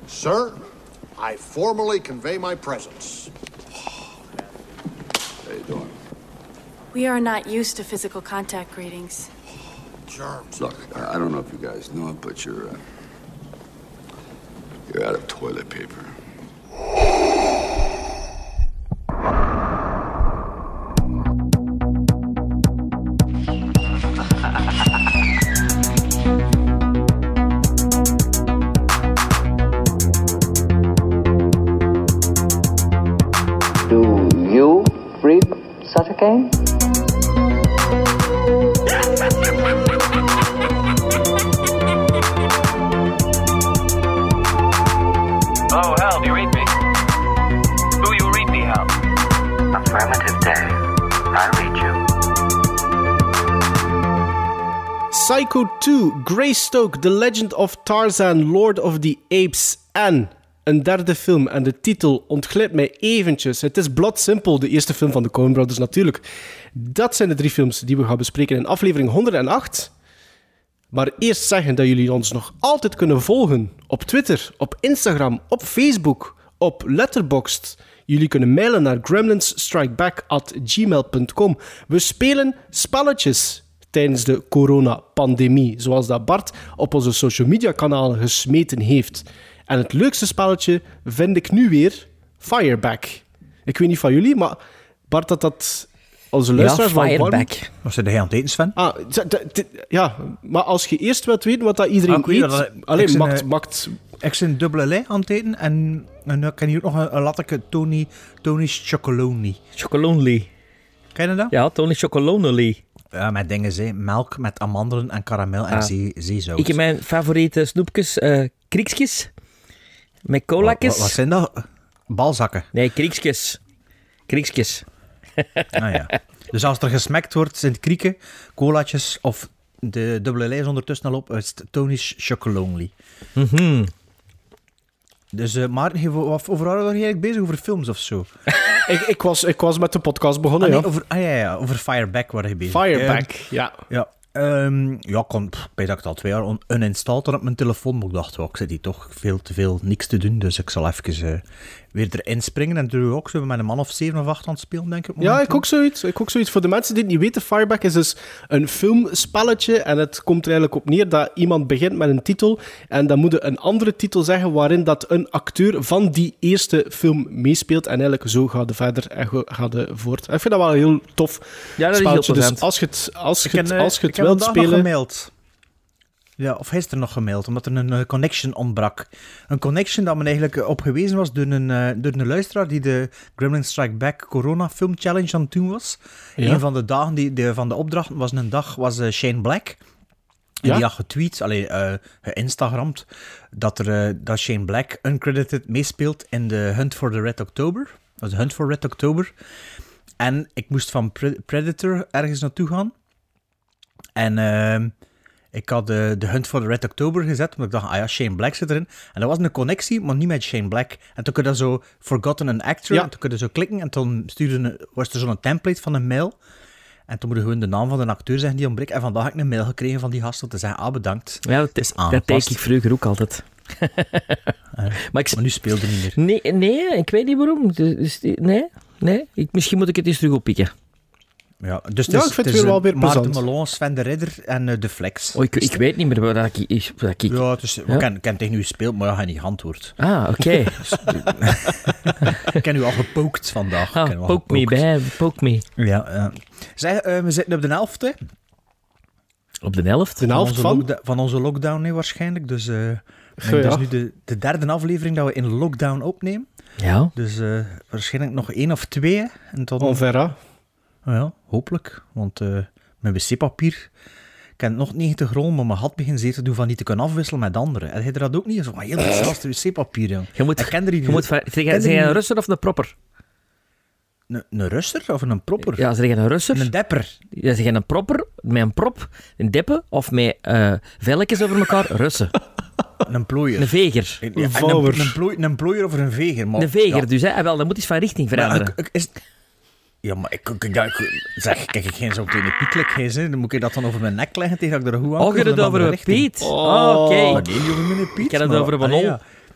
Sir, I formally convey my presence. How you doing? We are not used to physical contact greetings. Germs. Look, I don't know if you guys know it, but you're out of toilet paper. Do you read such a game? Oh, Hal, do you read me? Do you read me, Hal? Affirmative, Dave. I read you. Psycho 2, Greystoke, The Legend of Tarzan, Lord of the Apes en een derde film. En de titel ontglipt mij eventjes. Het is bloedsimpel, de eerste film van de Coen Brothers natuurlijk. Dat zijn de 3 films die we gaan bespreken in aflevering 108. Maar eerst zeggen dat jullie ons nog altijd kunnen volgen op Twitter, op Instagram, op Facebook, op Letterboxd. Jullie kunnen mailen naar gremlinsstrikeback@gmail.com. We spelen spelletjes tijdens de coronapandemie, zoals dat Bart op onze social media kanalen gesmeten heeft. En het leukste spelletje vind ik nu weer Fireback. Ik weet niet van jullie, maar Bart dat onze luisteraars ja, Fireback. Was er de aan het eten, Sven? Ja, maar als je eerst wilt weten wat dat iedereen eet... Alleen, maakt... Ik ben dubbele lei aan het eten en dan kan hier ook nog een latteke Tony's Chocolonely. Chocolonely. Ken je dat? Ja, Tony's Chocolonely. Ja, met dingen, melk met amandelen en karamel en zeezout. Ik heb mijn favoriete snoepjes, kriekjes. Met colakjes. Wat zijn dat? Balzakken? Nee, kriekjes. Ah ja. Dus als er gesmekt wordt, zijn het krieken, colaatjes of de dubbele lijst ondertussen al op, is het Tony's Chocolonely. Mm-hmm. Dus Maarten, overal was je eigenlijk bezig over films of zo? ik was met de podcast begonnen, Over Fireback waren je bezig. Fireback, ja. Ja. Ik weet dat ik het al 2 jaar uninstalled had op mijn telefoon, maar ik dacht, ik zit hier toch veel te veel niks te doen, dus ik zal even weer erin springen. En toen ook zo met een man of 7 of 8 aan het spelen, denk ik. Ja, ik ook zoiets. Voor de mensen die het niet weten, Fireback is dus een filmspelletje en het komt er eigenlijk op neer dat iemand begint met een titel en dan moet je een andere titel zeggen waarin dat een acteur van die eerste film meespeelt en eigenlijk zo gaat het verder en gaat het voort. Ik vind dat wel een heel tof spelletje. Dus als je het wilt spelen... Gemaild. Ja, of hij is er nog gemaild, omdat er een connection ontbrak. Een connection dat men eigenlijk op gewezen was door een luisteraar die de Gremlin Strike Back Corona Film Challenge aan het doen was. Ja. Een van de dagen van de opdrachten was Shane Black. En die had getweet, geïnstagramd, dat Shane Black uncredited meespeelt in de Hunt for the Red October. Dat is Hunt for Red October. En ik moest van Predator ergens naartoe gaan. En ik had de Hunt for the Red October gezet, omdat ik dacht, Shane Black zit erin. En dat was een connectie, maar niet met Shane Black. En toen kun je zo Forgotten an Actor, en toen kun je zo klikken, en toen was er zo'n template van een mail. En toen moet je gewoon de naam van de acteur zeggen die ontbreekt. En vandaag heb ik een mail gekregen van die gast om te zeggen, bedankt. Ja, dat deed ik vroeger ook altijd. Maar nu speelde hij niet meer. Nee, ik weet niet waarom. Dus, nee. Misschien moet ik het eens terug oppikken. Ja, dus ik vind het weer wel weer plezant. Maarten Malone, Sven de Ridder en De Flex. Oh, ik weet niet meer waar ik... Ja, dus ik ken tegen u speelt, maar hij niet geantwoord. Ah, oké. Ik ken u al gepookt vandaag. Poke me. Ja. Zeg, we zitten op de 11e. Op de 11? De 11 van onze lockdown, waarschijnlijk. Dus het is nu de derde aflevering dat we in lockdown opnemen. Ja. Dus waarschijnlijk nog 1 of 2. En tot Onverra. Ja, hopelijk. Want mijn wc-papier... Ik ken nog 90 rollen, maar mijn had begint zeer te doen van niet te kunnen afwisselen met anderen. En hij dat ook niet? Zo van heel hetzelfde wc-papier, jong. Zeg je een russer of een propper? Een russer of een propper? Ja, zeg je een russer? Een depper. Ja, zeg je een propper met een prop, een deppen of met velletjes over elkaar? Russen. Een plooier. Een veger. Een plooier of een veger. Maar, een veger, dus. Hè? Wel, dat moet iets van richting veranderen. Ja, maar ik kijk geen zo tegen de piekelijkheid, hè. Dan moet ik dat dan over mijn nek leggen tegen dat ik er goed aan je het over een Piet? Oké. Nee, niet over mijn Piet. Ik heb het over een ballon. Ja.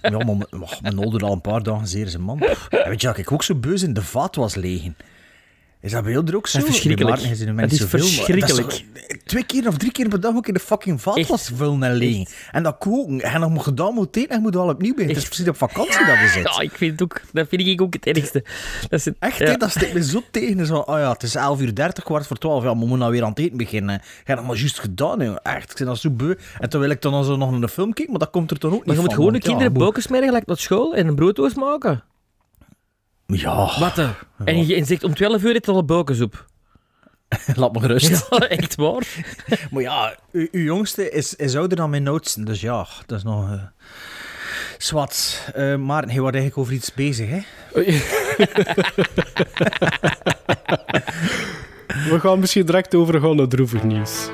Ja, maar mijn ouder al een paar dagen zeer zijn man. En weet je dat ik ook zo beus in de vaat was legen? Is dat bij jou er ook zo? Dat is verschrikkelijk. Het is verschrikkelijk. 2 keer of 3 keer per dag ook in de fucking vaat was vullen en legen. En dat koken. En dan moet gedaan moet eten en moet al opnieuw beginnen. Het is precies op vakantie dat is het. Ja, dat vind ik ook het ergste. Dat is het, Echt, ja. hè, dat steekt me zo tegen. Zo, oh ja, het is 11:30, 11:15. Ja, we moeten nou weer aan het eten beginnen. Ja, dat maar juist gedaan. Hè. Echt, ik ben dan zo beu. En terwijl ik dan zo nog naar de film kijk, maar dat komt er toch ook Maar niet je van. moet gewoon de want ja, kinderen boken smeren gelijk naar school en een brooddoos maken. Ja. Wat dan? En je zegt om 12:00 het al een bokensoep. Laat me gerust. Ja, echt waar. Maar ja, uw jongste is ouder dan mijn oudste. Dus ja, dat is nog... Zwat. Maarten, hij was eigenlijk over iets bezig, hè? We gaan misschien direct overgaan naar droevig nieuws.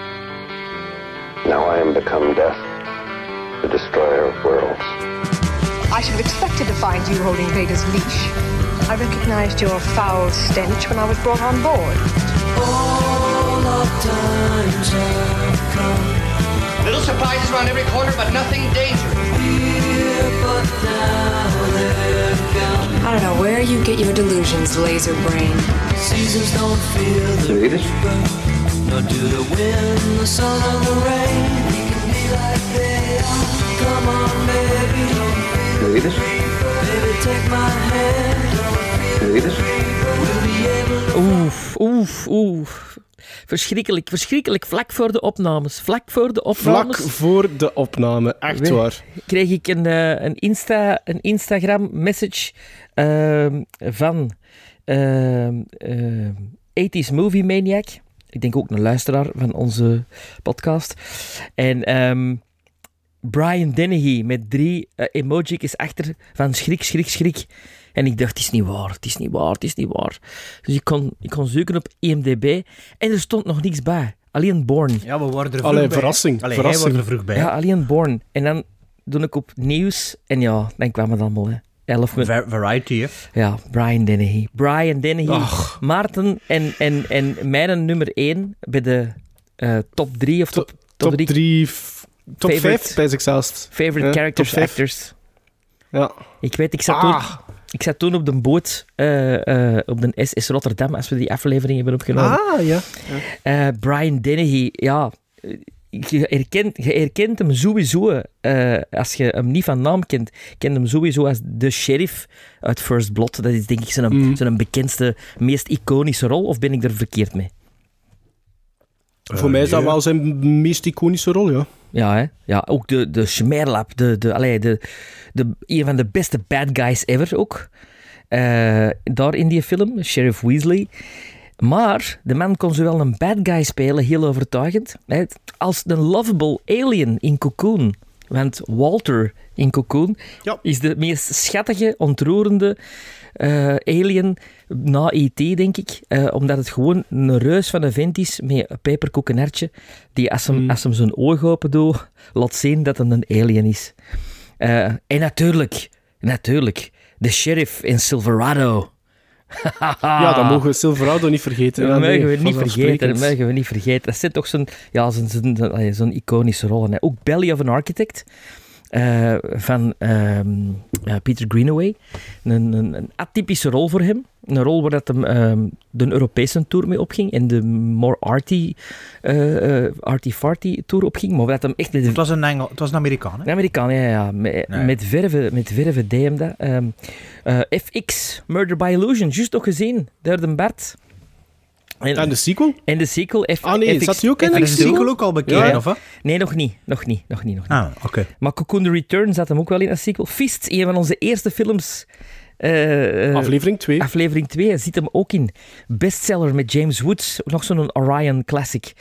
Now I am become death, the destroyer of worlds. I should have expected to find you holding Vader's leash. I recognized your foul stench when I was brought on board. All of times have come. Little surprises around every corner, but nothing dangerous. Here, but now they're gone. I don't know where you get your delusions, laser brain. Seasons don't feel the reaper, nor do the wind, the sun, or the rain. We can be like they are. Come on, baby, don't feel the reaper. Baby, take my hand. Don't feel the reaper. We'll be able to... Oef. Verschrikkelijk. Vlak voor de opnames. Vlak voor de opname, echt waar. Kreeg ik een Instagram-message van 80s Movie Maniac. Ik denk ook een luisteraar van onze podcast. En Brian Dennehy met 3 emojis achter van schrik. En ik dacht, het is niet waar. Dus ik kon zoeken op IMDb en er stond nog niks bij. Alleen Born. Ja, we waren er vroeg Allee, bij. verrassing. Allee, hij wordt er vroeg bij. Ja, alleen Born. En dan doe ik op nieuws en ja, dan kwam het allemaal. Hè. 11 minuten. Variety, hè? Ja, Brian Dennehy. Maarten en mijn nummer 1 bij de top 3 of top 3. Top 5, bij zichzelf. Favorite characters, actors. Ja. Ik weet, ik zat toen op de boot op de SS Rotterdam, als we die aflevering hebben opgenomen. Ja. Brian Dennehy, ja... Je herkent hem sowieso, als je hem niet van naam kent, hem sowieso als de sheriff uit First Blood. Dat is denk ik zijn bekendste, meest iconische rol, of ben ik er verkeerd mee? Voor mij is dat wel zijn meest iconische rol, ja. Ja, hè? Ja, ook de Schmerlap, een van de beste bad guys ever ook. Daar in die film, Sheriff Weasley. Maar de man kon zowel een bad guy spelen, heel overtuigend, als een lovable alien in Cocoon. Want Walter in Cocoon is de meest schattige, ontroerende alien na E.T., denk ik. Omdat het gewoon een reus van een vent is met een peperkoekenhertje die als hem zijn oog open doet, laat zien dat het een alien is. En natuurlijk, de sheriff in Silverado. Ja, dat mogen we Silverado niet vergeten. Dat mogen we niet vergeten. Dat zit toch zo'n iconische rol. En ook Belly of an Architect van Peter Greenaway. Een atypische rol voor hem. Een rol waar dat hem de Europese tour mee opging en de more arty-farty tour opging. Maar dat hem echt... Het was een Amerikaan, hè? Een Amerikaan, ja. Met verve deed hem dat. FX, Murder by Illusion, juist nog gezien, door de Bart. En de sequel? En de sequel, nee, zat hij ook in? En de sequel ook al bekeken, of wat? Nee, nog niet. Ah, oké. Maar Cocoon the Return zat hem ook wel in als sequel. Fist, een van onze eerste films... aflevering 2. Aflevering 2 zit hem ook in. Bestseller met James Woods. Nog zo'n Orion classic.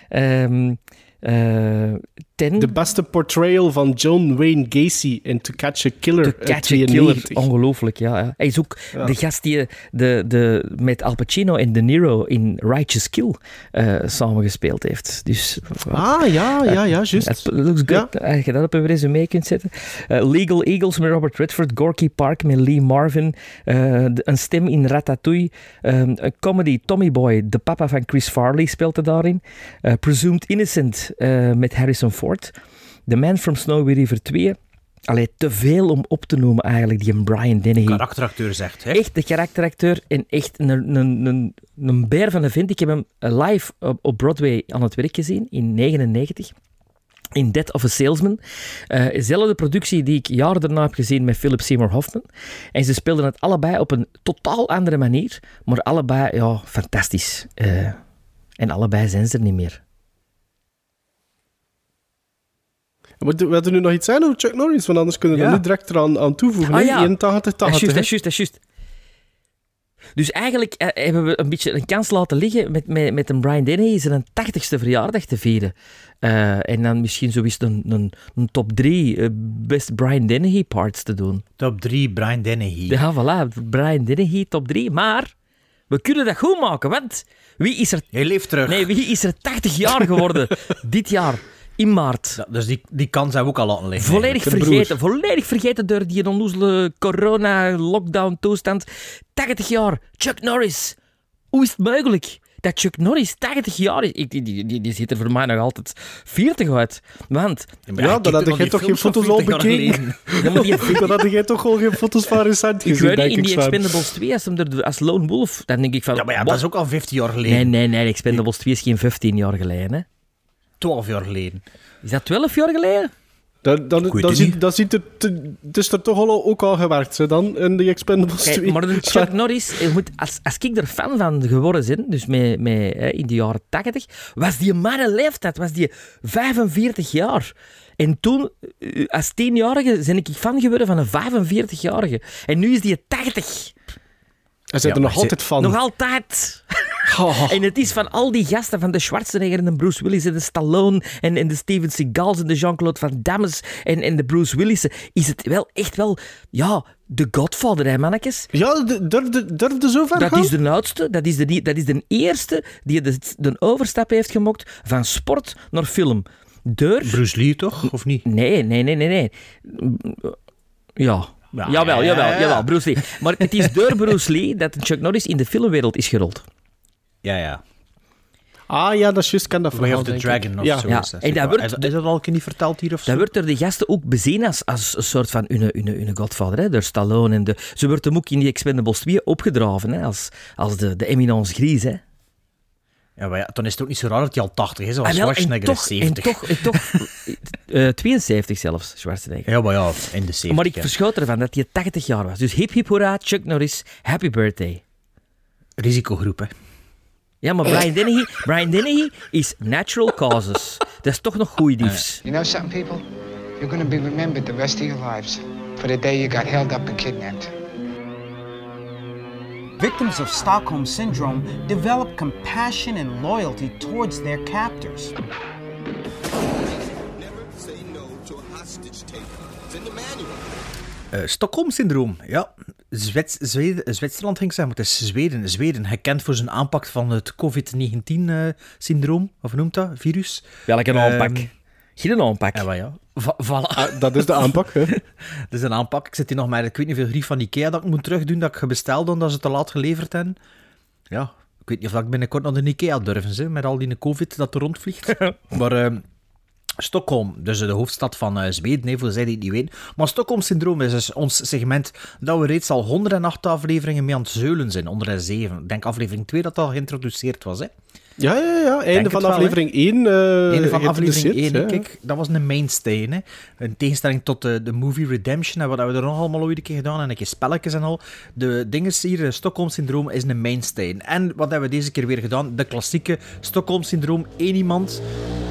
De beste portrayal van John Wayne Gacy in To Catch a Killer. To Catch a Killer, ongelooflijk, ja. Hij is ook de gast die met Al Pacino en De Niro in Righteous Kill samengespeeld heeft. Dus, ja, juist. Het looks good. Als je dat op een resume kunt zetten. Legal Eagles met Robert Redford, Gorky Park met Lee Marvin, een stem in Ratatouille, een comedy, Tommy Boy, de papa van Chris Farley speelt er daarin, Presumed Innocent met Harrison Ford, The Man from Snowy River 2, te veel om op te noemen eigenlijk, die Brian Dennehy. Karakteracteur zegt, hè? Echt de karakteracteur en echt een beer van een vent. Ik heb hem live op Broadway aan het werk gezien in 1999. In Death of a Salesman. Dezelfde productie die ik jaren daarna heb gezien met Philip Seymour Hoffman. En ze speelden het allebei op een totaal andere manier. Maar allebei, ja, fantastisch. En allebei zijn ze er niet meer. We hadden nu nog iets zijn over Chuck Norris, want anders kunnen we er niet direct eraan toevoegen. Ah, ja. 81, 80. Dat is juist. Dus eigenlijk hebben we een beetje een kans laten liggen met een Brian Dennehy zijn 80ste verjaardag te vieren. En dan misschien zo eens een top 3 best Brian Dennehy parts te doen. Top 3 Brian Dennehy. Ja, voilà. Brian Dennehy top 3. Maar we kunnen dat goed maken, want wie is er... Hij leeft terug. Nee, wie is er 80 jaar geworden dit jaar? In maart. Ja, dus die kans hebben we ook al laten liggen. Volledig vergeten door die onnoezele corona-lockdown-toestand. 80 jaar, Chuck Norris. Hoe is het mogelijk dat Chuck Norris 80 jaar is? Die ziet er voor mij nog altijd 40 uit. Want... Ja, dan had jij toch geen foto's al bekeken? Dan had jij toch al geen foto's van recent gezien, ik weet niet, in die Expendables 2, als hem er als Lone Wolf, dan denk ik van... Ja, maar dat is ook al 15 jaar geleden. Nee, Expendables 2 is geen 15 jaar geleden, hè. 12 jaar geleden. Is dat 12 jaar geleden? Dan ziet het is er toch ook al gewerkt, hè, dan, in die Expendables 2. Maar Chuck Norris, als ik er fan van geworden ben, dus in de jaren 80, was die mijn leeftijd, was die 45 jaar. En toen, als 10-jarige, ben ik fan geworden van een 45-jarige. En nu is die 80. Hij zit er nog altijd van. Nog altijd. En het is van al die gasten, van de Schwarzenegger en de Bruce Willis en de Stallone en de Steven Seagals en de Jean-Claude Van Damme's en de Bruce Willis, is het wel echt wel, ja, de Godfather, hè, mannetjes? Ja, durfde zo ver gaan? Dat is de oudste, dat is de eerste die de overstap heeft gemaakt van sport naar film. Bruce Lee, toch? Of niet? Nee. Ja. Jawel, Bruce Lee. Maar het is door Bruce Lee dat Chuck Norris in de filmwereld is gerold. Ja. Ah ja, dat is juist, kan dat Way of the Dragon of zo. Ja. En dat wordt, is dat al niet verteld hier of zo? Dat wordt door de gasten ook bezien als een soort van hun godvader, hè, door Stallone. En ze wordt hem ook in die Expendables 2 opgedraven, hè, als de eminence grise, hè. Ja, maar dan is het ook niet zo raar dat hij al 80 is, zoals Schwarzenegger is 70. En toch 72 zelfs, Schwarzenegger. Ja, maar ja, in de 70. Maar ik verschoot ervan dat hij 80 jaar was. Dus hip hip hoera, Chuck Norris, happy birthday. Risicogroep, hè. Ja, maar Brian Dennehy is natural causes. Dat is toch nog goed nieuws. You know something, people? You're going to be remembered the rest of your lives for the day you got held up and kidnapped. Victims of Stockholm Syndrome develop compassion and loyalty towards their captors. Never say no to a hostage taker. It's in the manual. Stockholm-syndroom, ja. Zwitserland ging ik zeggen, maar het is Zweden. Gekend voor zijn aanpak van het COVID-19-syndroom. Of noemt dat? Virus. Welke aanpak? Geen aanpak. Ja. Voilà. Dat is de aanpak, hè. Dat is een aanpak. Ik zit hier nog met, ik weet niet veel grief van Ikea dat ik moet terugdoen, dat ik gebesteld heb, dat ze te laat geleverd hebben. Ja, ik weet niet of ik binnenkort naar de Ikea durven, met al die COVID dat er rondvliegt. Maar... Stockholm, dus de hoofdstad van Zweden, voor zij die het niet weten. Maar Stockholm-syndroom is dus ons segment dat we reeds al 108 afleveringen mee aan het zeulen zijn, 107. Ik denk aflevering 2 dat al geïntroduceerd was, hè? Ja. Einde van aflevering 1. Einde van aflevering 1, kijk, dat was een mainstay, hè? In tegenstelling tot de movie Redemption, en wat hebben we er nog allemaal ooit een keer gedaan, en een keer spelletjes en al. De dinges hier, Stockholm-syndroom is een mainstay. En wat hebben we deze keer weer gedaan? De klassieke Stockholm-syndroom, één iemand...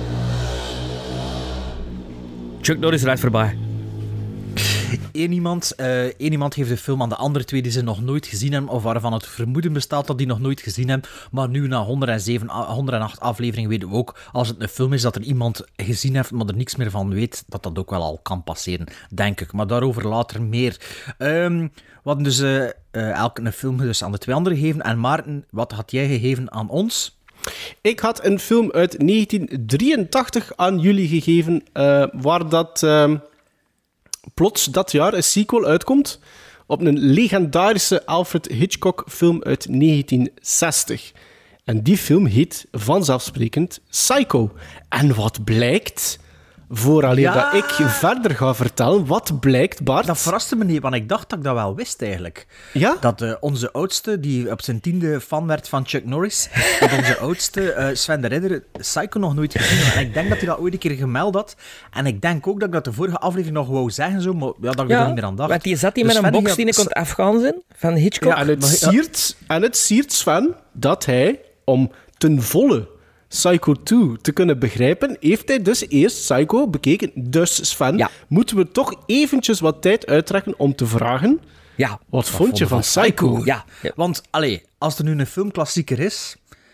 Chuck Norris rijdt voorbij. Eén iemand geeft de film aan de andere twee die ze nog nooit gezien hebben, of waarvan het vermoeden bestaat dat die nog nooit gezien hebben. Maar nu, na 108 afleveringen, weten we ook, als het een film is dat er iemand gezien heeft, maar er niks meer van weet, dat dat ook wel al kan passeren, denk ik. Maar daarover later meer. We hadden dus elke een film dus aan de twee anderen gegeven. En Maarten, wat had jij gegeven aan ons? Ik had een film uit 1983 aan jullie gegeven, waar dat plots dat jaar een sequel uitkomt op een legendarische Alfred Hitchcock film uit 1960. En die film heet vanzelfsprekend Psycho. En wat blijkt? Vooraleer dat ik verder ga vertellen, wat blijkt, Bart? Dat verraste me niet, want ik dacht dat ik dat wel wist eigenlijk. Ja? Dat onze oudste, die op zijn 10e fan werd van Chuck Norris, dat onze oudste, Sven de Ridder, Psycho nog nooit gezien had. En ik denk dat hij dat ooit een keer gemeld had. En ik denk ook dat ik dat de vorige aflevering nog wou zeggen, zo, maar ja, dat ik er niet meer aan dacht. Want die zat hier Dus met een Sven, box die ik kon afgaan zijn, van Hitchcock. Ja, en het siert Sven dat hij, om ten volle Psycho 2 te kunnen begrijpen, heeft hij dus eerst Psycho bekeken. Dus Sven, moeten we toch eventjes wat tijd uittrekken om te vragen, wat vond je van Psycho? Ja. Want, als er nu een filmklassieker is...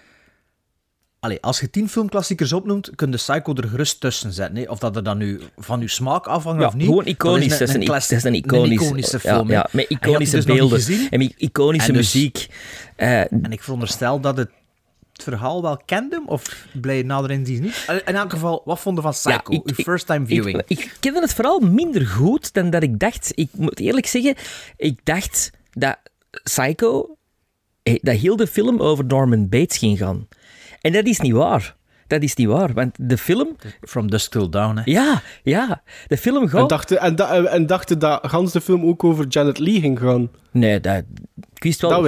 als je 10 filmklassiekers opnoemt, kun je Psycho er gerust tussen zetten. Hè? Of dat er dan nu van je smaak afhangt of niet. Gewoon iconisch. Dat is een iconische film. Ja, met iconische beelden en met iconische muziek. En ik veronderstel dat het verhaal wel kende, of blij nader inziens niet. In elk geval, wat vond je van Psycho? Uw first time viewing. Ik kende het vooral minder goed dan dat ik dacht. Ik moet eerlijk zeggen, ik dacht dat Psycho, dat heel de film over Norman Bates ging gaan. En dat is niet waar. Dat is niet waar, want de film... From Dusk Till Dawn, hè? Ja. De film gaat... En dachten dat gans de film ook over Janet Leigh ging gaan? Nee, ik wist wel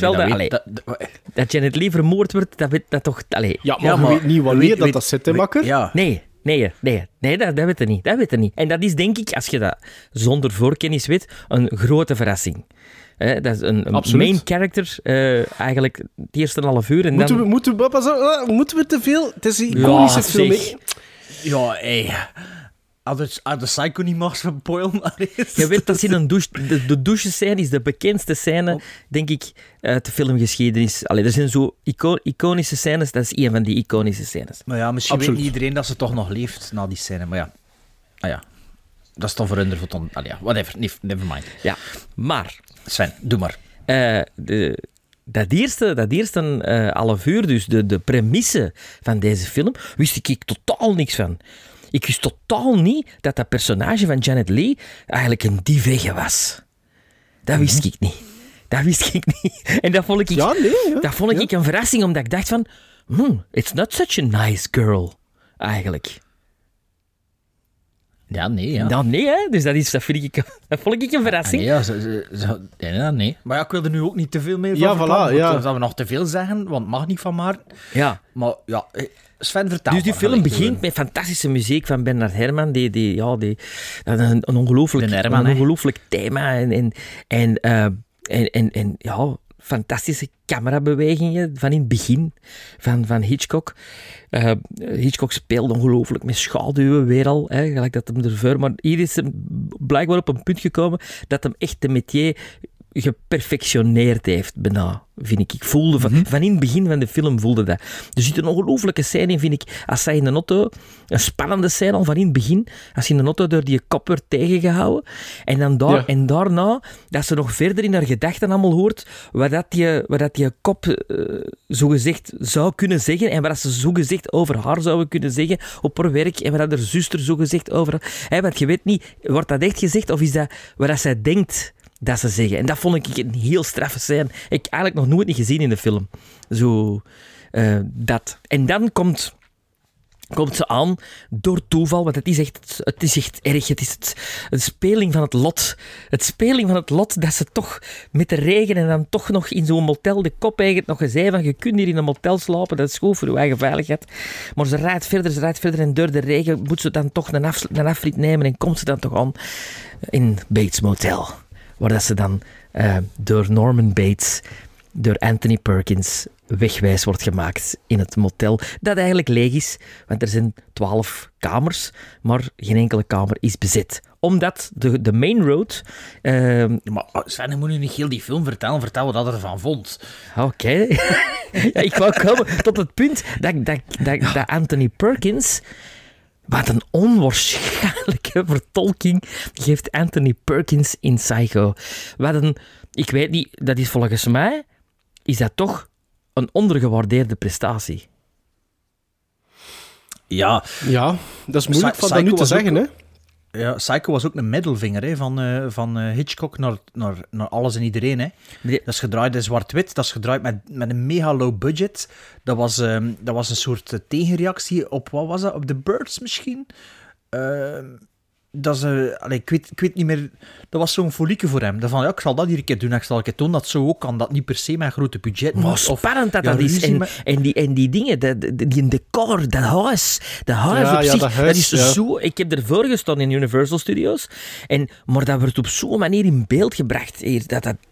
dat Janet Leigh vermoord wordt, dat toch... Ja, maar je weet niet wanneer dat zit, hè, makker? Ja. Nee, dat weet je niet. Dat weet je niet. En dat is, denk ik, als je dat zonder voorkennis weet, een grote verrassing. Dat is een main character, eigenlijk het eerste half uur. En moeten we te veel? Het is een iconische film. Ja, Als de Psycho niet mag spoilen. Je weet dat in een douche... De douchescène is de bekendste scène, denk ik, uit de filmgeschiedenis. Allee, er zijn zo iconische scènes, dat is een van die iconische scènes. Maar ja, misschien weet niet iedereen dat ze toch nog leeft na die scène, maar ja. Dat is toch voor hun voor whatever, never mind. Ja, maar... Sven, doe maar. Dat eerste half uur, dus de premisse van deze film, wist ik totaal niks van. Ik wist totaal niet dat personage van Janet Leigh eigenlijk een dievegge was. Dat wist ik niet. En dat vond ik, ik een verrassing, omdat ik dacht van... it's not such a nice girl, eigenlijk. Ja, nee, ja. Nou, nee, hè. Dus dat vond ik een verrassing. Nee. Maar ja, ik wil er nu ook niet te veel meer van vertellen. Dat we nog te veel zeggen, want het mag niet van maar. Ja. Maar ja, Sven, vertel. Dus die film begint met fantastische muziek van Bernard Herrmann. Een ongelooflijk thema. En fantastische camerabewegingen van in het begin van Hitchcock. Hitchcock speelde ongelooflijk met schaduwen weer al, gelijk dat hem ervoor. Maar hier is hem blijkbaar op een punt gekomen dat hem echt de métier geperfectioneerd heeft, bijna, vind ik. Ik voelde van in het begin van de film voelde dat. Er zit een ongelooflijke scène in, vind ik, als zij in de auto, een spannende scène al van in het begin, als hij in de auto door die kop wordt tegengehouden, en dan en daarna, dat ze nog verder in haar gedachten allemaal hoort, wat dat die kop zogezegd zou kunnen zeggen, en wat ze zogezegd over haar zouden kunnen zeggen op haar werk, en wat dat haar zuster zogezegd over haar... Want je weet niet, wordt dat echt gezegd, of is dat wat dat zij denkt dat ze zeggen. En dat vond ik een heel straffe scène. Ik eigenlijk nog nooit niet gezien in de film. Zo, dat. En dan komt ze aan door toeval, want het is echt erg. Het is een speling van het lot. Het speling van het lot dat ze toch met de regen en dan toch nog in zo'n motel de kop eigenlijk nog eens zei van je kunt hier in een motel slapen, dat is goed voor je eigen veiligheid. Maar ze rijdt verder en door de regen moet ze dan toch een afrit nemen en komt ze dan toch aan in Bates Motel. Waar dat ze dan door Norman Bates, door Anthony Perkins, wegwijs wordt gemaakt in het motel. Dat eigenlijk leeg is, want er zijn 12 kamers, maar geen enkele kamer is bezet. Omdat de main road... Maar Sven, je moet nu niet heel die film vertellen. Vertel wat je ervan vond. Oké. Ja, ik wou komen tot het punt dat Anthony Perkins... Wat een onwaarschijnlijke vertolking geeft Anthony Perkins in Psycho. Ik weet niet, dat is volgens mij, is dat toch een ondergewaardeerde prestatie. Ja, dat is moeilijk van dat nu te zeggen, hè? Ja, Psycho was ook een middelvinger van Hitchcock naar alles en iedereen. Hè. Dat is gedraaid in zwart-wit, dat is gedraaid met een mega low budget. Dat was een soort tegenreactie op, wat was dat, op The Birds misschien? Dat is, ik weet niet meer... Dat was zo'n folieke voor hem. Dat van, ik zal dat hier een keer doen. Ik zal een keer tonen dat zo ook kan. Dat niet per se met een grote budget moet. Maar spannend dat is. En die dingen, die decor, dat huis op zich, dat is zo... Ik heb ervoor gestaan in Universal Studios. Maar dat wordt op zo'n manier in beeld gebracht. Hier.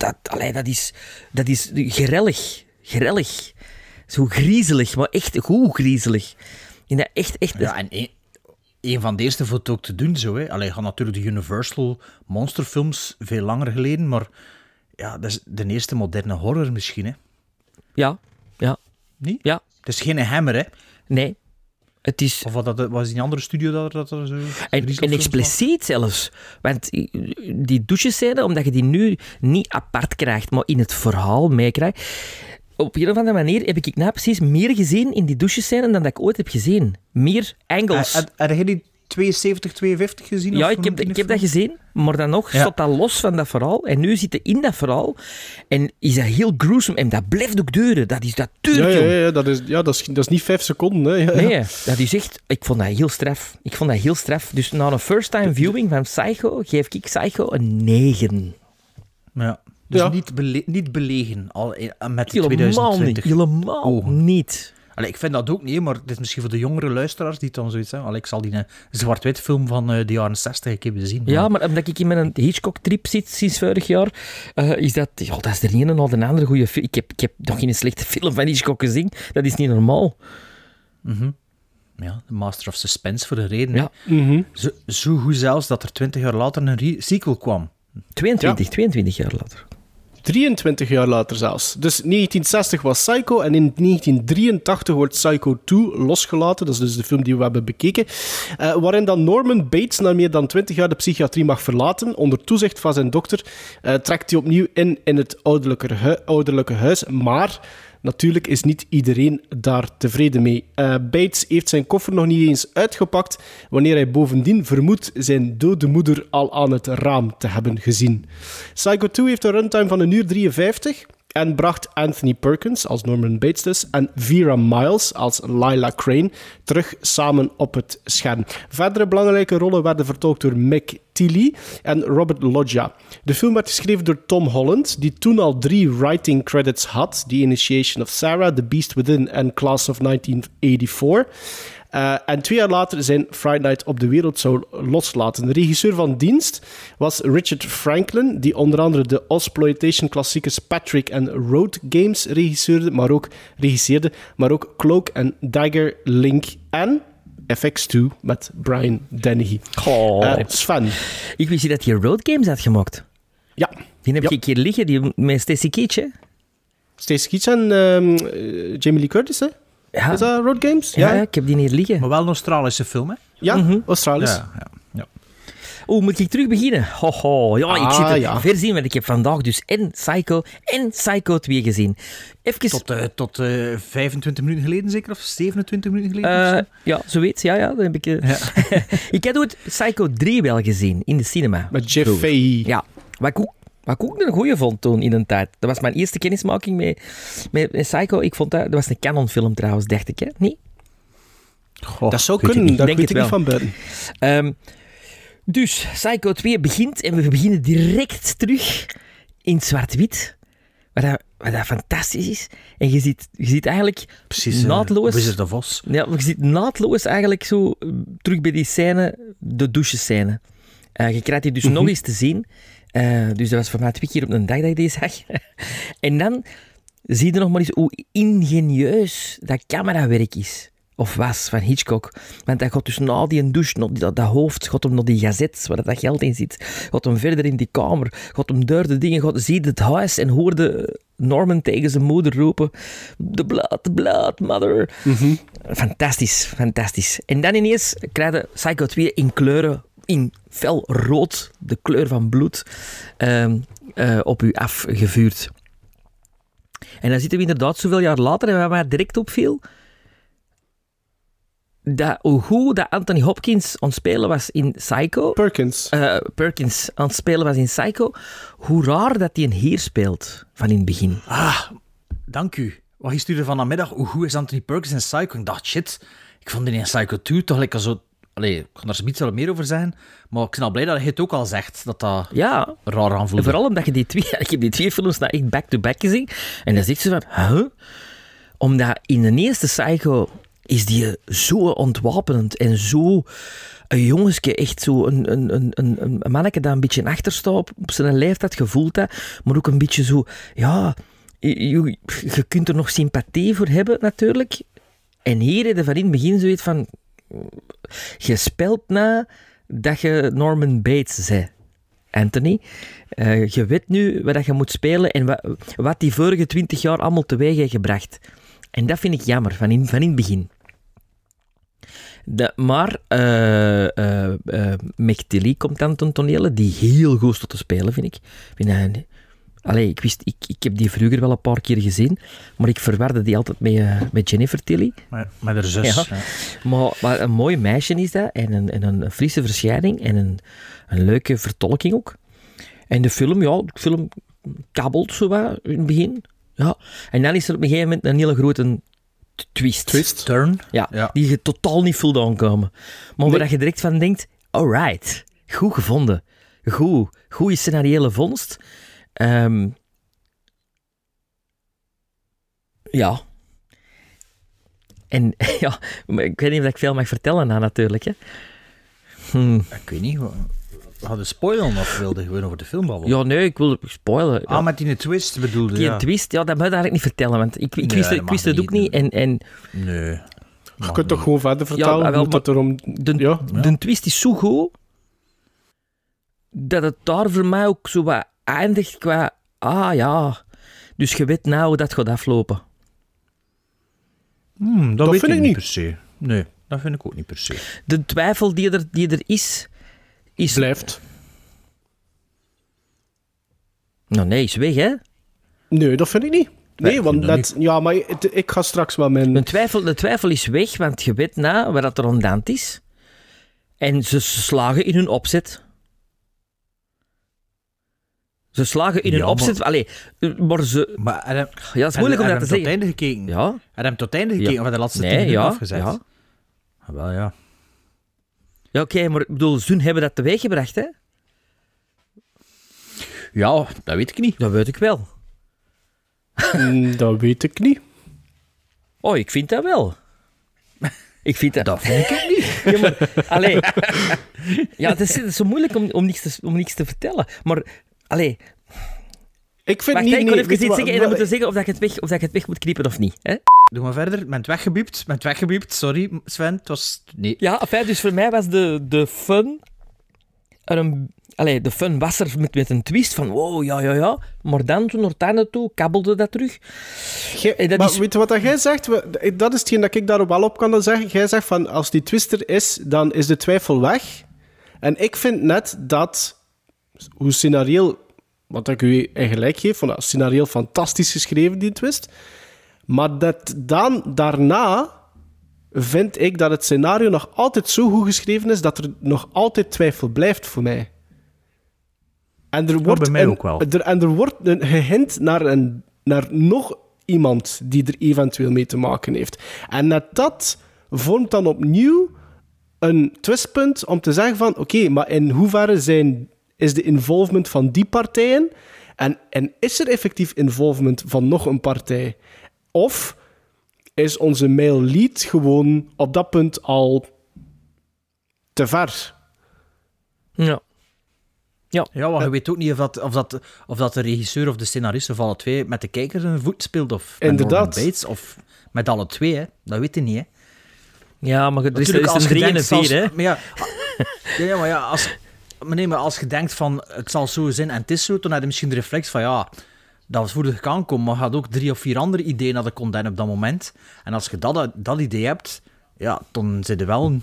Dat is grellig. Zo griezelig, maar echt goed griezelig. En dat echt... Ja, en een van de eerste voor het ook te doen zo. Hij gaat natuurlijk de Universal monsterfilms veel langer geleden, maar ja, dat is de eerste moderne horror misschien, hè? Ja. Niet? Ja. Het is geen Hammer, hè? Nee. Het is... Of was in een andere studio dat er zo... En expliciet zelfs. Want die douchescène, omdat je die nu niet apart krijgt, maar in het verhaal meekrijgt... Op een of andere manier heb ik nou precies meer gezien in die douchescène dan dat ik ooit heb gezien. Meer angles. Heb je die 72, 52 gezien? Ja, ik heb dat gezien, maar dan nog staat dat los van dat verhaal. En nu zit je in dat verhaal en is dat heel gruesome. En dat blijft ook duren. Dat duurt, dat is niet 5 seconden. Hè. Ja. Nee, dat is echt... Ik vond dat heel straf. Dus na een first-time viewing van Psycho geef ik Psycho een 9. Ja. Dus niet belegen al met helemaal 2020. Helemaal niet. Ik vind dat ook niet, maar dit is misschien voor de jongere luisteraars die het dan zoiets hebben. Ik zal die zwart-wit film van de jaren 60 een keer bezien. Ja, maar omdat ik in mijn Hitchcock-trip zit sinds vorig jaar, is dat... Ja, dat is de ene na de andere goede film. Ik heb nog geen slechte film van Hitchcock gezien. Dat is niet normaal. Mm-hmm. Ja, The Master of Suspense voor een reden. Ja. Mm-hmm. Zo goed zelfs dat er 20 jaar later een sequel kwam. 22 jaar later. 23 jaar later zelfs. Dus 1960 was Psycho en in 1983 wordt Psycho 2 losgelaten. Dat is dus de film die we hebben bekeken. Waarin dan Norman Bates na meer dan 20 jaar de psychiatrie mag verlaten. Onder toezicht van zijn dokter trekt hij opnieuw in het ouderlijke huis. Maar... natuurlijk is niet iedereen daar tevreden mee. Bates heeft zijn koffer nog niet eens uitgepakt, wanneer hij bovendien vermoedt zijn dode moeder al aan het raam te hebben gezien. Psycho 2 heeft een runtime van 1 uur 53 en bracht Anthony Perkins, als Norman Bates dus, en Vera Miles, als Lila Crane, terug samen op het scherm. Verdere belangrijke rollen werden vertolkt door Mick Tilly en Robert Loggia. De film werd geschreven door Tom Holland, die toen al 3 writing credits had. The Initiation of Sarah, The Beast Within en Class of 1984. En 2 jaar later zijn Friday Night op de wereld zou loslaten. De regisseur van dienst was Richard Franklin, die onder andere de Osploitation-klassiekers Patrick en Road Games regisseerde, maar ook Cloak and Dagger, Link en FX2 met Brian Dennehy. Sven. Ik wist niet dat je Road Games had gemaakt. Ja. Die heb ik hier liggen, die met Stacy Keach, hè? Stacy Keach en Jamie Lee Curtis, hè? Ja. Is dat Road Games? Ja, ik heb die hier liggen. Maar wel een Australische film, hè? Ja, Australisch. Ja. Moet ik terug beginnen? Ja, ik zit er ver zien, want ik heb vandaag dus en Psycho 2 gezien. Even... Tot 25 minuten geleden zeker, of 27 minuten geleden? Ja, zoiets. Ja, dat heb ik... Ik had ooit Psycho 3 wel gezien, in de cinema. Met Jeff Fahey. Ja, wat ik ook een goeie vond toen in een tijd. Dat was mijn eerste kennismaking met Psycho. Ik vond dat was een Canon-film trouwens, dacht ik, hè? Nee? Dat zou kunnen, daar weet ik niet van buiten. Dus Psycho 2 begint en we beginnen direct terug in zwart-wit. Wat dat fantastisch is. En je ziet eigenlijk precies, naadloos... Wizard of Oz. Ja, je ziet naadloos eigenlijk zo terug bij die scène, de douchescène. Je krijgt die dus nog eens te zien. Dus dat was voor mij 2 keer op een dag dat ik die zag. En dan zie je nog maar eens hoe ingenieus dat camerawerk is. Of was, van Hitchcock. Want hij gaat dus na die douche, dat hoofd, gaat hem naar die gazet, waar dat geld in zit. Gaat hem verder in die kamer. Gaat hem door de dingen, ziet het huis en hoorde Norman tegen zijn moeder roepen. The blood, mother. Fantastisch. En dan ineens krijg je Psycho 2 in kleuren, in fel rood, de kleur van bloed, op u afgevuurd. En dan zitten we inderdaad zoveel jaar later en wat mij direct opviel, hoe goed dat Anthony Hopkins aan het spelen was in Psycho. Perkins aan het spelen was in Psycho. Hoe raar dat hij hier speelt van in het begin. Dank u. Wat je stuurde vanmiddag, hoe goed is Anthony Perkins in Psycho? Ik dacht, shit, ik vond die in Psycho 2 toch lekker zo... ik kan daar zoiets wel meer over zeggen, maar ik ben al blij dat je het ook al zegt, dat ja, raar aanvoelt. En vooral omdat je ik heb die 2 films nou echt back-to-back gezien, en dan zit ze van, huh? Omdat in de eerste Psycho is die zo ontwapenend en zo een jongensje, echt zo een manneke dat een beetje achterstaat op zijn leeftijd, gevoeld dat, maar ook een beetje zo, ja, je kunt er nog sympathie voor hebben natuurlijk. En hier heb je van in het begin zoiets van, je speelt na dat je Norman Bates zei, Anthony. Je weet nu wat je moet spelen en wat die vorige 20 jaar allemaal teweeg heeft gebracht. En dat vind ik jammer, van in het begin. Maar Mechtilly komt dan ten tonele, die heel goed staat te spelen, vind ik. Ik heb die vroeger wel een paar keer gezien, maar ik verwarde die altijd met Jennifer Tilly. Met haar zus. Ja. Maar een mooi meisje is dat, en een frisse verschijning, en een leuke vertolking ook. En de film kabbelt zo wat in het begin. Ja. En dan is er op een gegeven moment een hele grote twist. Turn. Ja, die je totaal niet voelt aankomen. Maar waar je direct van denkt, alright, goed gevonden. Goeie scenariële vondst. Ja. En ja, ik weet niet of ik veel mag vertellen nou, natuurlijk. Hè. Ik weet niet, we hadden spoilen of wilde gewoon over de film babbelen? Ja, nee, ik wil spoilen. Ah, met die twist bedoelde je? Die twist, ja, dat moet ik eigenlijk niet vertellen, want ik wist het ook niet. En nee. Je kunt toch gewoon verder vertellen? Ja, dat erom... De twist is zo goed dat het daar voor mij ook zo wat eindigt qua... Ah ja, dus je weet nou hoe dat gaat aflopen. Dat weet ik niet per se. Nee, dat vind ik ook niet per se. De twijfel die er is blijft. Nou nee, is weg, hè? Nee, dat vind ik niet. Nee, want dat... Ja, maar ik ga straks wel mijn... De twijfel is weg, want je weet nou wat er aan de hand is. En ze slagen in hun opzet. Ze slagen in hun opzet. Maar ze... ja, het is moeilijk om dat te zeggen. Heb je tot het einde gekeken? Ja. Heb je tot het einde gekeken of had de laatste 10 minuten afgezet? Ja. Wel, ja. Ja, oké, maar ik bedoel, ze hebben dat teweeggebracht, hè? Ja, dat weet ik niet. Dat weet ik wel. Dat weet ik niet. Oh, ik vind dat wel. Ik vind dat... Dat vind ik niet. Ja, maar... Allee. Ja, het is zo moeilijk om niks te vertellen. Maar... Allee... Ik vind Wacht, niet... ik wil even iets zeggen en dan moet moeten zeggen of dat je het weg moet knippen of niet. Hè? Doe maar verder. Bent weggebiept. Sorry, Sven. Het was... Nee. Ja, enfin, dus voor mij was de fun... de fun was er met een twist van wow, ja. Maar dan, toen naar het einde toe, kabbelde dat terug. Weet je wat dat jij zegt? Dat is hetgeen dat ik daarop wel op kan zeggen. Jij zegt van, als die twist er is, dan is de twijfel weg. En ik vind net dat, hoe scenarioel, wat ik u in gelijk geef, van dat scenario fantastisch geschreven, die twist. Maar dat dan, daarna, vind ik dat het scenario nog altijd zo goed geschreven is, dat er nog altijd twijfel blijft voor mij. En er wordt, bij mij ook wel. Er wordt een hint naar nog iemand die er eventueel mee te maken heeft. En net dat vormt dan opnieuw een twistpunt om te zeggen van oké, maar in hoeverre is de involvement van die partijen en is er effectief involvement van nog een partij? Of is onze male lead gewoon op dat punt al te ver? Ja. Ja, maar je weet ook niet of dat de regisseur of de scenarist of alle twee met de kijker een voet speelt, of met Norman Bates, of met alle twee, hè. Dat weet je niet, hè. Ja, maar er is een 3 en een 4, hè. Maar als je denkt van, het zal zo zijn en het is zo, dan heb je misschien de reflex van, ja, dat was voordat ik aankom, maar je had ook 3 of 4 andere ideeën naar de content op dat moment. En als je dat idee hebt, ja, dan zit je wel...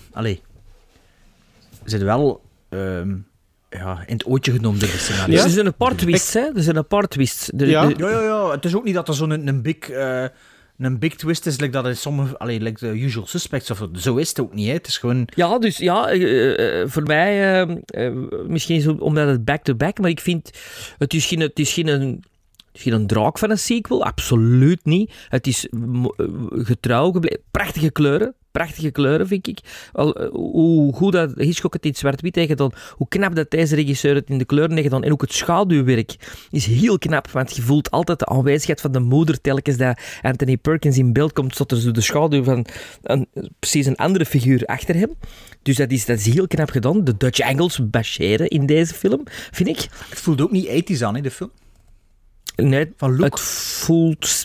in het ootje genomen door de scenario. Ja? Er zijn een paar twists, hè? Er zijn een paar twists. Ja. Het is ook niet dat er zo'n een big twist is, like dat in sommige... like The Usual Suspects, of zo is het ook niet, hè. Het is gewoon... Ja, dus voor mij... misschien zo, omdat het back-to-back, maar ik vind... Het is geen draak van een sequel, absoluut niet. Het is getrouw gebleven. Prachtige kleuren, prachtige kleuren, vind ik. Hoe goed dat Hitchcock het in zwart-wit heeft gedaan, hoe knap dat deze regisseur het in de kleuren heeft gedaan. En ook het schaduwwerk is heel knap, want je voelt altijd de aanwezigheid van de moeder telkens dat Anthony Perkins in beeld komt, tot er zo de schaduw van precies een andere figuur achter hem. Dus dat is heel knap gedaan. De Dutch angles bacheren in deze film, vind ik. Het voelt ook niet 80's aan, hè, de film? Nee, van look. Het voelt...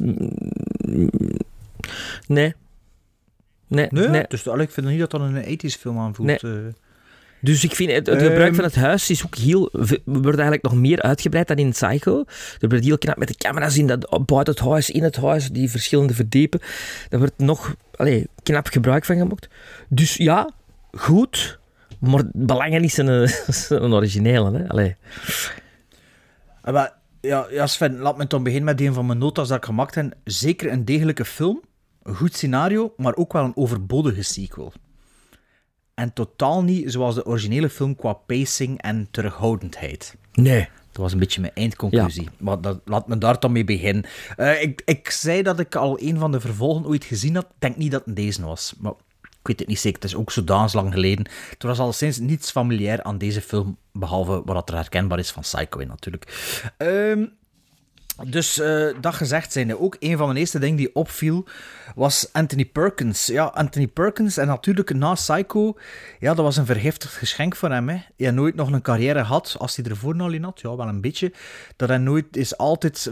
Nee. Dus ik vind niet dat dat een 80's film aanvoelt. Nee. Dus ik vind het gebruik van het huis is ook wordt eigenlijk nog meer uitgebreid dan in Psycho. Er wordt heel knap met de camera's in buiten het huis, in het huis, die verschillende verdiepen. Daar wordt nog knap gebruik van gemaakt. Dus ja, goed, maar belangrijk is een originele. Hè? Allee. Maar, ja, Sven, laat me dan beginnen met een van mijn notas dat ik gemaakt heb. Zeker een degelijke film, een goed scenario, maar ook wel een overbodige sequel. En totaal niet zoals de originele film qua pacing en terughoudendheid. Nee. Dat was een beetje mijn eindconclusie. Ja. Maar laat me daar dan mee beginnen. Ik zei dat ik al een van de vervolgen ooit gezien had. Ik denk niet dat het deze was. Maar ik weet het niet zeker. Het is ook zodanig lang geleden. Er was al sinds niets familiair aan deze film. Behalve wat er herkenbaar is van Psycho in natuurlijk. Dus dat gezegd zijnde, ook een van de eerste dingen die opviel was Anthony Perkins. Ja, Anthony Perkins en natuurlijk na Psycho, ja, dat was een vergiftigd geschenk voor hem. Hè. Hij had nooit nog een carrière gehad, als hij ervoor al in had, ja, wel een beetje. Dat hij nooit is altijd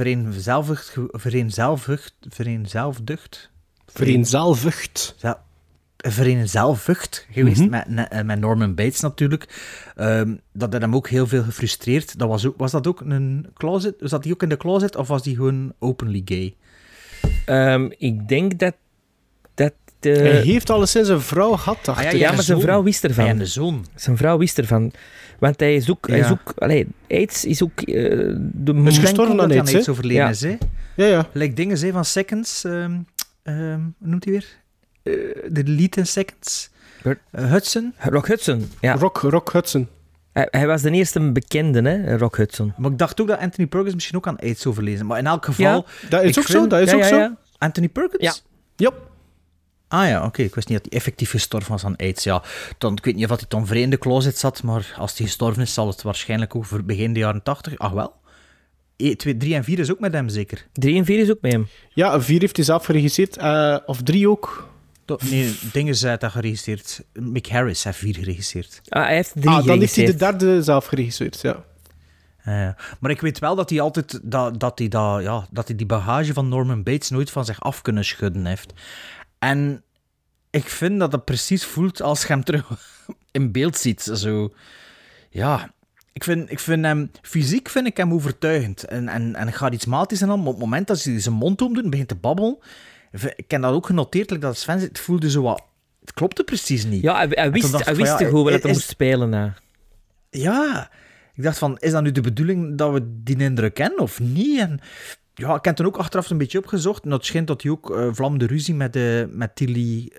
vereenzelvigd geweest met Norman Bates natuurlijk. Dat had hem ook heel veel gefrustreerd. Was dat ook een closet? Zat hij ook in de closet of was hij gewoon openly gay? Ik denk dat... Hij heeft alleszins een vrouw gehad, dacht ik. Ja, maar zijn vrouw wist ervan. En de zoon. Zijn vrouw wist ervan. Want hij is ook... AIDS is ook... Hij is gestorven aan AIDS, hè? Overleden is, hè? Ja. Like dingen, hè, van Seconds. Hoe noemt hij weer? De lead in Seconds. Hudson. Rock Hudson, ja. Rock Hudson. Hij was de eerste bekende, hè, Rock Hudson. Maar ik dacht ook dat Anthony Perkins misschien ook aan AIDS overlezen. Maar in elk geval... Ja, dat is ook zo. Dat is ook zo. Anthony Perkins? Ja. Yep. Ah ja, oké. Ik wist niet dat hij effectief gestorven was aan AIDS. Ja, ik weet niet of hij dan vreemd in de closet zat, maar als hij gestorven is, zal het waarschijnlijk ook voor begin de jaren 80. Ach wel. 3 en 4 is ook met hem, zeker? 3 en 4 is ook met hem. Ja, 4 heeft hij zelf geregisseerd. Of 3 ook. Nee, dingen zijn dat geregisseerd. Mick Harris heeft 4 geregisseerd. Hij heeft 3 geregisseerd. Dan heeft hij de derde zelf geregisseerd, ja. Maar ik weet wel dat hij altijd dat hij die bagage van Norman Bates nooit van zich af kunnen schudden heeft. En ik vind dat het precies voelt als je hem terug in beeld ziet. Zo, ja, ik vind hem fysiek vind ik hem overtuigend. En gaat iets matisch aan hem, maar op het moment dat hij zijn mond open doet en begint te babbelen, ik heb dat ook genoteerd, dat Sven het voelde zo wat... Het klopte precies niet. Ja, hij wist toch hoe dat hij moest spelen. Hè. Ja, ik dacht van, is dat nu de bedoeling dat we die indruk kennen of niet? En ja, ik heb toen ook achteraf een beetje opgezocht. En dat schijnt dat hij ook vlamde ruzie met Tilly...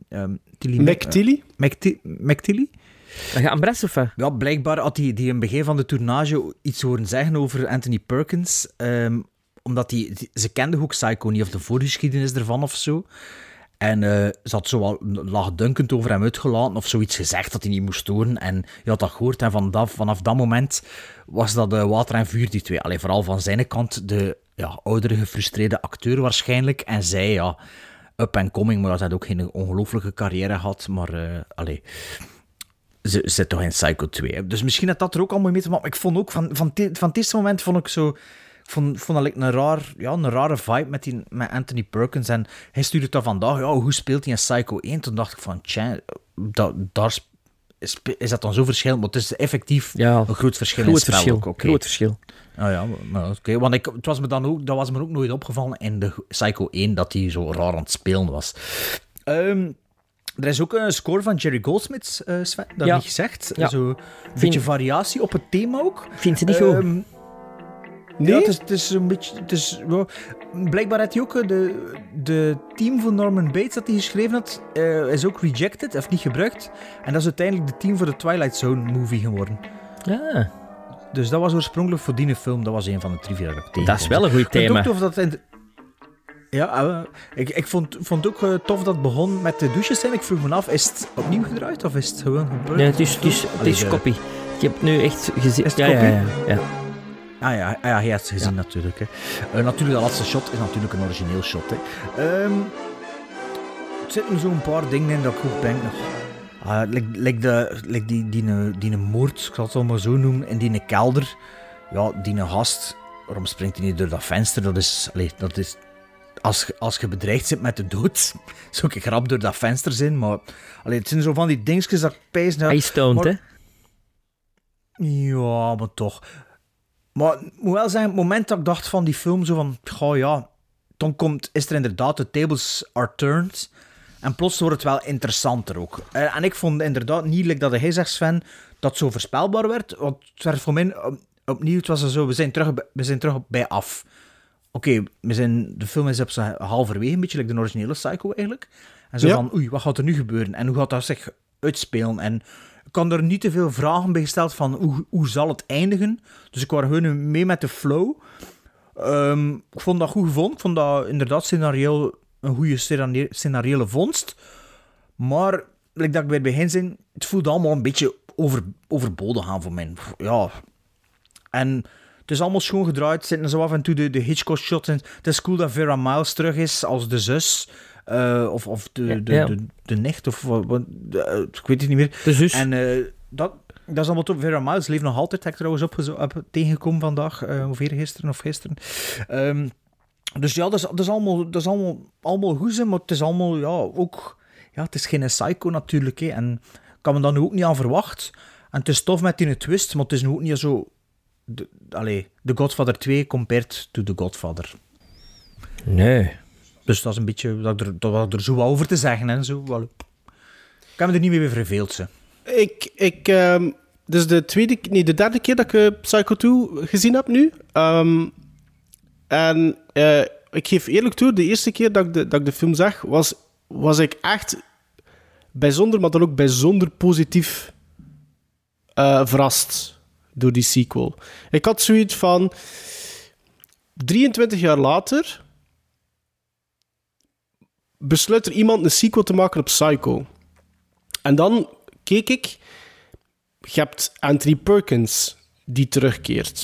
McTilly? Ja, Ambres of wat? Ja, blijkbaar had hij in het begin van de tournage iets horen zeggen over Anthony Perkins. Omdat ze kende ook Psycho niet, of de voorgeschiedenis ervan of zo. En ze had zo wel laagdunkend over hem uitgelaten of zoiets gezegd dat hij niet moest horen. En je had dat gehoord en vanaf dat moment was dat water en vuur, die twee. Allee, vooral van zijn kant de oudere gefrustreerde acteur waarschijnlijk. En zij, ja, up and coming, maar dat had ook geen ongelooflijke carrière gehad. Maar, ze zit toch in Psycho 2. Dus misschien had dat er ook allemaal mee te maken. Maar ik vond ook, van het eerste moment vond ik zo... vond dat like een rare vibe met Anthony Perkins. En hij stuurde het dan vandaag, hoe speelt hij in Psycho 1? Toen dacht ik van, daar is dat dan zo verschillend? Maar het is effectief een groot verschil in het spel. Groot verschil. Oké. Want dat was me ook nooit opgevallen in de Psycho 1, dat hij zo raar aan het spelen was. Er is ook een score van Jerry Goldsmith, Sven, dat heb je gezegd. Ja. Zo een beetje variatie op het thema ook. Vind je niet goed? Nee? Ja, het is een beetje... blijkbaar had hij ook de team van Norman Bates dat hij geschreven had, is ook rejected, heeft niet gebruikt. En dat is uiteindelijk de team voor de Twilight Zone movie geworden. Ja. Dus dat was oorspronkelijk voor die film, dat was een van de trivia dat ik tegen. Dat is wel een goed thema. Ja, ik vond ook tof dat het begon met de douches zijn. Ik vroeg me af, is het opnieuw gedraaid of is het gewoon gebeurd? Nee, het is copy. Ik heb het nu echt gezien. Is het ja. Ja, je hebt het gezien natuurlijk. Hè. Natuurlijk, de laatste shot is natuurlijk een origineel shot. Hè. Er zitten zo'n paar dingen in dat ik ook denk nog... die moord, ik zal het allemaal zo noemen, in die kelder. Ja, die gast, waarom springt hij niet door dat venster? Dat is als je bedreigd zit met de dood, zou ik grap door dat venster zijn, maar het zijn zo van die dingetjes dat ik pijs... Hij stoned, hè? Ja, maar toch. Maar ik moet wel zeggen, het moment dat ik dacht van die film, zo van, goh ja, dan is er inderdaad de tables are turned. En plots wordt het wel interessanter ook. En ik vond inderdaad niet, like dat hij zegt, Sven, dat zo voorspelbaar werd. Want het werd voor mij opnieuw, het was zo, we zijn terug bij af. Oké, de film is op zijn halverwege, een beetje like de originele Psycho eigenlijk. En zo van, oei, wat gaat er nu gebeuren? En hoe gaat dat zich uitspelen? En ik kan er niet te veel vragen bij gesteld van, hoe zal het eindigen? Dus ik was gewoon mee met de flow. Ik vond dat goed gevonden. Ik vond dat inderdaad scenario... een goede scenariële vondst. Maar, like dat ik bij het begin zei, het voelde allemaal een beetje overbodig aan voor mij. Ja. En het is allemaal schoon gedraaid. Zitten zo af en toe de Hitchcock-shots in. Het is cool dat Vera Miles terug is als de zus. Of de nicht. Of wat, ik weet het niet meer. De zus. En dat is allemaal top. Vera Miles leeft nog altijd. Heb ik trouwens tegengekomen vandaag. Of gisteren. Dus ja, dat is allemaal goed, maar het is allemaal, ja, ook... Ja, het is geen Psycho natuurlijk, hè, en ik kan me daar nu ook niet aan verwacht. En het is tof met die twist, maar het is nu ook niet zo... The Godfather 2 compared to The Godfather. Nee. Dus dat is een beetje... Dat ik er zo wat over te zeggen, en zo. Well, ik heb me er niet mee verveeld, ze. Dus de derde keer dat ik Psycho 2 gezien heb nu... En ik geef eerlijk toe, de eerste keer dat ik de film zag, was ik echt bijzonder, maar dan ook bijzonder positief verrast door die sequel. Ik had zoiets van 23 jaar later besluit er iemand een sequel te maken op Psycho. En dan keek ik, je hebt Anthony Perkins die terugkeert.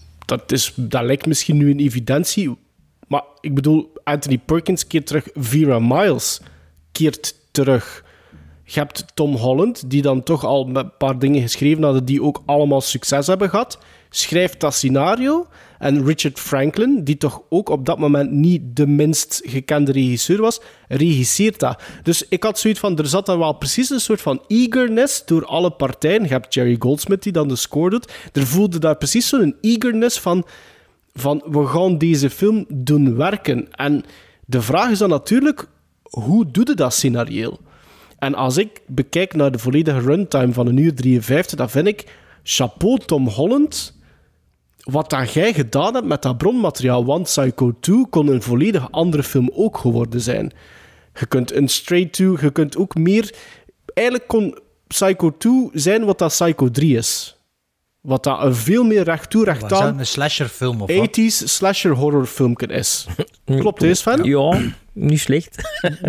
Dat lijkt misschien nu een evidentie, maar ik bedoel, Anthony Perkins keert terug, Vera Miles keert terug. Je hebt Tom Holland, die dan toch al een paar dingen geschreven hadden die ook allemaal succes hebben gehad, schrijft dat scenario. En Richard Franklin, die toch ook op dat moment niet de minst gekende regisseur was, regisseert dat. Dus ik had zoiets van, er zat dan wel precies een soort van eagerness door alle partijen. Je hebt Jerry Goldsmith die dan de score doet. Er voelde daar precies zo'n eagerness van we gaan deze film doen werken. En de vraag is dan natuurlijk, hoe doe je dat scenarioel? En als ik bekijk naar de volledige runtime van 1 uur 53, dan vind ik, chapeau Tom Holland, wat dat jij gedaan hebt met dat bronmateriaal. Want Psycho 2 kon een volledig andere film ook geworden zijn. Je kunt een straight to, je kunt ook meer... Eigenlijk kon Psycho 2 zijn wat dat Psycho 3 is. Wat dat een veel meer recht toe, recht aan... een slasherfilm of wat? 80s slasher horrorfilmpje is. Klopt, hè Sven? Ja, niet slecht.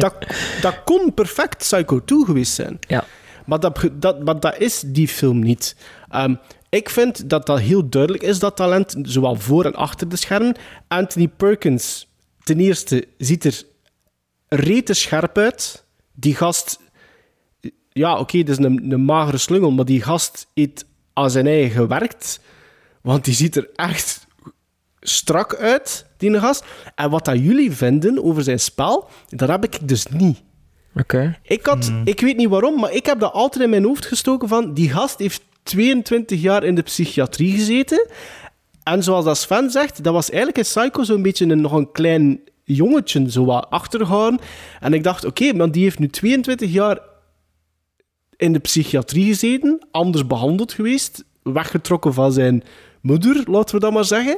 Dat kon perfect Psycho 2 geweest zijn. Ja. Maar dat is die film niet. Ik vind dat heel duidelijk is, dat talent, zowel voor en achter de schermen. Anthony Perkins, ten eerste, ziet er rete scherp uit. Die gast... Ja, oké, dat is een magere slungel, maar die gast heeft aan zijn eigen gewerkt. Want die ziet er echt strak uit, die gast. En wat dat jullie vinden over zijn spel, dat heb ik dus niet. Oké. Ik weet niet waarom, maar ik heb dat altijd in mijn hoofd gestoken van, die gast heeft 22 jaar in de psychiatrie gezeten. En zoals dat Sven zegt, dat was eigenlijk in Psycho zo'n beetje nog een klein jongetje zo wat achtergehouden. En ik dacht, oké, maar die heeft nu 22 jaar in de psychiatrie gezeten, anders behandeld geweest, weggetrokken van zijn moeder, laten we dat maar zeggen.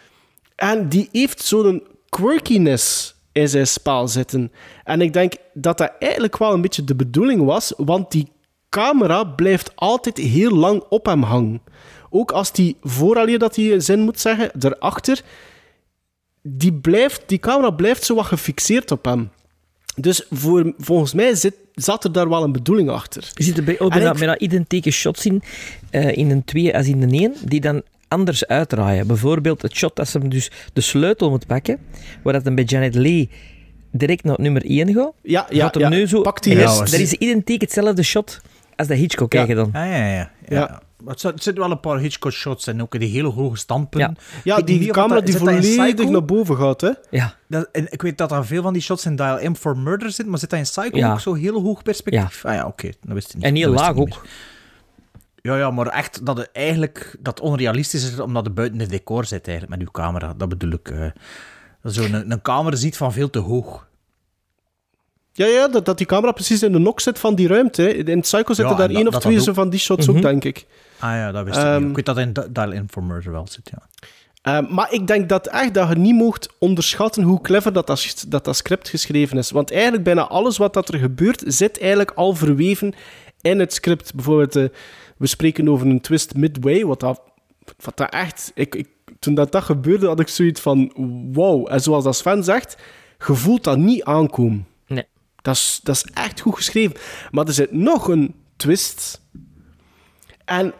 En die heeft zo'n quirkiness in zijn spel zitten. En ik denk dat dat eigenlijk wel een beetje de bedoeling was, want die camera blijft altijd heel lang op hem hangen. Ook als hij, vooraleer dat hij een zin moet zeggen, erachter, die camera blijft zo wat gefixeerd op hem. Dus volgens mij zat er daar wel een bedoeling achter. Je ziet er ook bijna identieke shots in een 2 als in een 1, die dan anders uitdraaien. Bijvoorbeeld het shot als hem dus de sleutel moet pakken, waar dat hem bij Janet Leigh direct naar nummer 1 gaat. Gaat hem nu zo... Pakt die dat is identiek hetzelfde shot als dat Hitchcock krijgen dan. Ja. Het zitten wel een paar Hitchcock-shots en ook die hele hoge standpunten. Ja, die camera die volledig naar boven gaat, hè? Ja. En ik weet dat er veel van die shots in Dial M for Murder zitten, maar zit dat in Psycho ook zo heel hoog perspectief? Ja. Oké. Dat wist ik niet. En heel laag ook. Ja, maar echt dat het eigenlijk onrealistisch is omdat het buiten het decor zit eigenlijk met uw camera. Dat bedoel ik. Dat zo een camera ziet van veel te hoog. Ja, dat die camera precies in de nok zit van die ruimte. Hè. In Psycho zitten daar 1 of 2 zo van die shots ook, denk ik. Dat wist ik niet. Ik weet dat in Dial M for Murder wel zit, ja. Maar ik denk dat je niet mocht onderschatten hoe clever dat script geschreven is. Want eigenlijk bijna alles wat dat er gebeurt, zit eigenlijk al verweven in het script. Bijvoorbeeld, we spreken over een twist midway, wat dat echt... Toen dat gebeurde, had ik zoiets van, wow. En zoals dat Sven zegt, je voelt dat niet aankomen. Nee. Dat is echt goed geschreven. Maar er zit nog een twist. En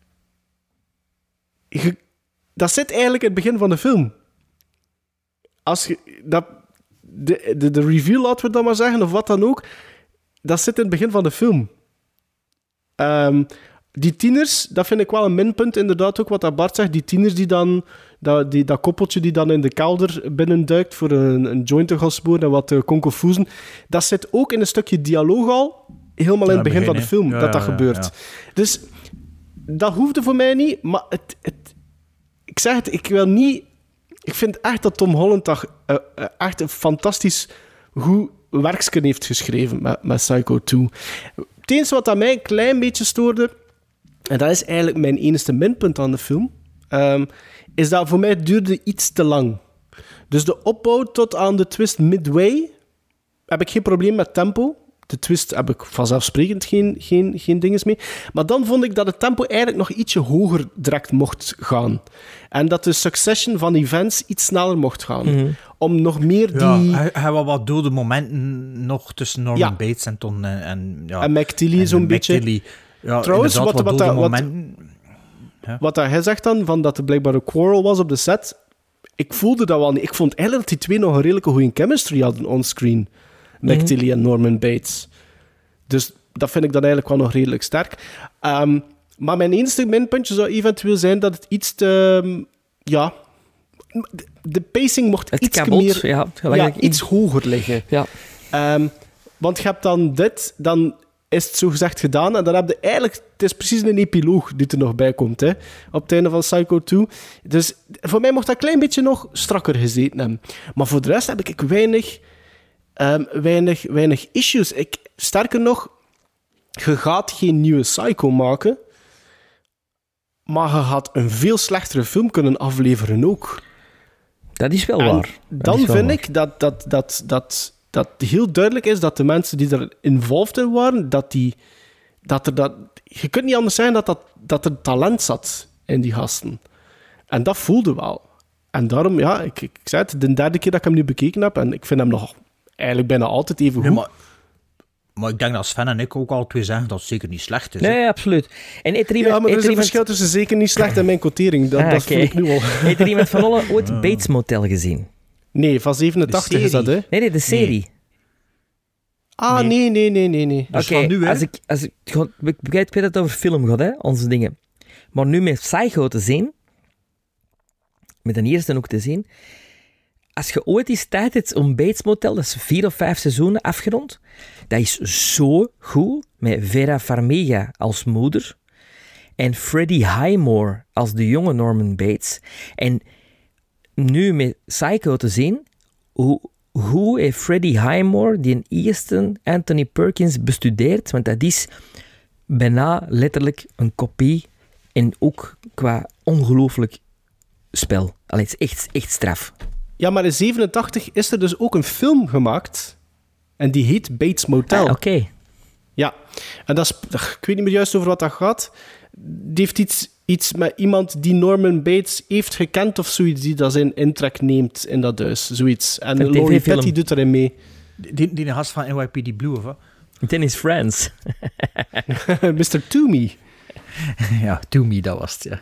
dat zit eigenlijk in het begin van de film. Als je... De reveal, laten we dat maar zeggen, of wat dan ook, dat zit in het begin van de film. Die tieners, dat vind ik wel een minpunt, inderdaad ook wat dat Bart zegt. Die tieners die dan... Dat koppeltje die dan in de kelder binnenduikt voor een joint te gaan sporen en wat konkelfoezen. Dat zit ook in een stukje dialoog al, helemaal in het begin van de film, dat gebeurt. Ja. Dus dat hoefde voor mij niet, maar ik zeg het, ik wil niet... Ik vind echt dat Tom Holland echt een fantastisch goed werksken heeft geschreven met Psycho 2. Het enige wat aan mij een klein beetje stoorde, en dat is eigenlijk mijn enige minpunt aan de film, is dat voor mij duurde iets te lang. Dus de opbouw tot aan de twist midway heb ik geen probleem met tempo. De twist heb ik vanzelfsprekend geen dinges mee. Maar dan vond ik dat het tempo eigenlijk nog ietsje hoger direct mocht gaan. En dat de succession van events iets sneller mocht gaan. Mm-hmm. Om nog meer die... Ja, hij had wat dode momenten nog tussen Norman Bates en Ton en McTeely zo'n beetje. Ja, trouwens, wat hij zegt dan, van dat er blijkbaar een quarrel was op de set, ik voelde dat wel niet. Ik vond eigenlijk dat die twee nog een redelijke goede chemistry hadden onscreen. McTeely en Norman Bates. Dus dat vind ik dan eigenlijk wel nog redelijk sterk. Maar mijn enige minpuntje zou eventueel zijn dat het iets te... de pacing mocht het iets kabot, meer... iets hoger liggen. Ja. Want je hebt dan dit, dan is het zogezegd gedaan. En dan heb je eigenlijk... Het is precies een epiloog die er nog bij komt, hè, op het einde van Psycho 2. Dus voor mij mocht dat een klein beetje nog strakker gezeten hebben. Maar voor de rest heb ik weinig issues. Sterker nog, je gaat geen nieuwe Psycho maken, maar je gaat een veel slechtere film kunnen afleveren ook. Dat is wel waar. Dan vind ik dat heel duidelijk is dat de mensen die er involved in waren, je kunt niet anders zeggen dat er talent zat in die gasten. En dat voelde wel. En daarom, ik zei het, de derde keer dat ik hem nu bekeken heb, en ik vind hem nog eigenlijk bijna altijd even goed. Maar ik denk dat Sven en ik ook al twee zeggen dat het zeker niet slecht is. Nee, absoluut. En maar er is een verschil tussen zeker niet slecht en mijn quotering. Dat voel ik nu al. Heeft er iemand van allen ooit Bates Motel gezien? Nee, van 87 is dat, hè? Nee, de serie. Nee. Oké, als ik weet dat het over film gaat, hè, onze dingen. Maar nu met Psycho te zien, met de eerste ook te zien, als je ooit eens tijd hebt om Bates Motel, dat is 4 of 5 seizoenen afgerond, dat is zo goed, met Vera Farmiga als moeder en Freddie Highmore als de jonge Norman Bates. En nu met Psycho te zien, hoe heeft Freddie Highmore die eerste Anthony Perkins bestudeerd, want dat is bijna letterlijk een kopie en ook qua ongelooflijk spel. Allee, het is echt straf. Ja, maar in 87 is er dus ook een film gemaakt en die heet Bates Motel. Oké. Ja, en dat is, ik weet niet meer juist over wat dat gaat. Die heeft iets met iemand die Norman Bates heeft gekend of zoiets, die dat zijn intrek neemt in dat huis. Zoiets. En Laurie Petty doet erin mee. Die gast van NYPD Blue, of wat? Dennis Franz. Mr. Toomey. Ja, Toomey, dat was het, ja.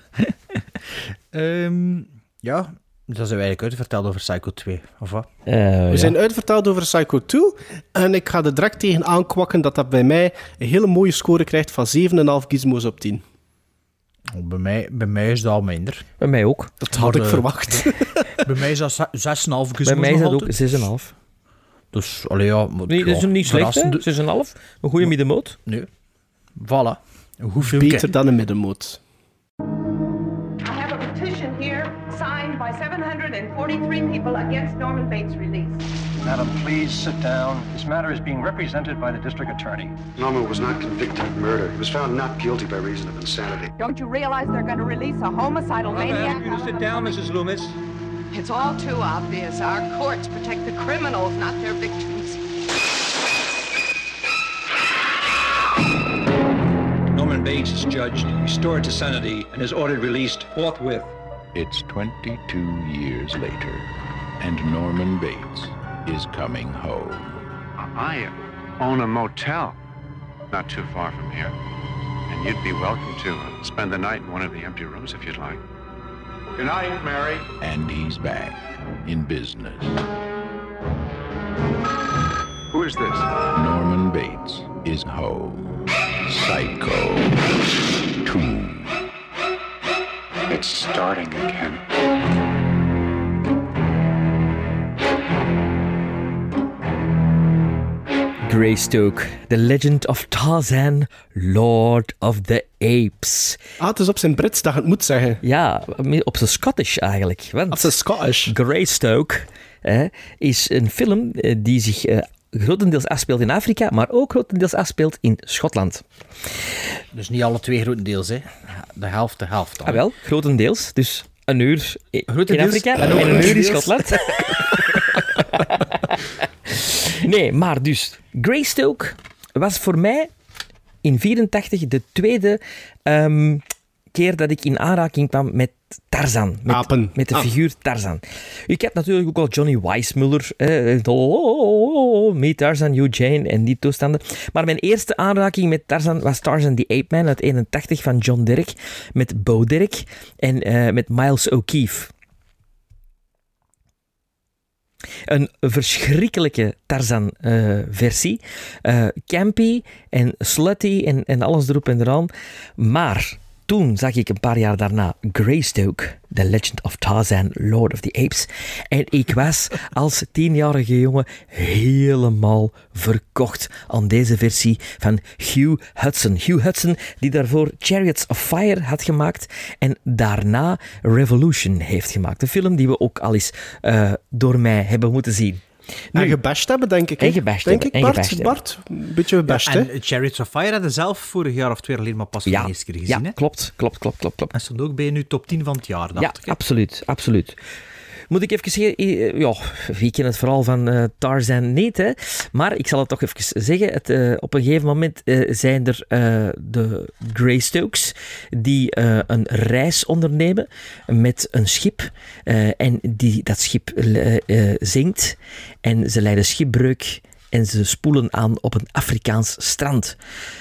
Ja, dat zijn we eigenlijk uitverteld over Psycho 2, of wat? We zijn uitverteld over Psycho 2 en ik ga er direct tegen aankwakken dat bij mij een hele mooie score krijgt van 7,5 gizmos op 10. Bij mij is dat al minder. Bij mij ook. Dat had ik verwacht. Bij mij is dat 6,5 gizmos. Bij mij is dat ook 6,5. Dus, allee, ja... Nee, dat is niet slecht, hè? 6,5. Een goede middenmoot. Nee. Voilà. Beter dan een middenmoot. I have a petition here signed by 743 people against Norman Bates' release. Madam, please sit down. This matter is being represented by the district attorney. Norman was not convicted of murder. He was found not guilty by reason of insanity. Don't you realize they're going to release a homicidal maniac? I ask you to sit down, Mrs. Loomis. It's all too obvious. Our courts protect the criminals, not their victims. Norman Bates is judged, restored to sanity, and is ordered released forthwith. It's 22 years later, and Norman Bates is coming home. I own a motel not too far from here, and you'd be welcome to spend the night in one of the empty rooms if you'd like. Good night, Mary. And he's back in business. Who is this? Norman Bates is home. Psycho 2. It's starting again. Greystoke, The Legend of Tarzan, Lord of the Apes. Het is op zijn Brits dat je het moet zeggen. Ja, op zijn Scottish eigenlijk. Op zijn Scottish. Greystoke is een film die zich grotendeels afspeelt in Afrika, maar ook grotendeels afspeelt in Schotland. Dus niet alle twee grotendeels, hè? De helft. Dan. Ah wel, grotendeels. Dus een uur in Afrika en een uur in Schotland. Nee, maar dus, Greystoke was voor mij in 1984 de tweede keer dat ik in aanraking kwam met Tarzan. Met de figuur Tarzan. Ik heb natuurlijk ook al Johnny Weissmuller, Me Tarzan, You Jane en die toestanden. Maar mijn eerste aanraking met Tarzan was Tarzan the Ape Man uit 1981 van John Derek, met Bo Derek en met Miles O'Keefe. Een verschrikkelijke Tarzan-versie. Campy en slutty en alles erop en eraan. Maar toen zag ik een paar jaar daarna Greystoke, The Legend of Tarzan, Lord of the Apes. En ik was als 10-jarige jongen helemaal verkocht aan deze versie van Hugh Hudson. Hugh Hudson die daarvoor Chariots of Fire had gemaakt en daarna Revolution heeft gemaakt. Een film die we ook al eens door mij hebben moeten zien. En gebashed hebben, denk ik. En gebashed hebben. Bart, een beetje gebashed, en Chariots of Fire hadden zelf vorig jaar of 2 jaar alleen maar pas voor de eerste keer gezien. Ja, hè? Klopt. En stond ook bij nu top 10 van het jaar, dacht ik. Ja, absoluut. Moet ik even zeggen, ja, wie kent het verhaal van Tarzan niet, hè? Maar ik zal het toch even zeggen. Op een gegeven moment zijn er de Greystokes die een reis ondernemen met een schip. En dat schip zinkt en ze lijden schipbreuk en ze spoelen aan op een Afrikaans strand.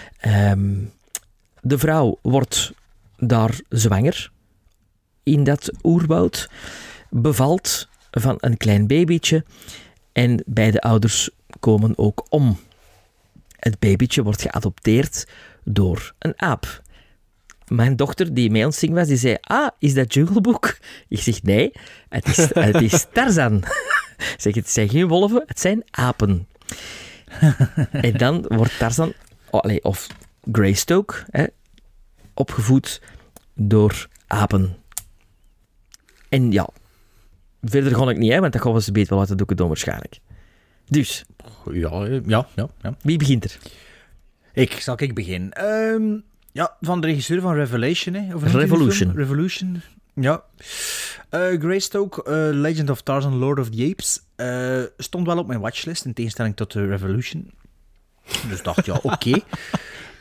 De vrouw wordt daar zwanger in dat oerwoud, bevalt van een klein babytje en beide ouders komen ook om. Het babytje wordt geadopteerd door een aap. Mijn dochter, die mee aan het zingen was, die zei, is dat Jungle Book? Ik zeg, nee, het is Tarzan. Zeg, het zijn geen wolven, het zijn apen. En dan wordt Tarzan, of Greystoke, opgevoed door apen. En ja, verder ga ik niet, want dat gaan we ze beter wel uit de doeken doen waarschijnlijk. Dus. Ja. Wie begint er? Zal ik beginnen? Van de regisseur van Revelation. Hè, Revolution. Ja. Greystoke, Legend of Tarzan, Lord of the Apes. Stond wel op mijn watchlist, in tegenstelling tot Revolution. Dus dacht, oké.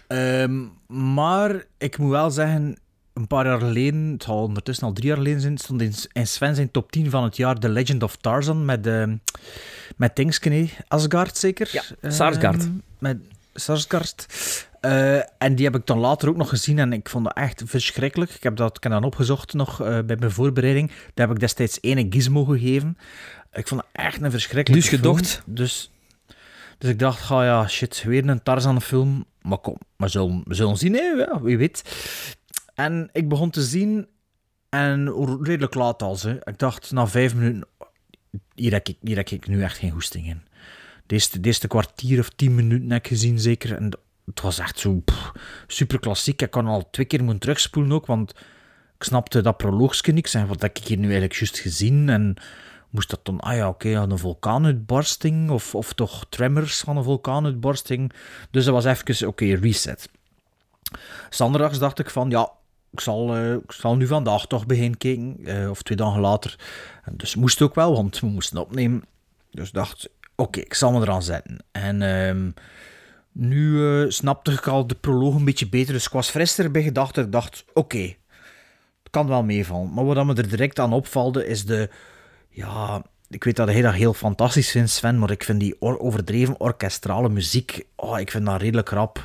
Maar ik moet wel zeggen, een paar jaar geleden, het zal ondertussen al 3 jaar geleden zijn, stond in Sven zijn top 10 van het jaar The Legend of Tarzan met Dingsken, Asgard zeker? Ja, Sarsgaard. Met Sarsgaard. En die heb ik dan later ook nog gezien en ik vond dat echt verschrikkelijk. Ik heb dat opgezocht nog bij mijn voorbereiding. Daar heb ik destijds 1 gizmo gegeven. Ik vond het echt een verschrikkelijke film. Gedocht. Dus ik dacht, ja, shit, weer een Tarzan-film. Maar kom, we zullen zien, hè? Ja, wie weet. En ik begon te zien en redelijk laat al. Ik dacht, na 5 minuten, hier heb ik nu echt geen goesting in. De eerste kwartier of 10 minuten heb ik gezien, zeker. En het was echt zo super klassiek. Ik kan al 2 keer moeten terugspoelen ook, want ik snapte dat proloogske niks. En wat heb ik hier nu eigenlijk juist gezien? En moest dat dan, een vulkaanuitbarsting of toch tremors van een vulkaanuitbarsting? Dus dat was even, reset. Zanderdags dacht ik van, ja, ik zal nu vandaag toch beginnen kijken, of 2 dagen later. En dus moest ook wel, want we moesten opnemen. Dus dacht, ik zal me eraan zetten. En nu snapte ik al de proloog een beetje beter, dus ik was frisser bij gedachten. Ik dacht, het kan wel meevallen. Maar wat me er direct aan opvalde, is ik weet dat hij dat heel fantastisch vindt, Sven, maar ik vind die overdreven orkestrale muziek, ik vind dat redelijk rap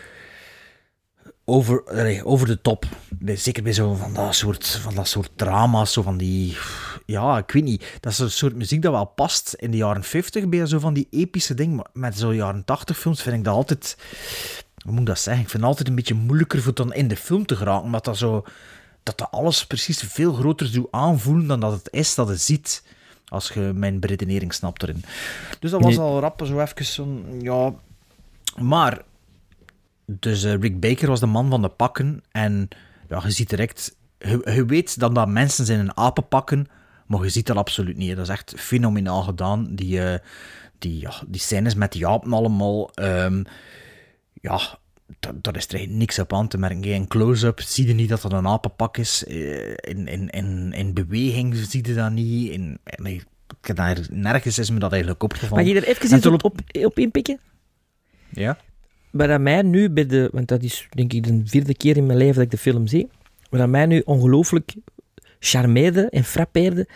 over de top. Zeker bij zo van dat soort drama's, zo van die... Ja, ik weet niet. Dat is een soort muziek dat wel past in de jaren 50 bij zo van die epische dingen. Maar met zo'n jaren 80 films vind ik dat altijd... Hoe moet ik dat zeggen? Ik vind het altijd een beetje moeilijker voor dan in de film te geraken. Omdat dat alles precies veel groter doet aanvoelen dan dat het is, dat het ziet. Als je mijn beredenering snapt erin. Dus dat was al rap zo even zo'n... Ja... Maar... Dus Rick Baker was de man van de pakken. En ja, je ziet direct... Je weet dat mensen zijn in apenpakken, maar je ziet dat absoluut niet. Dat is echt fenomenaal gedaan. Die scènes met die apen allemaal... daar is er niks op aan te merken. In close-up zie je niet dat dat een apenpak is. In beweging zie je dat niet. Nergens is me dat eigenlijk opgevallen. Mag je er even iets op inpikken? Ja. Wat mij nu want dat is denk ik de 4e keer in mijn leven dat ik de film zie, wat mij nu ongelooflijk charmeerde en frappeerde,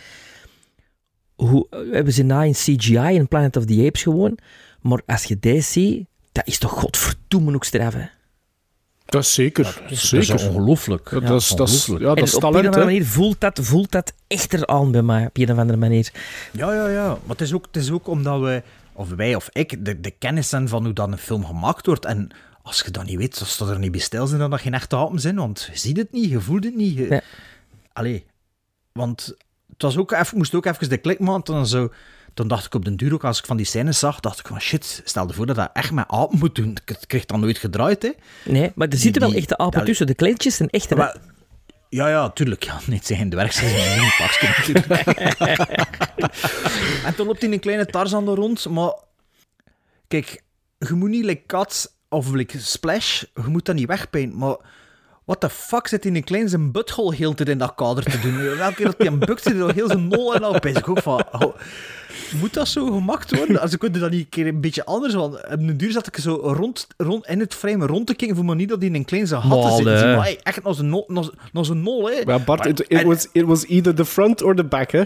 we hebben ze na in CGI in Planet of the Apes gewoon, maar als je deze ziet, dat is toch godverdomme ook straf, hè? Dat is zeker. Dat is ongelooflijk. Dat is talent, op een of andere manier voelt dat echt eraan bij mij, op een of andere manier. Ja. Maar het is ook omdat wij of ik de kennis hebben van hoe dat een film gemaakt wordt. En als je dat niet weet, als dat er niet bij stil zijn, dan dat geen echte apen zijn. Want je ziet het niet, je voelt het niet. Nee. Allee. Want het was ook moest ook even de klik maken. Dan dacht ik op den duur ook, als ik van die scènes zag, dacht ik van shit, stel je voor dat echt met apen moet doen. Ik kreeg dat nooit gedraaid, hè. Nee, maar er zitten wel echte apen tussen. De kleintjes zijn echte. Maar, ja, tuurlijk. Ja, nee, het zijn geen dwergjes, het zijn een pakje natuurlijk. En toen loopt hij een kleine Tarzan er rond, maar kijk, je moet niet like Kat of like Splash, je moet dat niet wegpijnen, maar what the fuck zit hij een klein zijn butthole heel tijd in dat kader te doen? Elke keer dat hij hem bukt, zit hij heel zijn nol en al bij zich ook van... Moet dat zo gemaakt worden? Als ik kunnen dat niet een keer een beetje anders, want op een duur zat ik zo rond in het frame rond te kijken voor me niet dat hij in een klein zijn hatten zit. Maar hey, echt als een nol, hè. Maar Bart, it was either the front or the back, hè?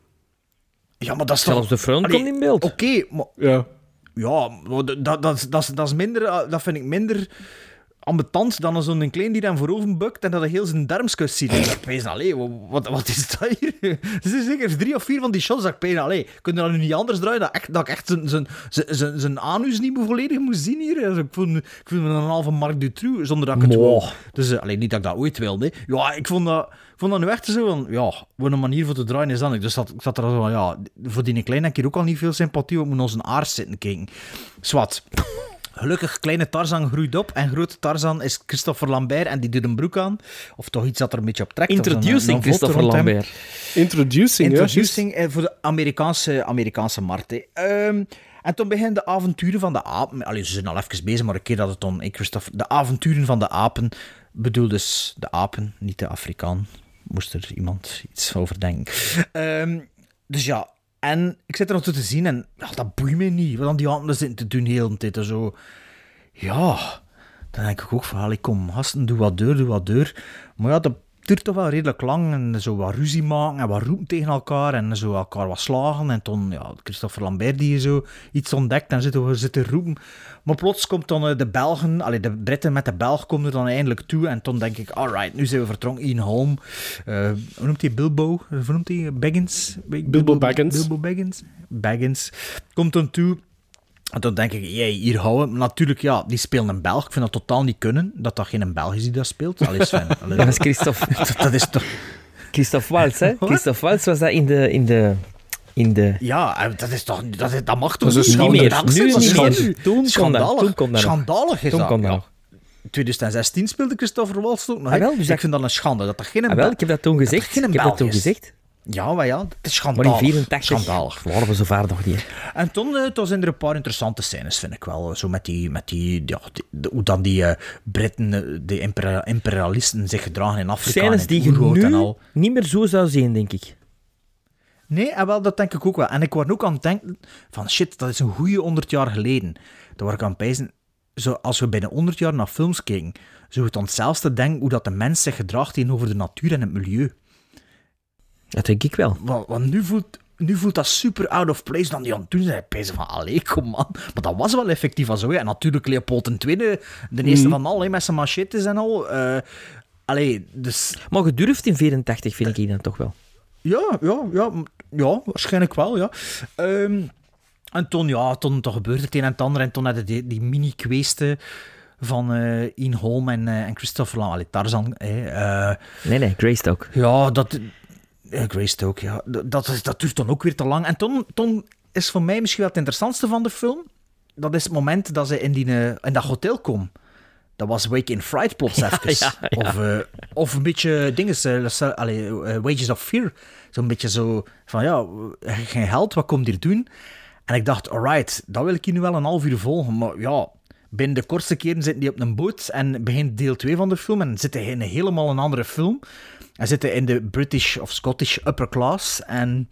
Ja, maar dat is zelfs de front komt in beeld. Oké, maar... Ja, dat is minder... Dat vind ik minder ambetant dan zo'n klein die dan voorover bukt en dat hij heel zijn darmskus ziet. Ik pees, allee, wat is dat hier? Er zijn zeker 3 of 4 van die shots dat ik pees, allee, kun je dat nu niet anders draaien? Dat ik echt zijn anus niet volledig moet zien hier. Dus ik voel me een halve Marc Dutroux, zonder dat ik het wil. Dus alleen niet dat ik dat ooit wilde. Ja, ik vond dat nu echt zo van, ja, wat een manier voor te draaien is dan. Dus ik zat er zo van, ja, voor die klein heb ik hier ook al niet veel sympathie, want ik moet naar zijn aars zitten kijken. Zwat. Gelukkig, kleine Tarzan groeit op en grote Tarzan is Christopher Lambert en die doet een broek aan. Of toch iets dat er een beetje op trekt. Introducing Christopher Lambert. Introducing voor de Amerikaanse markt. En toen beginnen de avonturen van de apen. Allee, ze zijn al even bezig, maar een keer dat het dan... de avonturen van de apen. Bedoel dus de apen, niet de Afrikaan. Moest er iemand iets over denken. Dus ja... En ik zit er nog toe te zien en dat boeit me niet. Want die apen zitten te doen de hele tijd. Zo. Ja, Dan denk ik ook van, allee, kom, gasten, doe wat deur. Maar ja, dat duurt toch wel redelijk lang. En zo wat ruzie maken en wat roepen tegen elkaar. En zo elkaar wat slagen. En toen, Christopher Lambert die zo iets ontdekt en zitten roepen. Maar plots komt dan de Belgen, de Britten met de Belg komen er dan eindelijk toe. En toen denk ik, alright, nu zijn we vertrokken. Ian Holm. Hoe noemt hij? Bilbo? Hoe noemt hij? Baggins? Bilbo Baggins. Bilbo Baggins. Baggins. Komt dan toe. En dan denk ik, hier houden. Natuurlijk, die spelen een Belg. Ik vind dat totaal niet kunnen, dat geen Belg is die dat speelt. Allee, Sven. Dat is Christophe. Dat is toch... Christophe Waltz, hè? Christophe Waltz was dat in de... Ja, dat is toch... Dat mag toch niet meer. Nu niet meer. Toen Schandalig. Kon dat Schandalig is dat. Ja. 2016 speelde Christopher Waltz ook nog. Dus ik vind dat een schande. Dat geen ik heb dat toen gezegd. Ja, maar het is schandalig. Maar in 84 schandalig. waren we zo ver nog niet. En toen zijn er een paar interessante scènes, vind ik wel. Zo met die hoe dan die Britten, de imperialisten zich gedragen in Afrika. Scènes die je nu niet meer zo zou zien, denk ik. Nee, wel, dat denk ik ook wel. En ik word ook aan het denken van, shit, dat is een goeie 100 jaar geleden. Daar word ik aan het pijzen. Zo, als we bijna 100 jaar naar films kijken, zou het onszelfde denken hoe dat de mens zich gedraagt tegenover de natuur en het milieu. Dat denk ik wel. Want nu voelt dat super out of place dan die aan het doen zijn. Pijzen van, allee, kom man. Maar dat was wel effectief al zo. En natuurlijk Leopold II, de eerste van al, met zijn machetes en al. Dus... Maar gedurfd in 84 vind ik dan toch wel. Ja, waarschijnlijk wel, ja. En toen gebeurde het een en het ander. En toen hadden die mini-kweesten van Ian Holm en Christopher Lambert. Tarzan. Nee, Greystoke. Ja, Greystoke, ja. Dat duurt dan ook weer te lang. En toen is voor mij misschien wel het interessantste van de film. Dat is het moment dat ze in dat hotel komen. Dat was Wake in Fright plots even. Ja. Of een beetje Wages of Fear. Zo'n beetje zo van, geen geld, wat komt hier doen? En ik dacht, alright, dat wil ik hier nu wel een half uur volgen. Maar ja, binnen de kortste keren zitten die op een boot en begint deel 2 van de film en zitten in helemaal een andere film. En zitten in de British of Scottish upper class. En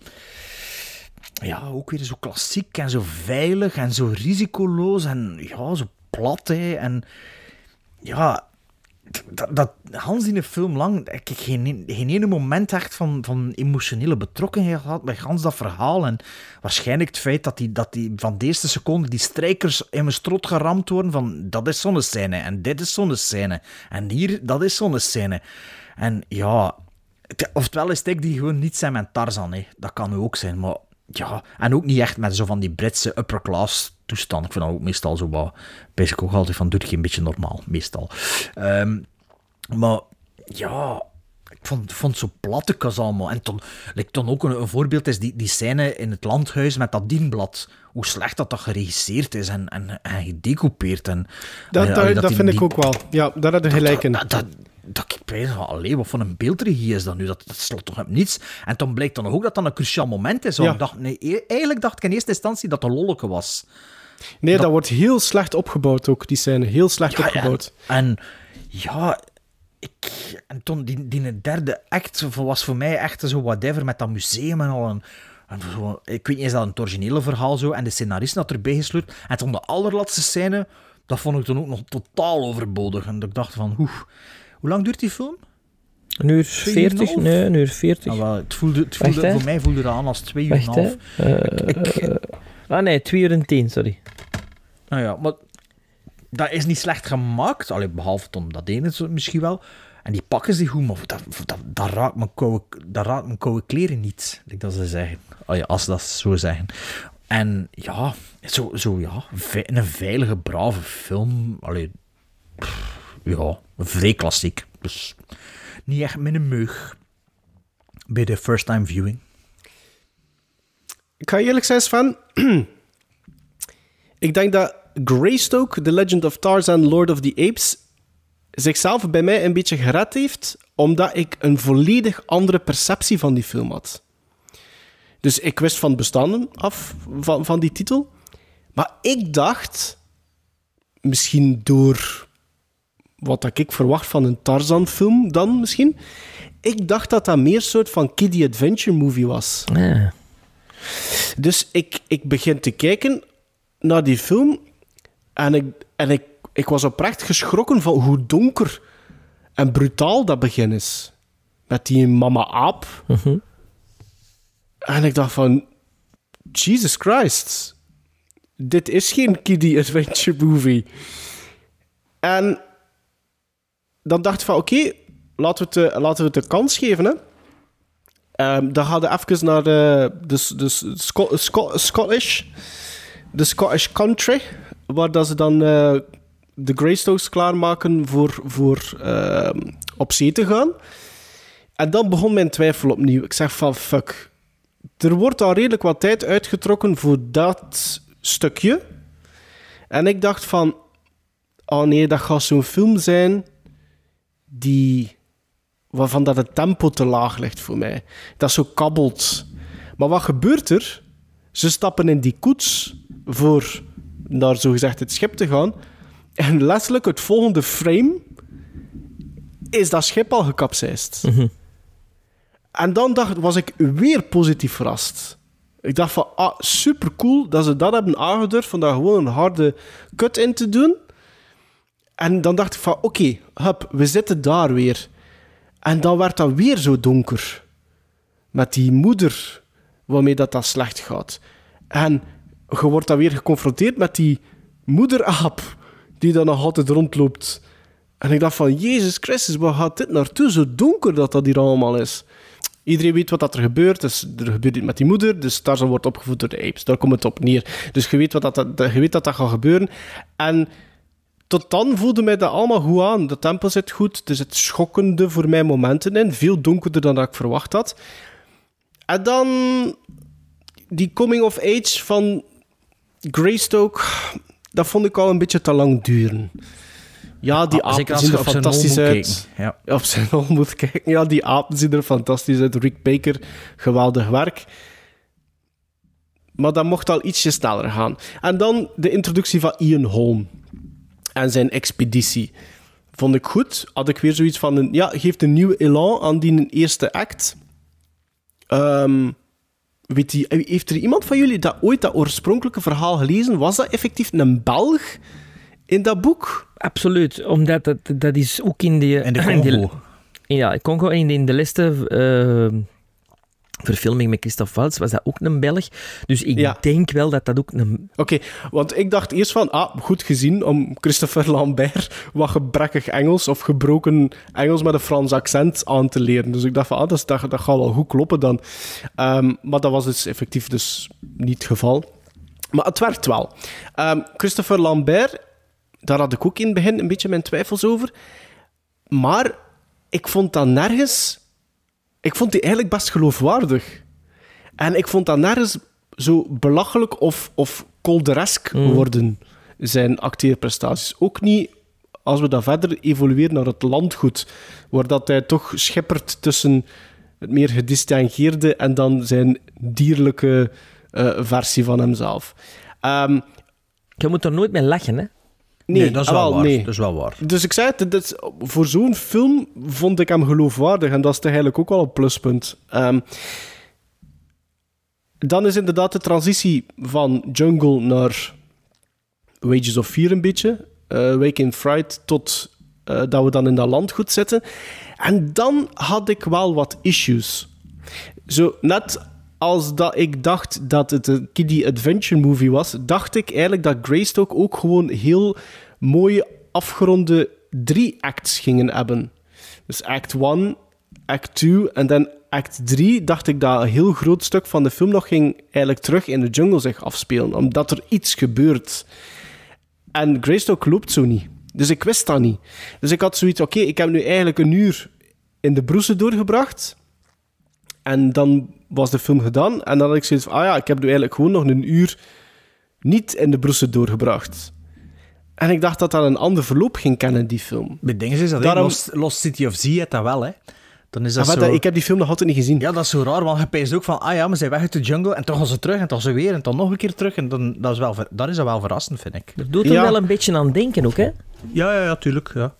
ja, ook weer zo klassiek en zo veilig en zo risicoloos en ja, zo plat. Hè. En ja, dat Hans in de film lang, ik heb geen ene moment echt van emotionele betrokkenheid gehad bij Hans dat verhaal. En waarschijnlijk het feit dat die van de eerste seconde die strijkers in mijn strot geramd worden van dat is zo'n scène en dit is zo'n scène en hier, dat is zo'n scène. En ja, oftewel is het die gewoon niet zijn met Tarzan, hè. Dat kan nu ook zijn, maar ja, en ook niet echt met zo van die Britse upper class toestand. Ik vind dat ook meestal zo wat, basic ook altijd van, doe het geen beetje normaal, meestal. Maar ja, ik vond het zo plattekes allemaal. En toen ook een voorbeeld is die scène in het landhuis met dat dienblad. Hoe slecht dat geregisseerd is en gedecoupeerd. En, dat vind ik ook wel. Ja, daar had je gelijk in. Dat ik bij van, allee, wat voor een beeldregie is dat nu? Dat slaat toch op niets? En toen blijkt dan ook dat dat een cruciaal moment is. Ja. Eigenlijk dacht ik in eerste instantie dat het een lolleke was. Nee, dat wordt heel slecht opgebouwd ook, die scène. Heel slecht opgebouwd. En toen die derde act was voor mij echt zo whatever met dat museum en al. Ik weet niet, is dat een originele verhaal zo? En de scenarist had erbij gesleurd. En toen de allerlaatste scène, dat vond ik toen ook nog totaal overbodig. En ik dacht van, hoe lang duurt die film? Een uur 40? Nee, een uur 40. Wel, voor mij voelde dat aan als 2 uur en een half. Nee, 2 uur en 10, sorry. Nou ja, maar dat is niet slecht gemaakt. Allee, behalve dan dat ene misschien wel. En die pakken zich goed, maar dat raakt mijn koude kleren niet. Dat ze zeggen. Als ze dat zo zeggen. En ja, een veilige, brave film. Allee, vrij klassiek. Dus niet echt met een meug bij de first time viewing. Ik ga eerlijk zijn, Sven. Ik denk dat Greystoke, The Legend of Tarzan, Lord of the Apes, zichzelf bij mij een beetje gered heeft, omdat ik een volledig andere perceptie van die film had. Dus ik wist van het bestaan af van die titel. Maar ik dacht, misschien door wat ik verwacht van een Tarzan-film dan misschien, ik dacht dat dat meer een soort van kiddie adventure movie was. Ja. Dus ik begin te kijken naar die film en ik was oprecht geschrokken van hoe donker en brutaal dat begin is. Met die mama-aap. En ik dacht van... Jesus Christ. Dit is geen kiddie adventure movie. En dan dacht ik van... Oké, laten we het een kans geven, hè. Dan gaan we even naar de Scottish country, waar dat ze dan de Greystokes klaarmaken voor op zee te gaan. En dan begon mijn twijfel opnieuw. Ik zeg van, fuck. Er wordt al redelijk wat tijd uitgetrokken voor dat stukje. En ik dacht van... Oh nee, dat gaat zo'n film zijn waarvan dat het tempo te laag ligt voor mij. Dat zo kabbelt. Maar wat gebeurt er? Ze stappen in die koets voor naar zogezegd het schip te gaan. En letterlijk het volgende frame is dat schip al gekapseist. En dan was ik weer positief verrast. Ik dacht van, super cool dat ze dat hebben aangedurfd, van daar gewoon een harde cut in te doen. En dan dacht ik van, oké, we zitten daar weer. En dan werd dat weer zo donker. Met die moeder waarmee dat slecht gaat. En je wordt dan weer geconfronteerd met die moederaap die dan nog altijd rondloopt. En ik dacht van, Jezus Christus, waar gaat dit naartoe? Zo donker dat hier allemaal is. Iedereen weet wat er gebeurt. Dus er gebeurt iets met die moeder. Dus Tarzan wordt opgevoed door de apes. Daar komt het op neer. Dus je weet dat gaat gebeuren. En tot dan voelde mij dat allemaal goed aan. De tempo zit goed. Er zit schokkende voor mij momenten in. Veel donkerder dan ik verwacht had. En dan die coming of age van Greystoke, dat vond ik al een beetje te lang duren. Ja, die apen zien er fantastisch uit. Ja. Op zijn hol moet kijken. Ja, die apen zien er fantastisch uit. Rick Baker, geweldig werk. Maar dat mocht al ietsje sneller gaan. En dan de introductie van Ian Holm en zijn expeditie. Vond ik goed. Had ik weer zoiets van... geeft een nieuw elan aan die eerste act. Heeft er iemand van jullie ooit dat oorspronkelijke verhaal gelezen? Was dat effectief een Belg in dat boek? Absoluut, omdat dat is ook in de... En de Congo. Congo en in de laatste verfilming met Christophe Waltz was dat ook een Belg. Dus ik denk wel dat ook een... Oké, want ik dacht eerst van, goed gezien om Christopher Lambert wat gebrekkig Engels of gebroken Engels met een Frans accent aan te leren. Dus ik dacht van, dat gaat wel goed kloppen dan. Maar dat was dus effectief dus niet het geval. Maar het werkt wel. Christopher Lambert, daar had ik ook in het begin een beetje mijn twijfels over. Maar ik vond dat nergens... Ik vond die eigenlijk best geloofwaardig. En ik vond dat nergens zo belachelijk of kolderesk worden, zijn acteerprestaties. Ook niet als we dat verder evolueren naar het landgoed, waar dat hij toch schippert tussen het meer gedistingeerde en dan zijn dierlijke versie van hemzelf. Je moet er nooit mee lachen, hè? Nee, dat is wel waar. Dat is wel waar. Dus ik zei het, voor zo'n film vond ik hem geloofwaardig. En dat is eigenlijk ook wel een pluspunt. Dan is inderdaad de transitie van Jungle naar Wages of Fear een beetje. Wake in Fright tot dat we dan in dat landgoed zitten. En dan had ik wel wat issues. Zo net als dat ik dacht dat het een kiddie adventure movie was, dacht ik eigenlijk dat Greystoke ook gewoon heel mooie afgeronde 3 acts gingen hebben. Dus act 1, act 2 en dan act 3 dacht ik dat een heel groot stuk van de film nog ging eigenlijk terug in de jungle zich afspelen, omdat er iets gebeurt. En Greystoke loopt zo niet. Dus ik wist dat niet. Dus ik had zoiets, oké, ik heb nu eigenlijk een uur in de broezen doorgebracht en dan was de film gedaan. En dan had ik zoiets van, ik heb nu eigenlijk gewoon nog een uur niet in de broezen doorgebracht. En ik dacht dat dat een ander verloop ging kennen, die film. Het ding is dat Lost City of Z heeft dat wel, hè. Dan is dat zo... Ik heb die film nog altijd niet gezien. Ja, dat is zo raar, want je pijst ook van, we zijn weg uit de jungle, en toch gaan ze terug, en toch ze weer, en dan nog een keer terug. En dan, dat is wel verrassend, vind ik. Dat doet er wel een beetje aan denken ook, hè? Ja, tuurlijk, ja.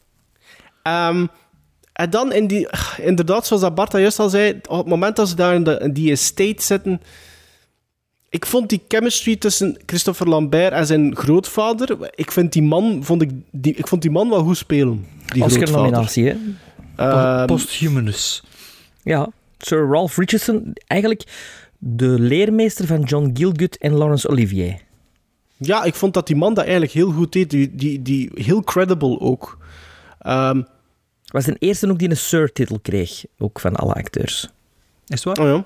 En dan inderdaad, zoals dat Bart juist al zei, op het moment dat ze daar in die estate zitten, Ik vond die chemistry tussen Christopher Lambert en zijn grootvader... Ik vond die man wel goed spelen. Die Oscar-nominatie, hè? Posthumanus. Ja, Sir Ralph Richardson. Eigenlijk de leermeester van John Gielgud en Laurence Olivier. Ja, ik vond dat die man dat eigenlijk heel goed deed. Die heel credible ook. Was de eerste ook die een Sir-titel kreeg. Ook van alle acteurs. Is het waar? Oh ja.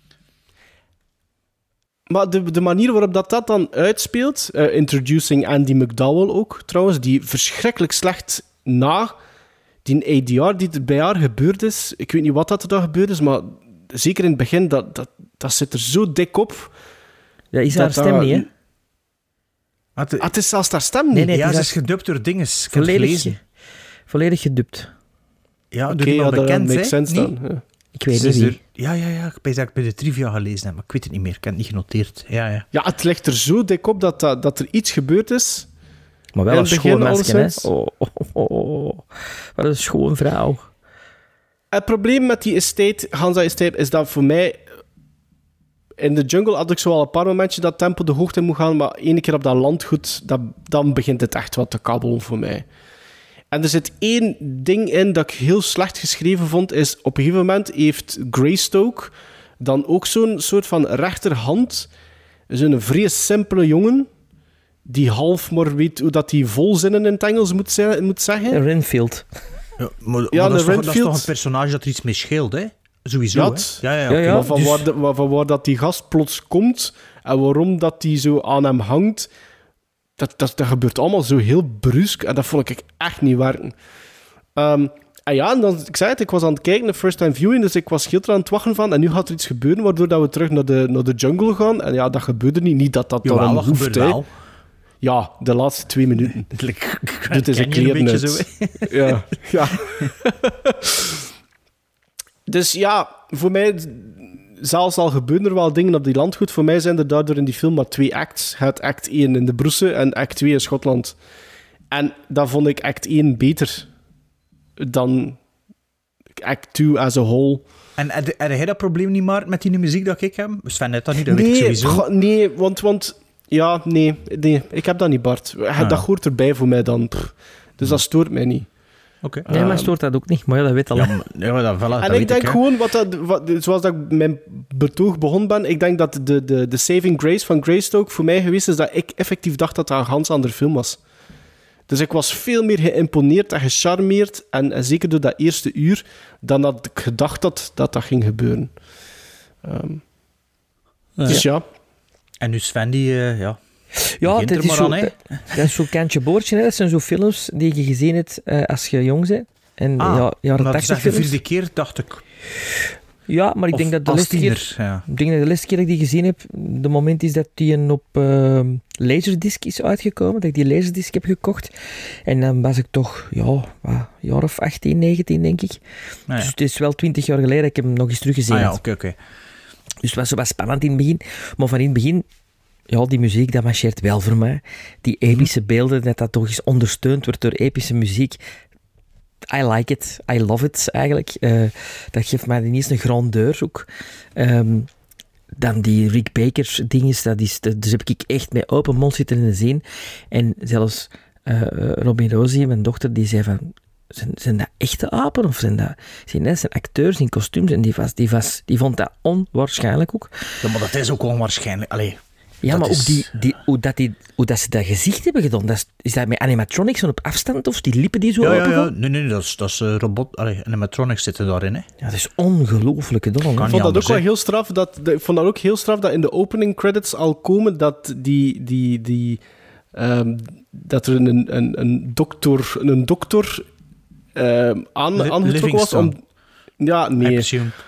Maar de manier waarop dat dan uitspeelt... introducing Andy McDowell ook, trouwens... die verschrikkelijk slecht na die ADR die er bij haar gebeurd is... Ik weet niet wat dat er dan gebeurd is, maar zeker in het begin... Dat zit er zo dik op... Ja, is haar stem niet, hè? Het is zelfs haar stem niet. Nee, ja, ze is gedubt door dinges. Volledig gedubt. Ja, oké, dat makes sense dan. Ja. Ik weet het niet. Ja, ik weet dat ik bij de trivia gelezen heb, maar ik weet het niet meer. Ik heb het niet genoteerd. Ja, het ligt er zo dik op dat er iets gebeurd is. Maar wel een schoon meisje, hè? Wat een schoon vrouw. Het probleem met die Hansa Estate is dat voor mij... In de jungle had ik zo al een paar momentjes dat tempo de hoogte moet gaan, maar één keer op dat landgoed, dan begint het echt wat te kabbelen voor mij. En er zit één ding in dat ik heel slecht geschreven vond, is op een gegeven moment heeft Greystoke dan ook zo'n soort van rechterhand, zo'n vrij simpele jongen, die half maar weet hoe dat die volzinnen in het Engels moet zeggen. Renfield. Maar dat is toch een personage dat er iets mee scheelt, hè? Sowieso, ja. Maar van waar dat die gast plots komt en waarom dat die zo aan hem hangt, dat gebeurt allemaal zo heel brusk en dat vond ik echt niet werken. En dan, ik zei het, ik was aan het kijken, de first time viewing, dus ik was heel aan het wachten van en nu gaat er iets gebeuren waardoor dat we terug naar de jungle gaan. En ja, dat gebeurde niet. Niet dat dan hoeft, hè. Ja, de laatste 2 minuten. Dit is een kleren uit. Ja. Dus ja, voor mij, zelfs al gebeuren er wel dingen op die landgoed, voor mij zijn er daardoor in die film maar 2 acts. Het act 1 in de Broese en act 2 in Schotland. En dat vond ik act 1 beter dan act 2 as a whole. En heb jij dat probleem niet maar met die muziek dat ik heb? Sven net dat niet, dat weet ik sowieso. Nee, want ja, nee, ik heb dat niet, Bart. Dat hoort erbij voor mij dan. Dus dat stoort mij niet. Okay. Nee, maar stoort dat ook niet, maar ja, dat weet al. En ik denk gewoon, zoals dat ik mijn betoog begon ben, ik denk dat de saving grace van Greystoke voor mij geweest is dat ik effectief dacht dat dat een ganz andere film was. Dus ik was veel meer geïmponeerd en gecharmeerd, en zeker door dat eerste uur, dan dat ik gedacht dat ging gebeuren. Dus ja. En nu Sven, die, Ja, dat is zo'n kantje boordje. Hè. Dat zijn zo films die je gezien hebt als je jong bent. En jaren 80 de 4e keer, dacht ik. Ja, maar ik denk dat de laatste keer dat ik die gezien heb, de moment is dat die op Laserdisc is uitgekomen, dat ik die Laserdisc heb gekocht. En dan was ik toch, jaar of 18, 19, denk ik. Dus het is wel 20 jaar geleden dat ik hem nog eens teruggezien had. Oké. Dus het was zo wat spannend in het begin. Maar van in het begin... Ja, die muziek, dat marcheert wel voor mij. Die epische beelden, dat toch eens ondersteund wordt door epische muziek. I like it. I love it, eigenlijk. Dat geeft mij ineens een grandeur ook. Dan die Rick Baker dinges, dus heb ik echt met open mond zitten zien. En zelfs Robin Rosie, mijn dochter, die zei van... Zijn dat echte apen? Of zijn dat zijn acteurs in kostuums? En die vond dat onwaarschijnlijk ook. Ja, maar dat is ook onwaarschijnlijk. Allee... Ja, maar ook hoe dat ze dat gezicht hebben gedaan. Is dat met animatronics op afstand? Of die lippen die zo open gaan? Nee, dat is robot... animatronics zitten daarin, hè. Ja, dat is ongelooflijk gedaan. Ik vond dat ook wel heel straf. Ik vond dat ook heel straf dat in de opening credits al komen dat dat er een dokter aangetrokken was om... Ja, nee.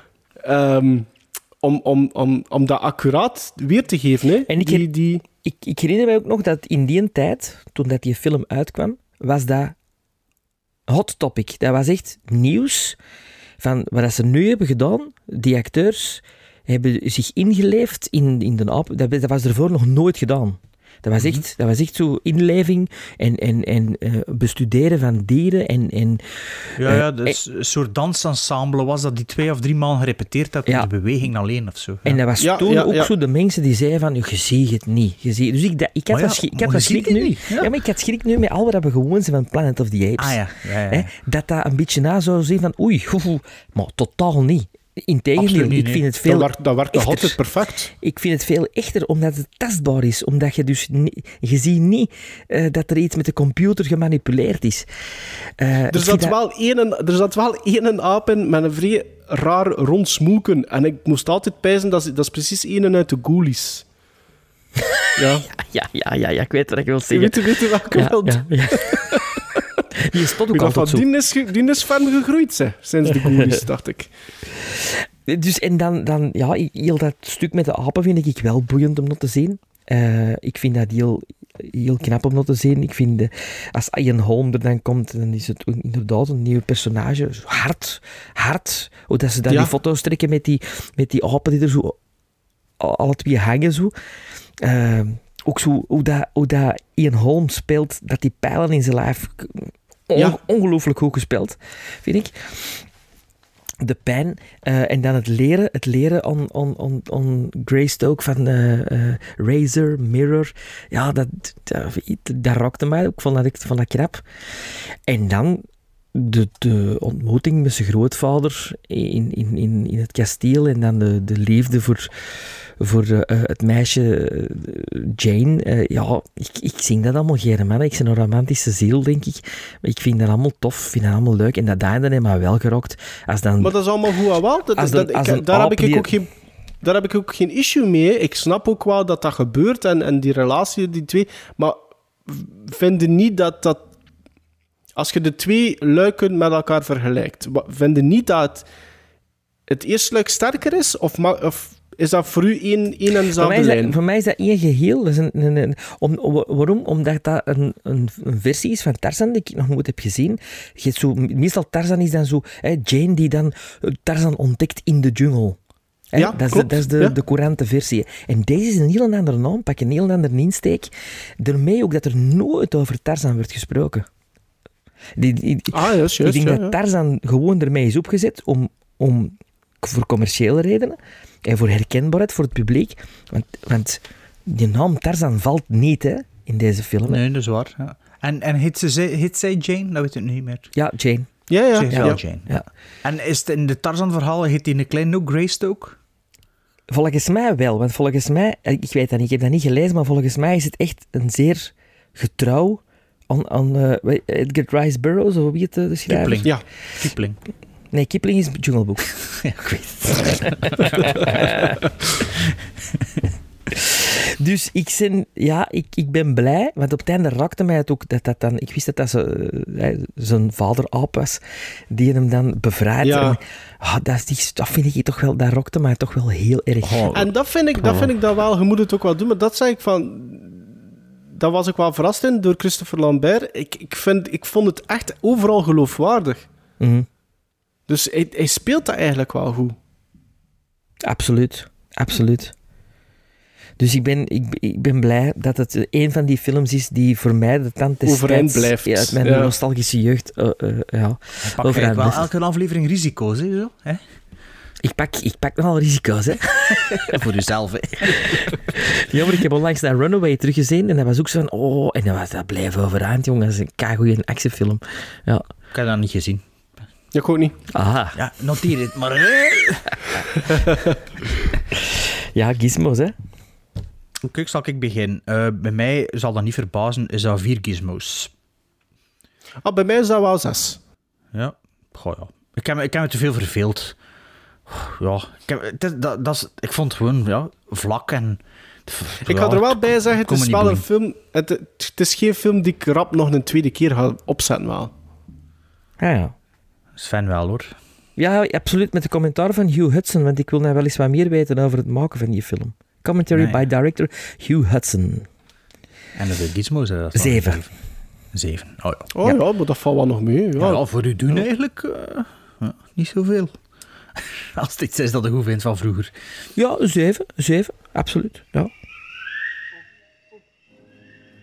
Om dat accuraat weer te geven. Hè? En ik herinner mij ook nog dat in die tijd, toen dat die film uitkwam, was dat hot topic. Dat was echt nieuws van wat ze nu hebben gedaan. Die acteurs hebben zich ingeleefd in de apen. Dat was ervoor nog nooit gedaan. Dat was echt zo inleving en bestuderen van dieren. Dat is een soort dansensemble was dat die 2 of 3 maal gerepeteerd had in de beweging alleen of zo. En dat was toen ook zo de mensen die zeiden van, je ziet het niet. Dus ik had schrik nu. Ja, maar ik had schrik nu met al wat we gewoon zijn van Planet of the Apes. Dat een beetje na zou zien van, oei, maar totaal niet. Integendeel, ik vind het veel... Dat werkt nog altijd perfect. Ik vind het veel echter, omdat het tastbaar is. Omdat je dus... Je ziet niet dat er iets met de computer gemanipuleerd is. Er zat wel één aap in met een vrij raar rond smoelken. En ik moest altijd pijzen, dat is precies één uit de Ghoulies. Ja, ik weet wat ik wil zeggen. Weet je welke wel? Ja. Die is tot ook altijd zo. Die is ferm gegroeid, sinds de Ghoulies, dacht ik. Dus, en dan heel dat stuk met de apen vind ik wel boeiend om dat te zien. Ik vind dat heel knap om dat te zien. Ik vind, als Ian Holm er dan komt, dan is het inderdaad een nieuw personage. Hard. Hoe dat ze dan die foto's trekken met die apen die er zo alle twee hangen. Zo. Ook zo, hoe dat Ian Holm speelt, dat die pijlen in zijn lijf... Ongelooflijk goed gespeeld, vind ik. De pijn en dan het leren on Greystoke van Razor, Mirror. Ja, dat raakte mij. Ik vond dat knap. En dan de ontmoeting met zijn grootvader in het kasteel en dan de liefde voor het meisje Jane. Ik zing dat allemaal geen man. Ik ben een romantische ziel, denk ik. Maar ik vind dat allemaal tof, vind dat allemaal leuk. En dat einde heeft mij wel gerokt. Maar dat is allemaal goed en wel. Daar heb ik ook geen issue mee. Ik snap ook wel dat gebeurt en die relatie, die twee. Maar vinden niet dat als je de twee luiken met elkaar vergelijkt, vinden niet dat het eerste luik sterker is? Of is dat voor u één en dezelfde lijn? Voor mij is dat één geheel. Dat is waarom? Omdat dat een versie is van Tarzan die ik nog nooit heb gezien. Meestal Tarzan is dan zo... Jane die dan Tarzan ontdekt in de jungle. Dat is de courante versie. En deze is een heel andere aanpak, een heel andere insteek. Daarmee ook dat er nooit over Tarzan wordt gesproken. Ik denk dat Tarzan gewoon ermee is opgezet om voor commerciële redenen en voor herkenbaarheid voor het publiek. Want die naam Tarzan valt niet in deze film. Nee, dat is waar. Ja. En heet zij Jane? Dat weet ik niet meer. Ja, Jane. Ja. Jane. Ja. En is het in de Tarzan-verhalen, heet die een klein ook Greystoke? Volgens mij wel. Want volgens mij, ik weet dat niet, ik heb dat niet gelezen, maar volgens mij is het echt een zeer getrouw aan Edgar Rice Burroughs, of wie het schrijver? Kipling. Ja, Kipling. Nee, Kipling is Jungle Book. Ja, ik weet het. Dus ik ben blij, want op het einde raakte mij het ook dat dan... Ik wist dat zijn vader aap was, die hem dan bevrijdt. Ja. Dat vind ik toch wel... Dat raakte mij toch wel heel erg. En dat vind ik dan wel... Je moet het ook wel doen, maar dat zei ik van... Daar was ik wel verrast in door Christopher Lambert. Ik vond het echt overal geloofwaardig. Mm-hmm. Dus hij speelt dat eigenlijk wel goed. Absoluut. Dus ik ben blij dat het een van die films is die voor mij de tand des overeind blijft. Ja, uit mijn nostalgische jeugd. Pak je wel elke aflevering risico's, hè? Zo, hè? Ik pak nogal risico's, hè. Voor jezelf, hè. Ja, maar ik heb onlangs naar Runaway teruggezeen en dat was ook zo van... en dat bleef overeind, jongen. Dat is een keigoeie actiefilm. Ja. Ik heb dat niet gezien. Ik ook niet. Aha. Ja, noteer het maar. Ja, gizmos, hè. Kijk, zal ik beginnen. Bij mij zal dat niet verbazen, is dat 4 gizmos. Bij mij is dat wel 6. Ja. Goh, ja. Ik heb me te veel verveeld. Ja. Ik vond het gewoon vlak en... Ik ga er wel bij zeggen, het is wel een film... Het is geen film die ik rap nog een tweede keer ga opzetten wel. Ja. Sven wel, hoor. Ja, absoluut, met de commentaar van Hugh Hudson, want ik wil nou wel eens wat meer weten over het maken van die film. Commentary by director Hugh Hudson. En de gizmos? 7. 7, ja, maar dat valt wel nog mee. Ja, voor u doen eigenlijk niet zoveel. Als dit is dat ik goed vind van vroeger. Ja, 7, absoluut, ja.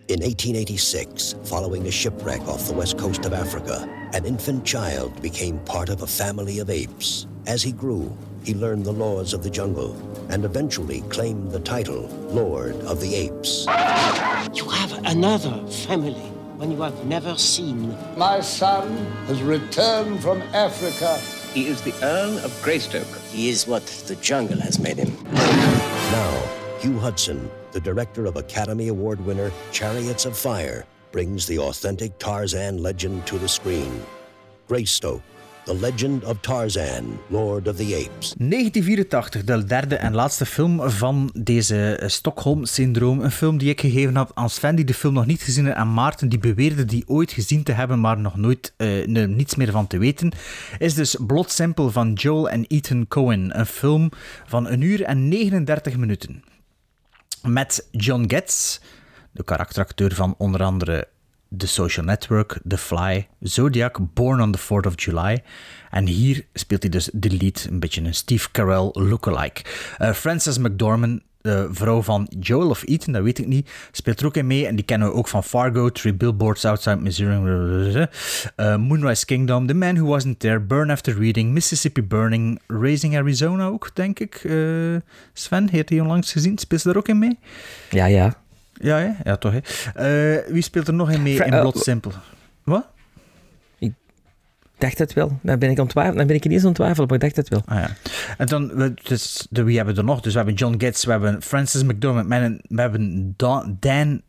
In 1886, following a shipwreck off the west coast of Africa, an infant child became part of a family of apes. As he grew, he learned the laws of the jungle and eventually claimed the title Lord of the Apes. You have another family one you have never seen. My son has returned from Africa. He is the Earl of Greystoke. He is what the jungle has made him. Now, Hugh Hudson, the director of Academy Award winner Chariots of Fire, brings the authentic Tarzan legend to the screen. Greystoke, The Legend of Tarzan, Lord of the Apes. 1984, de derde en laatste film van deze Stockholm-syndroom. Een film die ik gegeven heb aan Sven, die de film nog niet gezien heeft, en Maarten, die beweerde die ooit gezien te hebben, maar nog nooit niets meer van te weten. Is dus Blood Simple van Joel en Ethan Coen. Een film van 1 uur en 39 minuten. Met John Getz, de karakteracteur van onder andere The Social Network, The Fly, Zodiac, Born on the 4th of July. En hier speelt hij dus de lead, een beetje een Steve Carell lookalike. Frances McDormand, de vrouw van Joel of Ethan, dat weet ik niet, speelt er ook in mee. En die kennen we ook van Fargo, 3 Billboards Outside Missouri, Moonrise Kingdom, The Man Who Wasn't There, Burn After Reading, Mississippi Burning, Raising Arizona ook, denk ik. Sven, heeft hij onlangs gezien? Speelt ze daar ook in mee? Ja, ja. Ja, hè? Ja, toch. Hè? Wie speelt er nog in mee in Blood Simple? Wat? Ik dacht het wel. Dan ben ik ineens aan het twijfelen, maar ik dacht het wel. Ah, ja. En dan, dus, wie hebben we er nog? Dus we hebben John Getz, we hebben Frances McDormand, we hebben Dan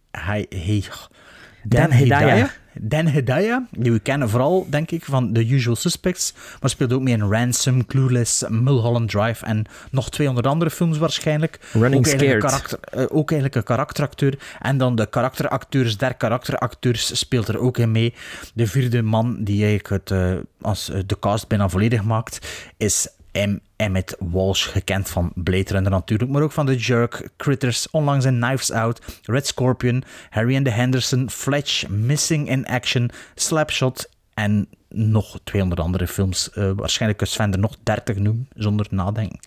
Hedaya. Dan Hedaya, die we kennen vooral, denk ik, van The Usual Suspects, maar speelt ook mee in Ransom, Clueless, Mulholland Drive en nog 200 andere films waarschijnlijk. Running Ook eigenlijk een karakteracteur. En dan de karakteracteurs speelt er ook in mee. De vierde man die eigenlijk als de cast bijna volledig maakt, is Emmett Walsh, gekend van Blade Runner natuurlijk, maar ook van The Jerk, Critters, onlangs in Knives Out, Red Scorpion, Harry and the Henderson, Fletch, Missing in Action, Slapshot en nog 200 andere films. Waarschijnlijk kun Sven er nog 30 noemen, zonder nadenken.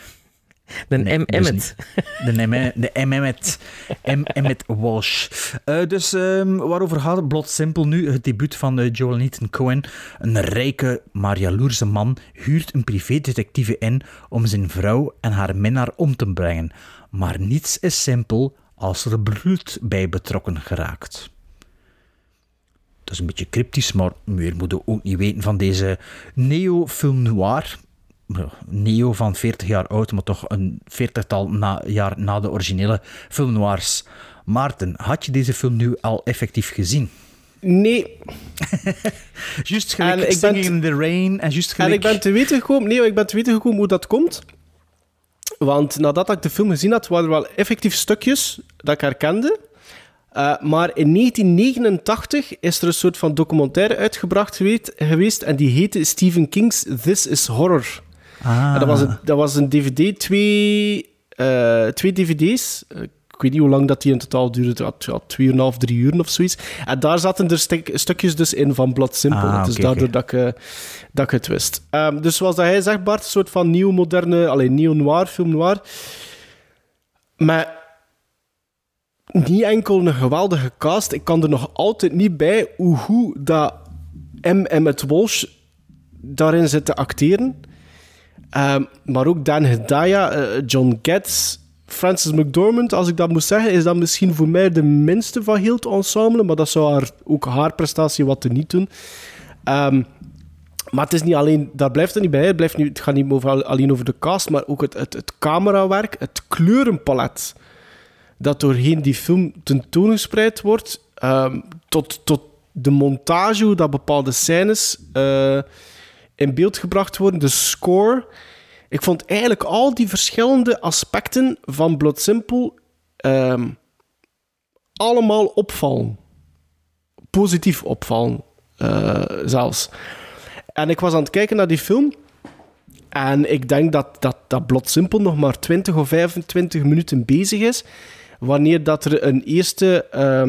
Emmet. De Emmett Walsh. Waarover gaat het? Blood Simple nu, het debuut van Joel en Ethan Coen. Een rijke, maar jaloerse man huurt een privédetectieve in om zijn vrouw en haar minnaar om te brengen. Maar niets is simpel als er bloed bij betrokken geraakt. Dat is een beetje cryptisch, maar meer moeten we ook niet weten van deze neo-film noir. Neo van 40 jaar oud, maar toch een 40-tal jaar na de originele film noirs. Maarten, had je deze film nu al effectief gezien? Nee. Juist gelijk Singing in the Rain en juist gelijk... En ik ben te weten gekomen hoe dat komt. Want nadat ik de film gezien had, waren er wel effectief stukjes dat ik herkende. Maar in 1989 is er een soort van documentaire uitgebracht geweest en die heette Stephen King's This is Horror. En dat was een DVD, twee DVD's. Ik weet niet hoe lang dat die in totaal duurde. 2,5, 3 uur of zoiets. En daar zaten er stukjes dus in van Blood Simple. Dus daardoor dat ik het wist. Dus zoals dat hij zegt, Bart, een soort van neo-noir, film noir. Maar niet enkel een geweldige cast. Ik kan er nog altijd niet bij hoe dat Emmett Walsh daarin zit te acteren. Maar ook Dan Hedaya, John Getz, Frances McDormand, als ik dat moet zeggen, is dat misschien voor mij de minste van heel het ensemble, maar dat zou ook haar prestatie wat te niet doen. Maar het is niet alleen, daar blijft het niet bij. Het gaat niet alleen over de cast, maar ook het camerawerk, het kleurenpalet dat doorheen die film tentoongespreid wordt, tot de montage, hoe dat bepaalde scènes in beeld gebracht worden, de score. Ik vond eigenlijk al die verschillende aspecten van Blood Simple allemaal opvallen. Positief opvallen, zelfs. En ik was aan het kijken naar die film en ik denk dat Blood Simple nog maar 20 of 25 minuten bezig is, wanneer dat er een eerste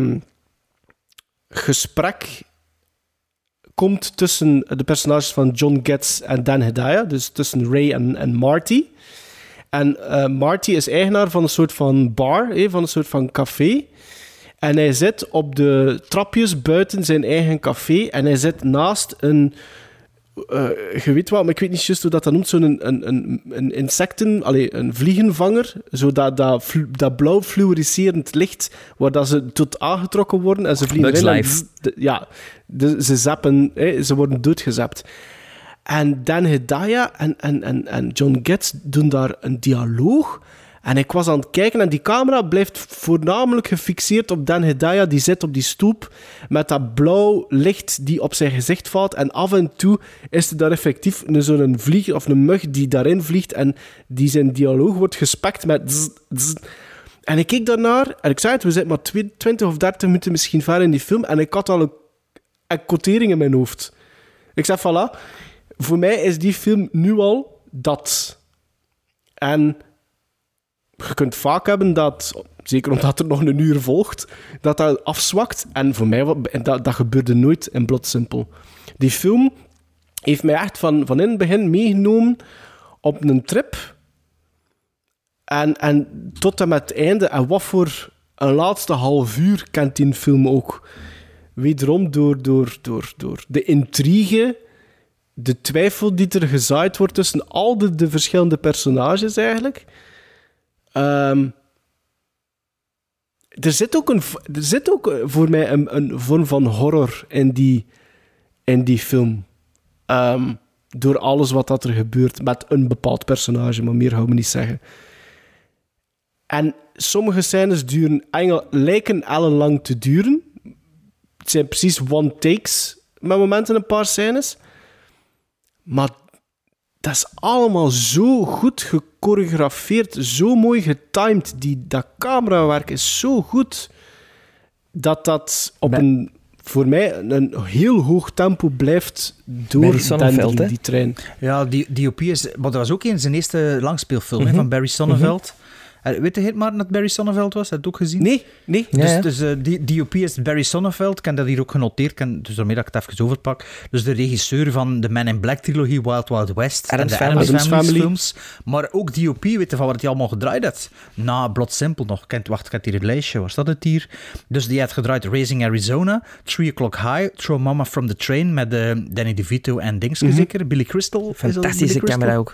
gesprek komt tussen de personages van John Getz en Dan Hedaya, dus tussen Ray en Marty. En Marty is eigenaar van een soort van bar, van een soort van café. En hij zit op de trapjes buiten zijn eigen café. En hij zit naast een... je weet wat, maar ik weet niet juist hoe dat noemt. Zo'n een insecten... een vliegenvanger. Zo dat blauw fluoriserend licht, waar dat ze tot aangetrokken worden. En ze vliegen Bugs erin. Life. Ze zappen... ze worden doodgezapt. En Dan Hedaya en John Getz doen daar een dialoog. En ik was aan het kijken en die camera blijft voornamelijk gefixeerd op Dan Hedaya. Die zit op die stoep met dat blauw licht die op zijn gezicht valt. En af en toe is er daar effectief zo'n vlieg of een mug die daarin vliegt. En die zijn dialoog wordt gespekt met zzz, zzz. En ik keek daarnaar en ik zei het, we zitten maar 20 of 30 minuten misschien ver in die film. En ik had al een quotering in mijn hoofd. Ik zei, voilà, voor mij is die film nu al dat. En... je kunt vaak hebben dat, zeker omdat er nog een uur volgt, dat afzwakt. En voor mij, dat gebeurde nooit in Blood Simple. Die film heeft mij echt van in het begin meegenomen op een trip. En tot en met het einde. En wat voor een laatste half uur kent die film ook. Wederom door de intrigue, de twijfel die er gezaaid wordt tussen al de verschillende personages eigenlijk. Er zit ook voor mij een vorm van horror in die film. Door alles wat dat er gebeurt met een bepaald personage, maar meer gaan we niet zeggen. En sommige scènes lijken ellenlang te duren. Het zijn precies one takes met momenten een paar scènes. Maar dat is allemaal zo goed gechoreografeerd, zo mooi getimed. Dat camerawerk is zo goed dat op voor mij een heel hoog tempo blijft door die trein. Ja, die DOP is... Maar dat was ook in zijn eerste langspeelfilm van Barry Sonnenfeld. Weet je maar dat Barry Sonnenfeld was? Heb je het ook gezien? Nee. Dus die DOP is Barry Sonnenfeld. Ik heb dat hier ook genoteerd, dus daarmee dat ik het even overpak. Dus de regisseur van de Man in Black-trilogie, Wild Wild West. Addams en de Addams Family films. Maar ook DOP, weet je van wat hij allemaal gedraaid heeft? Na Blood Simple nog. Wacht, ik heb hier het lijstje. Waar staat het hier? Dus die had gedraaid Raising Arizona, 3 O'Clock High, Throw Mama from the Train met Danny DeVito en Dingske zeker. Billy Crystal. Fantastische camera ook.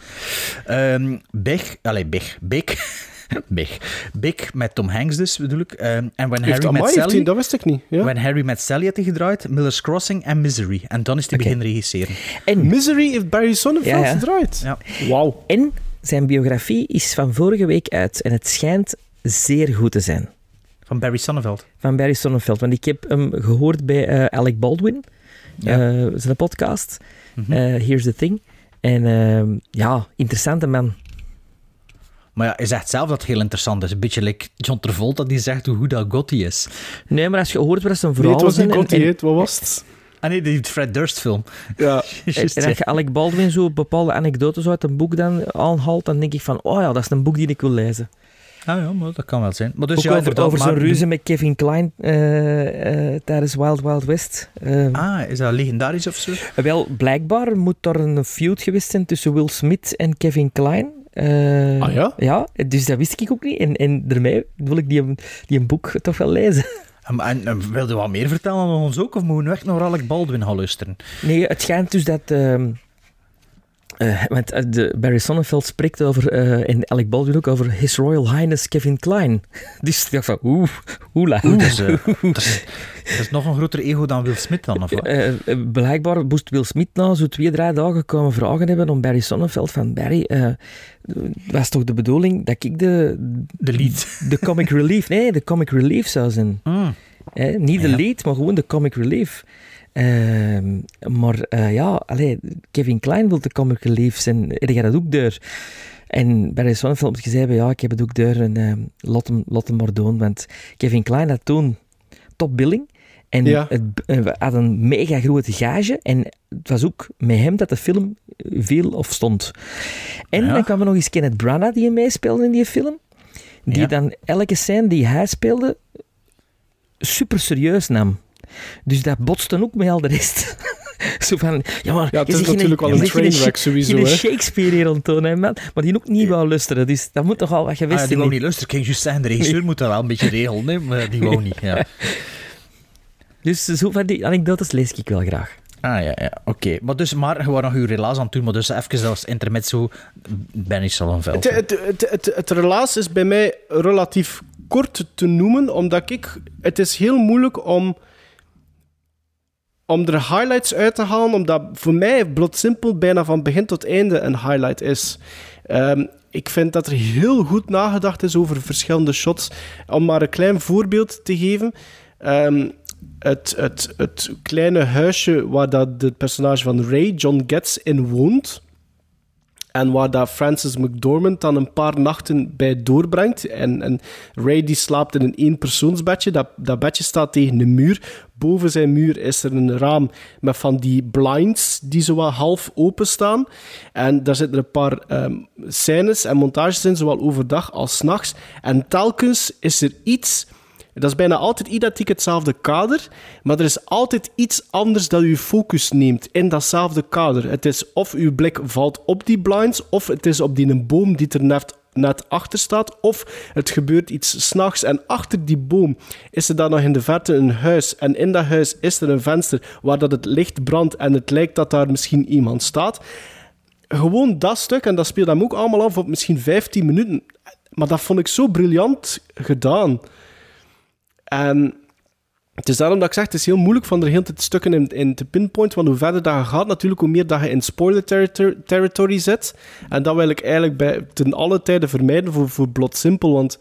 Big met Tom Hanks dus, bedoel ik. En When Harry Met Sally... Dat wist ik niet. Ja. When Harry Met Sally had hij gedraaid, Miller's Crossing en Misery. En dan is hij beginnen regisseren. En Misery heeft Barry Sonnenfeld gedraaid? Ja. Wauw. En zijn biografie is van vorige week uit. En het schijnt zeer goed te zijn. Van Barry Sonnenfeld? Van Barry Sonnenfeld. Want ik heb hem gehoord bij Alec Baldwin. Zijn podcast. Here's the Thing. En interessante man. Maar ja, hij zegt zelf dat het heel interessant is. Een beetje like John Travolta die zegt hoe goed dat Gotti is. Nee, maar als je hoort wat zijn verhaal het was niet Gotti, wat was het? Ah nee, die Fred Durst film. Ja. En als je Alec Baldwin zo bepaalde anekdotes uit een boek dan aanhaalt, dan denk ik van, oh ja, dat is een boek die ik wil lezen. Ah ja, maar dat kan wel zijn. Maar dus ook over zo'n ruzie met Kevin Kline tijdens Wild Wild West. Is dat legendarisch of zo? Wel, blijkbaar moet er een feud geweest zijn tussen Will Smith en Kevin Kline. Ja? Ja, dus dat wist ik ook niet. En daarmee wil ik die een boek toch wel lezen. En wilde je wat meer vertellen aan ons ook? Of moeten we echt naar Alec Baldwin gaan luisteren? Nee, het schijnt dus dat... want Barry Sonnenfeld spreekt over, en Alec Baldwin ook, over His Royal Highness Kevin Kline. Dus ik dacht van, dat is nog een groter ego dan Will Smith dan, of wat? Blijkbaar moest Will Smith na zo'n 2-3 dagen komen vragen hebben om Barry Sonnenfeld van Barry, was toch de bedoeling dat ik de lead. De comic relief, nee, de comic relief zou zijn. Niet de lead, maar gewoon de comic relief. Kevin Kline wil de comic relief zijn. Heb jij dat ook door? En Barry Sonnenfeld heeft gezegd, ja, ik heb het ook door en laat hem maar doen. Want Kevin Kline had toen topbilling en het had een mega grote gage en het was ook met hem dat de film viel of stond. En dan kwam er nog eens Kenneth Branagh die meespeelde in die film, die dan elke scène die hij speelde super serieus nam. Dus dat botste ook met al de rest. Zo van, ja, maar het is natuurlijk wel een trainwreck sowieso. Je Shakespeare hier onttonen, hè, man. Maar die ook niet wou luisteren, dus dat moet toch al wat gewist zijn. Die wou niet luisteren. Kijk, juist zijn, de regisseur moet dat wel een beetje regelen, hè, maar die wou niet, ja. Dus zo van die anekdotes lees ik wel graag. Ja, oké. Maar gewoon nog uw relaas aan het doen, maar dus even als intermezzo ben ik al een veld. Het relaas is bij mij relatief kort te noemen, omdat het is heel moeilijk om er highlights uit te halen, omdat voor mij bloedsimpel bijna van begin tot einde een highlight is. Ik vind dat er heel goed nagedacht is over verschillende shots. Om maar een klein voorbeeld te geven. Het kleine huisje waar dat het personage van Ray, John Getz, in woont. En waar dat Frances McDormand dan een paar nachten bij doorbrengt. En Ray die slaapt in een eenpersoonsbedje. Dat bedje staat tegen de muur. Boven zijn muur is er een raam met van die blinds die zo wat half openstaan. En daar zitten een paar scènes en montages in, zowel overdag als 's nachts. En telkens is er iets... Dat is bijna altijd identiek hetzelfde kader, maar er is altijd iets anders dat uw focus neemt in datzelfde kader. Het is of uw blik valt op die blinds, of het is op die een boom die er net achter staat, of het gebeurt iets 's nachts en achter die boom is er dan nog in de verte een huis en in dat huis is er een venster waar dat het licht brandt en het lijkt dat daar misschien iemand staat. Gewoon dat stuk, en dat speelt hem ook allemaal af op misschien 15 minuten, maar dat vond ik zo briljant gedaan. En het is daarom dat ik zeg, het is heel moeilijk van er heel tijd stukken in te pinpointen, want hoe verder dat je gaat, natuurlijk, hoe meer dat je in spoiler territory zit. En dat wil ik eigenlijk ten alle tijden vermijden voor bloedsimpel, want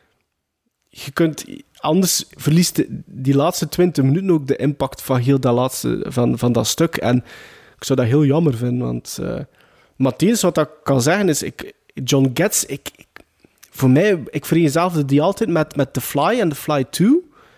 je kunt... Anders verliest die laatste 20 minuten ook de impact van heel dat laatste, van dat stuk. En ik zou dat heel jammer vinden, want... maar het enige wat ik kan zeggen is, John Getz... Voor mij, ik vereenzelfde die altijd met The Fly en The Fly 2.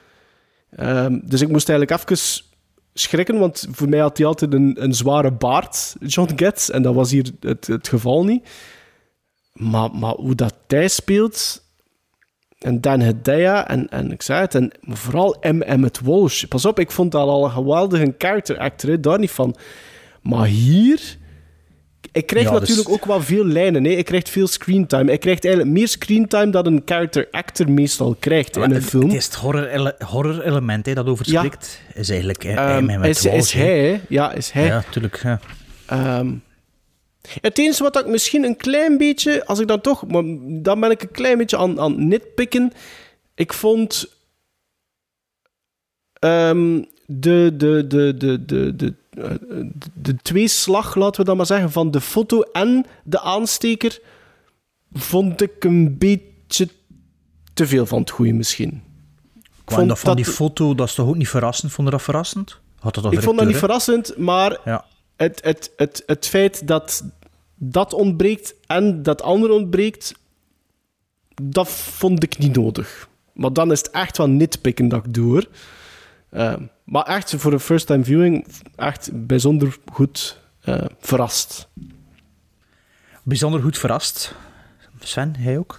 Dus ik moest eigenlijk even schrikken, want voor mij had hij altijd een zware baard, John Getz. En dat was hier het geval niet. Maar hoe dat hij speelt... En Dan Hedaya, en ik zei het, en vooral Emmett Walsh. Pas op, ik vond dat al een geweldige character actor, daar niet van. Maar hier... Ik krijg natuurlijk ook wel veel lijnen. Hè. Ik krijg veel screentime. Ik krijg eigenlijk meer screentime dan een character actor meestal krijgt in een film. Het is het horror-element dat over spreekt. Ja. Is eigenlijk... Is hij. Ja, is hij. Ja, natuurlijk. Ja. Het enige wat ik misschien een klein beetje... Als ik dan toch... Maar dan ben ik een klein beetje aan nitpicken. Ik vond... De tweeslag, laten we dat maar zeggen, van de foto en de aansteker, vond ik een beetje te veel van het goede misschien. Dat van die foto, dat is toch ook niet verrassend? Vond je dat verrassend? Ik vond dat niet verrassend, maar ja. Het feit dat ontbreekt en dat andere ontbreekt, dat vond ik niet nodig. Maar dan is het echt wel nitpikken dat ik doe, hoor. Maar echt, voor een first-time viewing, echt bijzonder goed verrast. Bijzonder goed verrast. Sven, jij ook?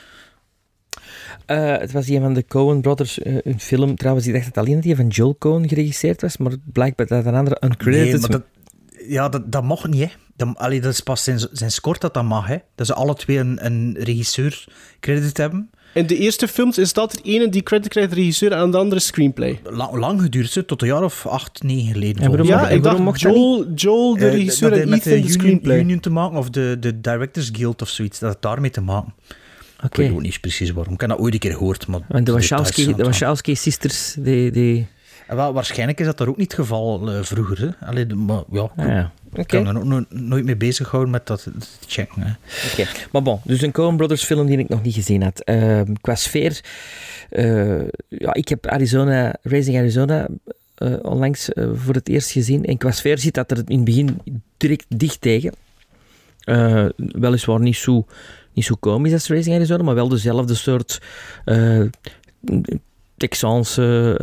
Het was die van de Coen Brothers, een film. Trouwens, ik dacht dat alleen die van Joel Coen geregisseerd was, maar blijkbaar dat een andere uncredited... Nee, maar dat mag niet, hè. Dat is pas zijn kort dat mag, hè. Dat ze alle twee een regisseur credit hebben. In de eerste films is dat er ene die credit krijgt, de regisseur, en de andere screenplay. Lang geduurd, tot een jaar of 8, 9 geleden. Ik dacht Joel de regisseur, en Ethan de screenplay. Union te maken, of de Directors Guild of zoiets, dat het daarmee te maken. Ik weet ook niet precies waarom. Ik heb dat ooit een keer gehoord. Maar de Wachowski sisters, die... Wel, waarschijnlijk is dat daar ook niet het geval vroeger. Hè? Maar ja, ik kan er ook nooit mee bezighouden met dat te checken. Oké. Maar bon, dus een Coen Brothers film die ik nog niet gezien had. Qua sfeer, ik heb Raising Arizona onlangs voor het eerst gezien. En qua sfeer zit dat er in het begin direct dicht tegen. Weliswaar niet zo komisch als Raising Arizona, maar wel dezelfde soort... Texaanse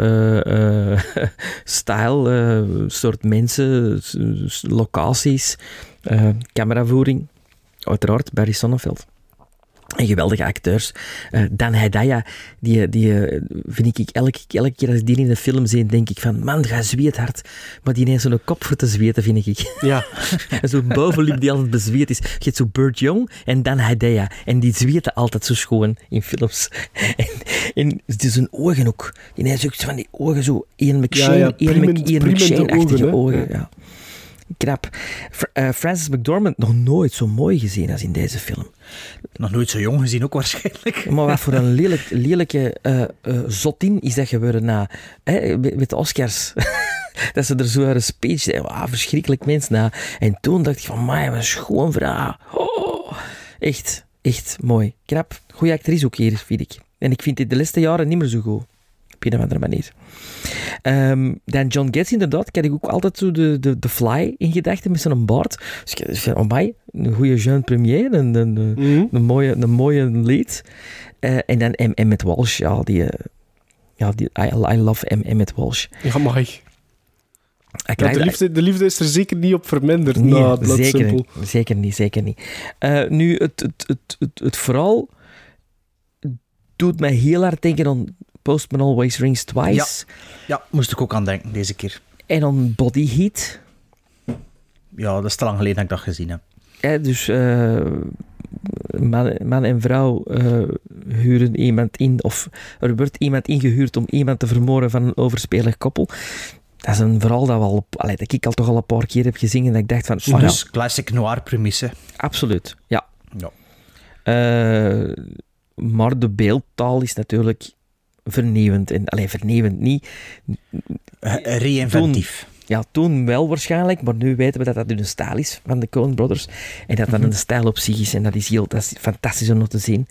stijl, soort mensen, locaties, cameravoering. Uiteraard, Barry Sonnenfeld. En geweldige acteurs. Dan Hedaya, die vind ik elke keer als ik die in de film zie, denk ik van, man, ga zweet hard. Maar die heeft zo'n kop voor te zweten, vind ik. Ja. En zo'n bovenlip die altijd bezweet is. Je hebt zo Burt Young en Dan Hedaya. En die zweten altijd zo schoon in films. En zijn ogen ook. Die heeft ook van die ogen zo, Ian McShane-achtige ogen. Ja. Knap. Frances McDormand, nog nooit zo mooi gezien als in deze film. Nog nooit zo jong gezien ook waarschijnlijk. Maar wat voor een lelijke zottin is dat geworden na... met de Oscars. Dat ze er zo een speech zei. Wow, verschrikkelijk mens na. En toen dacht ik van, wat een schoon vrouw. Oh, echt mooi. Knap. Goeie actrice ook hier, vind ik. En ik vind dit de laatste jaren niet meer zo goed. Op een of andere manier. Dan John Getz, inderdaad. Ik had ook altijd zo de Fly in gedachten met zijn baard. Dus ik dacht, oh my, een goede jeune premier, een mooie lead. En dan Emmett Walsh, I love Emmett Walsh. Ja, maar de liefde is er zeker niet op verminderd. Nee, zeker niet. Nu, het vooral doet mij heel hard denken aan Postman Always Rings Twice. Ja, moest ik ook aan denken deze keer. En aan Body Heat. Ja, dat is te lang geleden dat ik dat gezien heb. Dus man en vrouw huren iemand in, of er wordt iemand ingehuurd om iemand te vermoorden van een overspelig koppel. Dat is een verhaal dat ik al toch al een paar keer heb gezien en dat ik dacht van... Dus classic noir premisse. Absoluut, ja. Maar de beeldtaal is natuurlijk vernieuwend. Vernieuwend niet. Reinventief. Toen wel waarschijnlijk, maar nu weten we dat dat een stijl is van de Coen Brothers. En dat dat een stijl op zich is. En dat is fantastisch om nog te zien.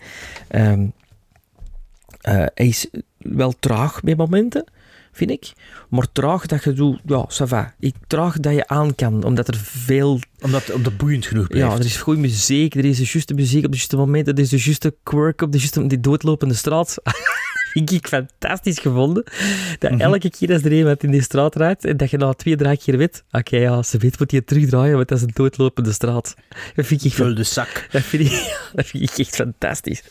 Hij is wel traag bij momenten, vind ik. Maar traag dat je doet, ja, ça va. Traag dat je aan kan, omdat er veel... Omdat het boeiend genoeg blijft. Ja, er is goede muziek, er is de juiste muziek op de juiste momenten, er is de juiste quirk op de juiste... Die doodlopende straat... vind ik fantastisch gevonden. Dat elke keer als er iemand in die straat rijdt en dat je na 2-3 keer weet, ze weet moet je terugdraaien, want dat is een doodlopende straat. Dat vind ik... Vul de zak. Dat vind ik echt fantastisch.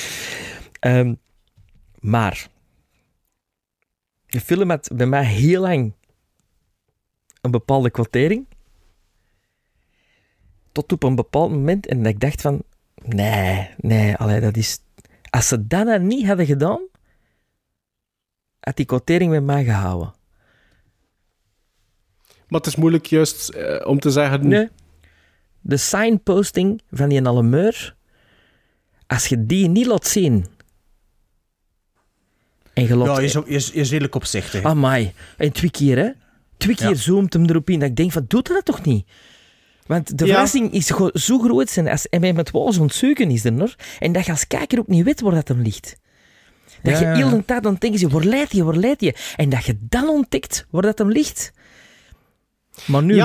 Maar... De film had bij mij heel lang een bepaalde quotering. Tot op een bepaald moment. En dat ik dacht van... Nee, dat is... Als ze dat dan niet hadden gedaan, had die quotering bij mij gehouden. Maar het is moeilijk juist om te zeggen... Nee. De signposting van die Allemeur, als je die niet laat zien... Ja, je is redelijk opzichtig. Amai. En 2 keer, hè? 2 keer zoomt hem erop in. Dat ik denk van, doet dat toch niet? Want de verrassing is zo groot zijn als hij met Walsh ontzoeken is er nog. En dat je als kijker ook niet weet waar dat hem ligt. Dat je heel de tijd aan het denken is, waar leidt je? En dat je dan ontdekt waar dat hem ligt. Maar nu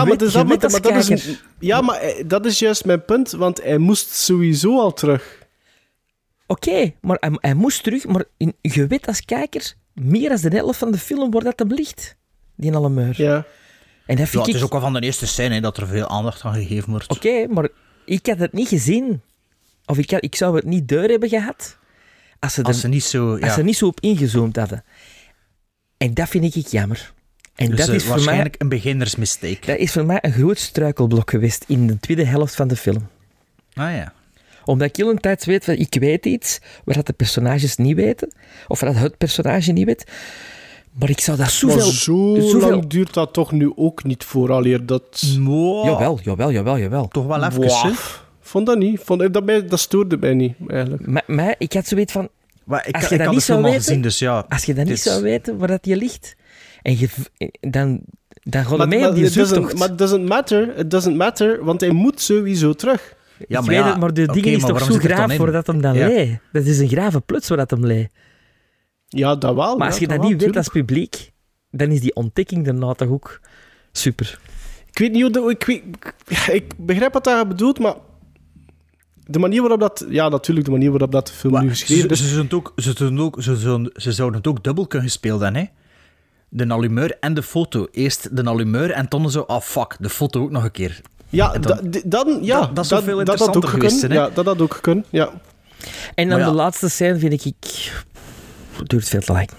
maar dat is juist mijn punt, want hij moest sowieso al terug. Oké, maar hij moest terug, maar je weet als kijker meer dan de helft van de film waar dat hem ligt, die Allemeur. Ja. En dat vind het is ook wel van de eerste scène dat er veel aandacht aan gegeven wordt. Oké, maar ik had het niet gezien. Of ik zou het niet door hebben gehad als ze niet zo op ingezoomd hadden. En dat vind ik jammer. En dus dat is waarschijnlijk een beginnersmistake. Dat is voor mij een groot struikelblok geweest in de tweede helft van de film. Ah ja. Omdat ik heel een tijd weet van, ik weet iets wat de personages niet weten, of wat het personage niet weet, maar ik zou dat zoveel... Zo lang duurt dat toch nu ook niet vooraleer dat... Jawel. Toch wel even, Vond dat niet. Dat stoorde mij niet, eigenlijk. Maar ik had zoiets van... Als je dat niet zou weten, gezien, dus ja, als je dat niet zou weten waar dat je ligt, en dan ga je mee op die zoektocht. Maar it doesn't matter, want hij moet sowieso terug. Ja, maar de ding is toch zo graaf voordat hem dan leidt. Dat is een grave pluts voordat hem leidt. Ja, dat wel. Maar als je dat niet weet als publiek, dan is die ontdekking daarna toch ook super. Ik weet niet hoe... Ik begrijp wat hij bedoelt, maar... De manier waarop dat... Ja, natuurlijk, de manier waarop dat de film nu geschreven is... Ze zouden het ook dubbel kunnen gespeeld hebben, hè? De allumeur en de foto. Eerst de allumeur en dan zo... fuck, de foto ook nog een keer. Ja, dat is zoveel interessanter geweest, hè? Ja, dat had ook gekund, ja. En dan de laatste scène vind ik... Het duurt veel te lang.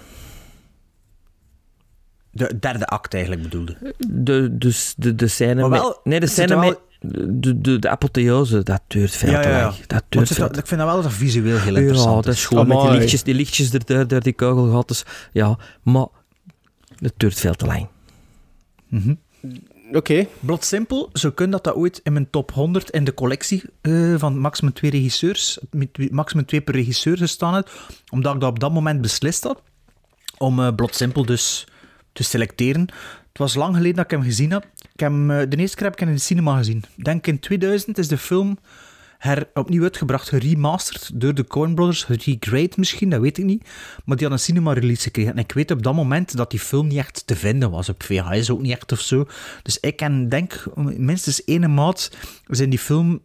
De derde act eigenlijk bedoelde. De scène met... De scène met... De apotheose, dat duurt veel te lang. Dat duurt ik vind dat wel dat visueel heel interessant. Ja, dat is gewoon met die lichtjes door die kogelgaten. Ja, maar het duurt veel te lang. Mm-hmm. Oké. Bloedsimpel, zo kun dat ooit in mijn top 100 in de collectie van maximum 2 regisseurs, maximum 2 per regisseur gestaan had, omdat ik dat op dat moment beslist had om Bloedsimpel dus te selecteren. Het was lang geleden dat ik hem gezien heb. De eerste keer heb ik hem in de cinema gezien. Ik denk in 2000 is de film opnieuw uitgebracht, geremasterd door de Coen Brothers, regraded misschien, dat weet ik niet. Maar die had een cinema-release gekregen. En ik weet op dat moment dat die film niet echt te vinden was. Op VHS ook niet echt of zo. Dus ik denk minstens ene maat in die film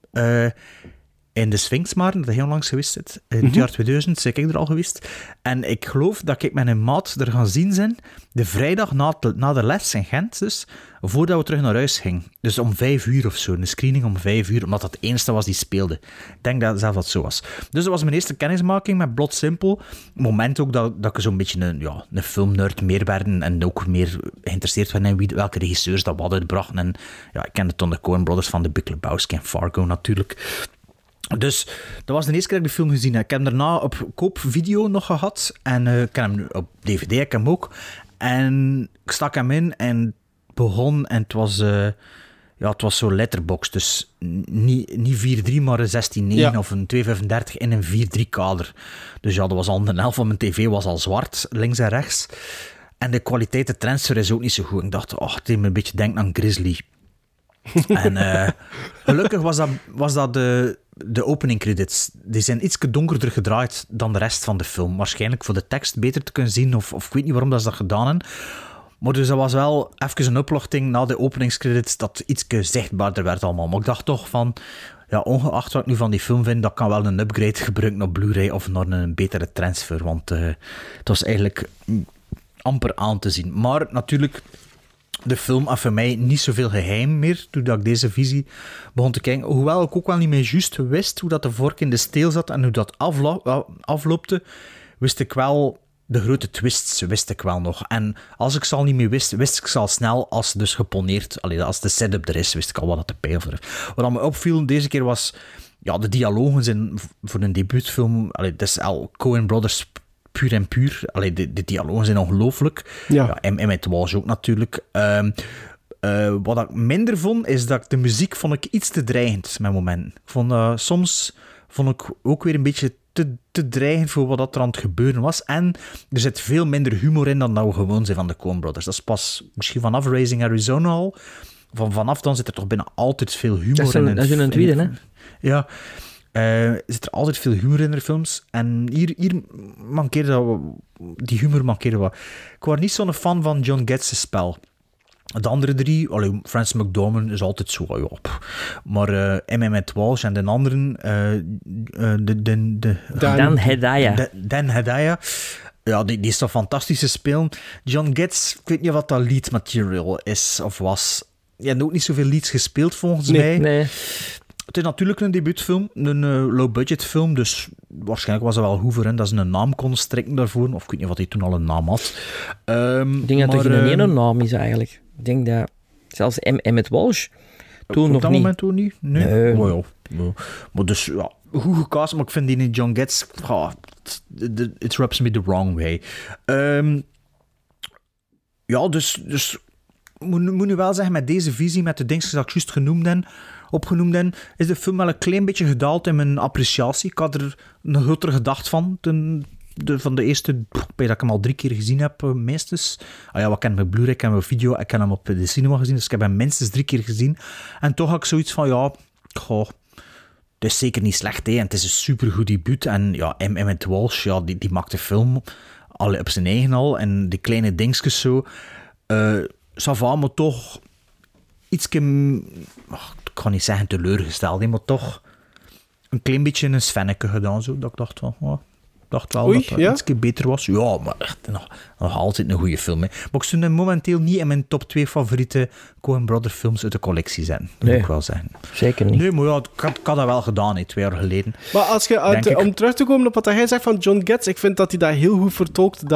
in de Sphinxmaren, dat heel langs geweest is. In het jaar 2000 ben ik er al geweest. En ik geloof dat ik met een maat er gaan zien zijn, de vrijdag na de les in Gent dus, voordat we terug naar huis gingen. Dus om 5 uur of zo, een screening om 5 uur, omdat dat het enige was die speelde. Ik denk dat zelf dat zo was. Dus dat was mijn eerste kennismaking met Bloedsimpel. Moment ook dat ik zo'n beetje een filmnerd meer werd en ook meer geïnteresseerd werd in welke regisseurs dat wat uitbrachten. En ja, ik kende toen de Coen Brothers van The Big Lebowski en Fargo natuurlijk. Dus dat was de eerste keer dat ik de film gezien heb. Ik heb hem daarna op koopvideo nog gehad. En ik heb hem op DVD, ik hem ook. En ik stak hem in en het begon. En het was zo letterbox. Dus niet 4:3, maar een 16:9 of een 2:35 in een 4:3 kader. Dus ja, dat was al de helft van mijn tv was al zwart, links en rechts. En de kwaliteit, de transfer is ook niet zo goed. Ik dacht, het deed me een beetje denken aan Grizzly. En gelukkig was dat de opening credits. Die zijn iets donkerder gedraaid dan de rest van de film. Waarschijnlijk voor de tekst beter te kunnen zien, of ik weet niet waarom dat ze dat gedaan hebben. Maar dus dat was wel even een opluchting na de openingscredits dat iets zichtbaarder werd allemaal. Maar ik dacht toch van, ja, ongeacht wat ik nu van die film vind, dat kan wel een upgrade gebruiken op Blu-ray of naar een betere transfer. Want het was eigenlijk amper aan te zien. Maar natuurlijk... De film had voor mij niet zoveel geheim meer toen ik deze visie begon te kijken. Hoewel ik ook wel niet meer juist wist hoe dat de vork in de steel zat en hoe dat afloopte, wist ik wel de grote twists, wist ik wel nog. En als ik ze al niet meer wist ik ze al snel als dus geponeerd, als de setup er is, wist ik al wat dat de payoff er. Wat me opviel deze keer was, ja, de dialogen zijn voor een debuutfilm, dat is al Coen Brothers puur en puur. De dialogen zijn ongelooflijk. Ja, en met Walsh ook natuurlijk. Wat ik minder vond, is dat de muziek vond ik iets te dreigend met momenten. Soms vond ik ook weer een beetje te dreigend voor wat er aan het gebeuren was. En er zit veel minder humor in dan dat we gewoon zijn van de Coen Brothers. Dat is pas misschien vanaf Raising Arizona al. Vanaf dan zit er toch bijna altijd veel humor in. Dat is een tweede, hè? Ja. Zit er altijd veel humor in de films. En hier mankeerde dat, die humor mankeerde wat. Ik was niet zo'n fan van John Getz' spel. De andere drie, Frances McDormand is altijd zo op. Maar Emmett Walsh en de anderen, Dan Hedaya. Dan Hedaya. Ja, die is toch fantastisch te spelen. John Getz, ik weet niet wat dat lead material is of was. Die heeft ook niet zoveel leads gespeeld volgens mij. Nee. Het is natuurlijk een debuutfilm, een low-budget film, dus waarschijnlijk was dat wel goed voor hen dat ze een naam konden strekken daarvoor. Of ik weet niet wat hij toen al een naam had. Ik denk dat er geen ene naam is eigenlijk. Ik denk dat zelfs Emmett Walsh toen nog niet. Op dat moment toen niet? Nee. Oh, ja. Maar dus, ja, goed gecast, maar ik vind die John Getz, it rubs me the wrong way. Ja, dus moet nu wel zeggen, met deze visie, met de dingen die ik juist opgenoemd heb, is de film wel een klein beetje gedaald in mijn appreciatie. Ik had er een grotere gedacht van de eerste, dat ik hem al 3 keer gezien heb, minstens. Wat ken ik met Blu-ray, ik ken hem op video, ik ken hem op de cinema gezien, dus ik heb hem minstens 3 keer gezien. En toch had ik zoiets van, het is zeker niet slecht, hè. En het is een supergoed debuut. En ja, Emmett Walsh, die maakt de film op zijn eigen al, en die kleine dingetjes zo. Sava, maar toch iets, ik kan niet zeggen teleurgesteld, maar toch een klein beetje een svenneke gedaan, zo, dat ik dacht van, dacht wel dat het iets beter was. Ja, maar echt nog altijd een goede film. Hè. Maar ik zou hem momenteel niet in mijn top 2 favoriete Coen Brothers films uit de collectie zijn. Dat moet ik wel zeggen. Zeker niet. Nee, maar ik had dat wel gedaan, 2 jaar geleden. Maar als je, om terug te komen op wat hij zegt van John Getz, ik vind dat hij dat heel goed vertolkt,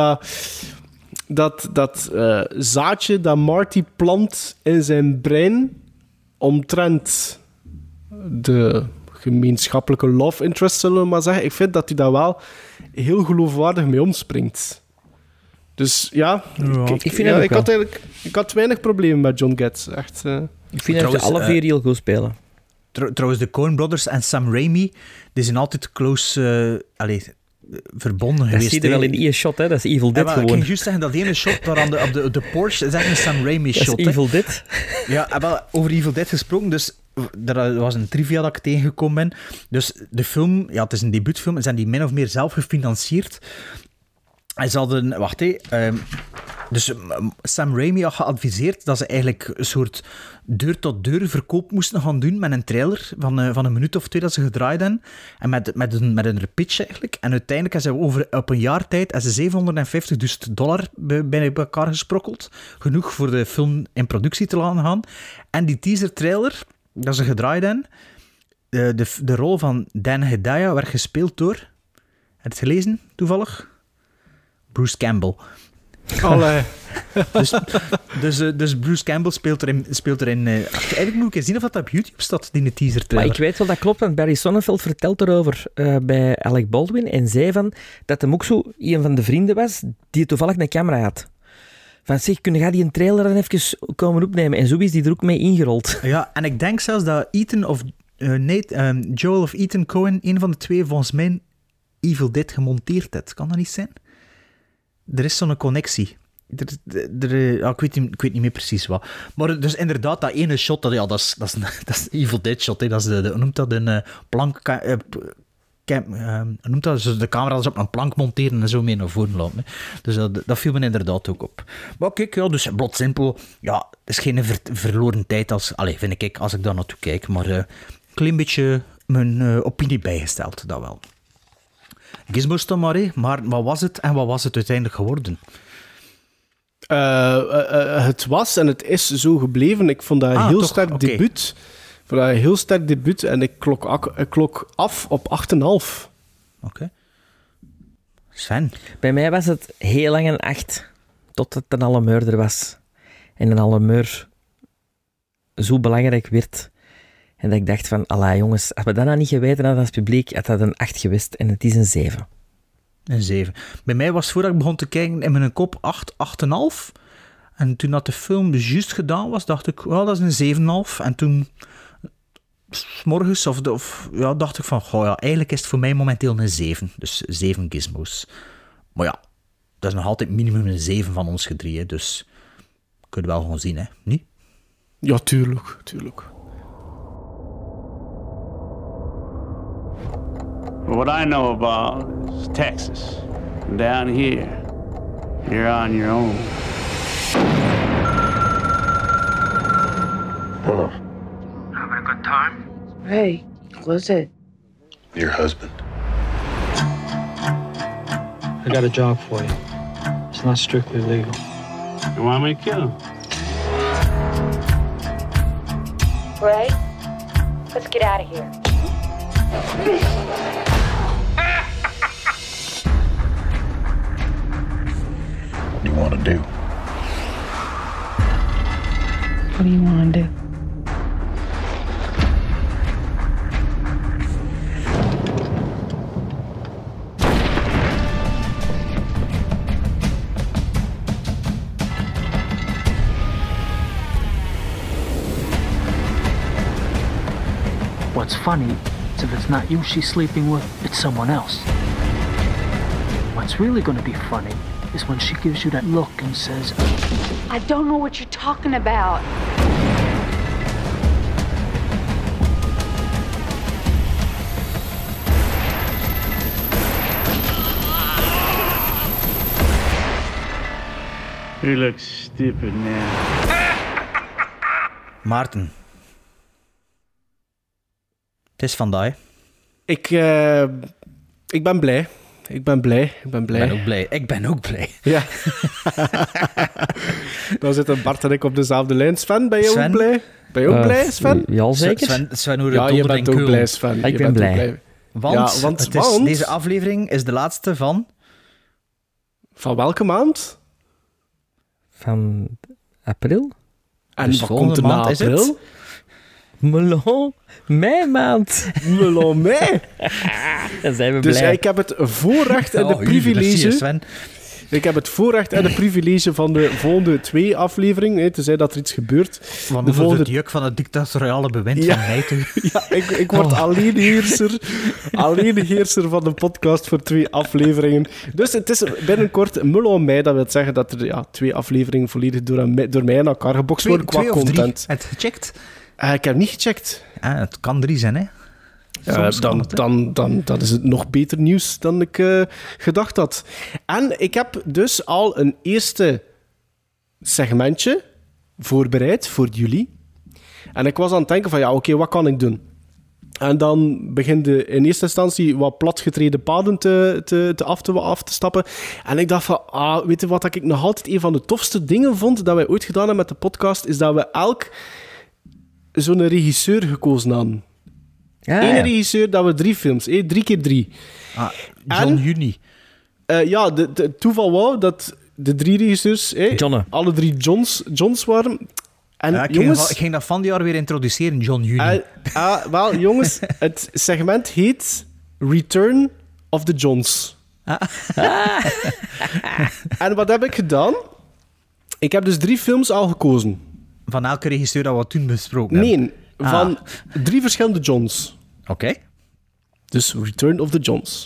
dat zaadje dat Marty plant in zijn brein omtrent de gemeenschappelijke love interest, zullen we maar zeggen. Ik vind dat hij daar wel heel geloofwaardig mee omspringt. Dus ja, ik had weinig problemen met John Getz. Echt, ik vind dat ze alle 4 heel goed spelen. Trouwens, de Coen Brothers en Sam Raimi, die zijn altijd close verbonden geweest. Dat zie je wel in één shot, hè? Dat is Evil Dead gewoon. Ik kan juist zeggen, dat ene shot daar op de Porsche is echt een Sam Raimi shot. Dat is Evil Dead. Ja, wel, over Evil Dead gesproken, dus er was een trivia dat ik tegengekomen ben. Dus de film, ja, het is een debuutfilm, en zijn die min of meer zelf gefinancierd. En ze hadden, dus Sam Raimi had geadviseerd dat ze eigenlijk een soort deur-tot-deur verkoop moesten gaan doen met een trailer van een minuut of 2 dat ze gedraaid hebben. En met een pitch eigenlijk. En uiteindelijk hebben ze op een jaar tijd $750,000 bij elkaar gesprokkeld. Genoeg voor de film in productie te laten gaan. En die teaser-trailer dat ze gedraaid hebben, de rol van Dan Hedaya werd gespeeld door... Heb je het gelezen, toevallig? Bruce Campbell. Allee. dus Bruce Campbell speelt erin. Eigenlijk moet ik eens zien of dat op YouTube staat, die teaser trailer. Maar ik weet wel dat klopt, want Barry Sonnenfeld vertelt erover bij Alec Baldwin en zei dat hem ook zo een van de vrienden was die toevallig een camera had. Van zeg, kun jij die een trailer dan even komen opnemen? En zo is die er ook mee ingerold. Ja, en ik denk zelfs dat Joel of Ethan Coen, een van de twee, volgens mij Evil Dead gemonteerd heeft. Kan dat niet zijn? Er is zo'n connectie. Ik weet niet meer precies wat. Maar dus inderdaad, dat ene shot, dat is Evil Dead shot. Hè. Dat is hoe noemt dat? Een plank... noemt dat? Dus de camera is op een plank monteren en zo mee naar voren lopen. Hè. Dus dat viel me inderdaad ook op. Maar kijk, ja, dus bloedsimpel. Ja, het is geen verloren tijd vind ik, als ik daar naartoe kijk. Maar een klein beetje mijn opinie bijgesteld, dat wel. Gizmos dan maar wat was het en wat was het uiteindelijk geworden? Het was en het is zo gebleven. Ik vond dat een heel sterk debuut. Ik vond dat een heel sterk debuut en ik klok af op 8,5. Oké. Sven? Bij mij was het heel lang een 8, tot het een allemeurder was. En een allemeur zo belangrijk werd. En dat ik dacht van, allee jongens, als we dat nou niet geweten hadden als publiek, had dat een 8 geweest en het is een 7. Een 7. Bij mij was voordat ik begon te kijken in mijn kop 8,5. En toen dat de film juist gedaan was, dacht ik, well, dat is een 7,5. En toen, 's morgens, dacht ik van, eigenlijk is het voor mij momenteel een 7. Dus 7 gizmos. Maar ja, dat is nog altijd minimum een 7 van ons gedrieën, dus kun je wel gewoon zien, hè? Niet? Ja, tuurlijk. What I know about is Texas. Down here, you're on your own. Hello. Having a good time? Hey, what's it? Your husband. I got a job for you. It's not strictly legal. You want me to kill him? Ray, let's get out of here. What do you want to do? What do you want to do? What's funny is if it's not you she's sleeping with, it's someone else. What's really going to be funny is when she gives you that look and says, I don't know what you're talking about. You look stupid now. Maarten. Het is vandaag. Ik ben blij. Ik ben blij. Ik ben ook blij. Ja. Dan zitten Bart en ik op dezelfde lijn. Sven, ben je ook blij? Ben je ook blij, Sven? Ja, zeker. Sven hoorde ja, je bent ook blij, Sven. Ik ben blij. Want deze aflevering is de laatste van... Van welke maand? Van april. En dus wat komt er na april? Melon mei maand. Melon mei. Dan zijn we dus blij. ik heb het voorrecht en de privilege... Ik heb het voorrecht en de privilege van de volgende 2 afleveringen, tenzij dat er iets gebeurt. Want de volgende... de juk van het dictatoriale bewind van mij toe. Ja, ik word alleenheerser van de podcast voor 2 afleveringen. Dus het is binnenkort Melon mei, dat wil zeggen dat er 2 afleveringen volledig door mij aan elkaar gebokst worden qua content. Heb je het gecheckt? Ik heb niet gecheckt. Het kan 3 zijn, hè? Dan is het nog beter nieuws dan ik gedacht had. En ik heb dus al een eerste segmentje voorbereid voor jullie. En ik was aan het denken van, oké, wat kan ik doen? En dan begin je in eerste instantie wat platgetreden paden af te stappen. En ik dacht van, weet je wat ik nog altijd een van de tofste dingen vond dat wij ooit gedaan hebben met de podcast, is dat we elk zo'n regisseur gekozen hadden. Eén regisseur, dat we 3 films. 3 keer 3. John Juni. Het toeval wou dat de 3 regisseurs... alle 3 Johns waren. En ik ging dat van die jaar weer introduceren, John Juni. Wel, jongens, het segment heet Return of the Johns. En wat heb ik gedaan? Ik heb dus 3 films al gekozen. Van elke regisseur dat we toen besproken hebben? Nee, van 3 verschillende Johns. Oké. Dus Return of the Johns.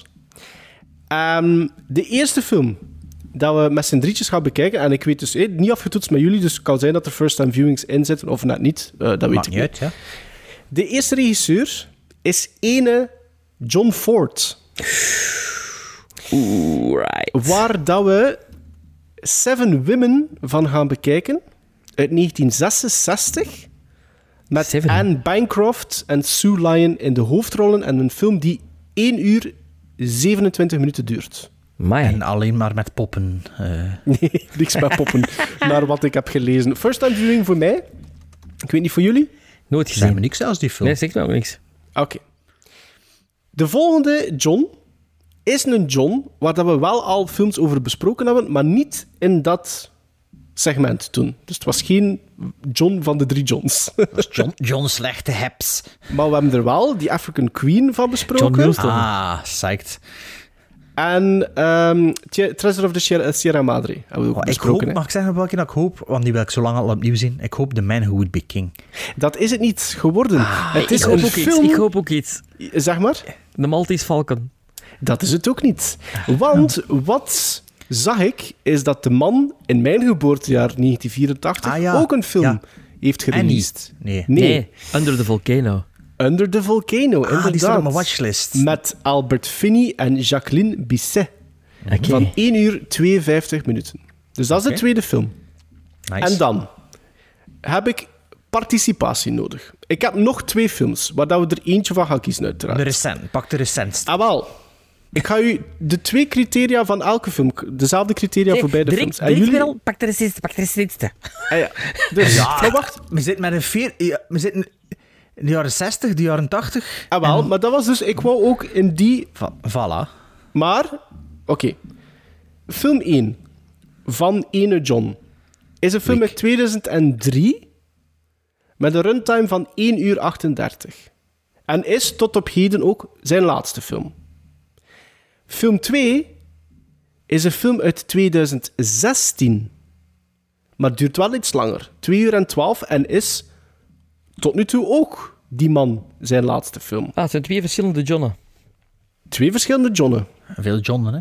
De eerste film dat we met z'n drietjes gaan bekijken, en ik weet dus niet afgetoetst met jullie, dus het kan zijn dat er first-time viewings in zitten, of net niet. Dat weet ik niet. Uit, ja. De eerste regisseur is ene John Ford. Right. Waar dat we 7 Women van gaan bekijken, uit 1966... Met 7. Anne Bancroft en Sue Lyon in de hoofdrollen en een film die 1 uur 27 minuten duurt. Amai. En alleen maar met poppen. Nee, niks met poppen, naar wat ik heb gelezen. First time viewing voor mij. Ik weet niet voor jullie. Nooit gezien. Zijn me niks als die film. Nee, zegt me ook niks. Oké. De volgende John is een John waar dat we wel al films over besproken hebben, maar niet in dat segment toen. Dus het was geen John van de 3 Johns. Dat was John Slechte Heps. Maar we hebben er wel die African Queen van besproken. John Wilson. Psyched. En Treasure of the Sierra Madre hebben we ook besproken. Mag ik zeggen welke dat ik hoop? Want die wil ik zo lang al opnieuw zien. Ik hoop The Man Who Would Be King. Dat is het niet geworden. Het is een film... Ik hoop ook iets. Zeg maar. De Maltese Falcon. Dat is het ook niet. Want wat zag ik, is dat de man in mijn geboortejaar 1984 ook een film heeft gereleased. Nee. Under the Volcano. Under the Volcano, inderdaad. Die staat op mijn watchlist. Met Albert Finney en Jacqueline Bisset. Okay. Van 1 uur 52 minuten. Dus dat is de tweede film. Nice. En dan heb ik participatie nodig. Ik heb nog 2 films, waar dat we er eentje van gaan kiezen, uiteraard. Pak de recentste. Ah, wel. Ik ga u de 2 criteria van elke film, dezelfde criteria voor beide films. En jullie... Pak de recentste. Dus, wacht. We zitten met een we zitten in de jaren 60, de jaren 80. Ah, wel, maar dat was dus... Ik wou ook in die... Voilà. Maar, oké. Film 1 van ene John is een film uit 2003 met een runtime van 1 uur 38. En is tot op heden ook zijn laatste film. Film 2 is een film uit 2016. Maar duurt wel iets langer. 2 uur en 12 en is tot nu toe ook die man zijn laatste film. Het zijn 2 verschillende Johnnen. 2 verschillende Johnnen. Veel Johnnen, hè?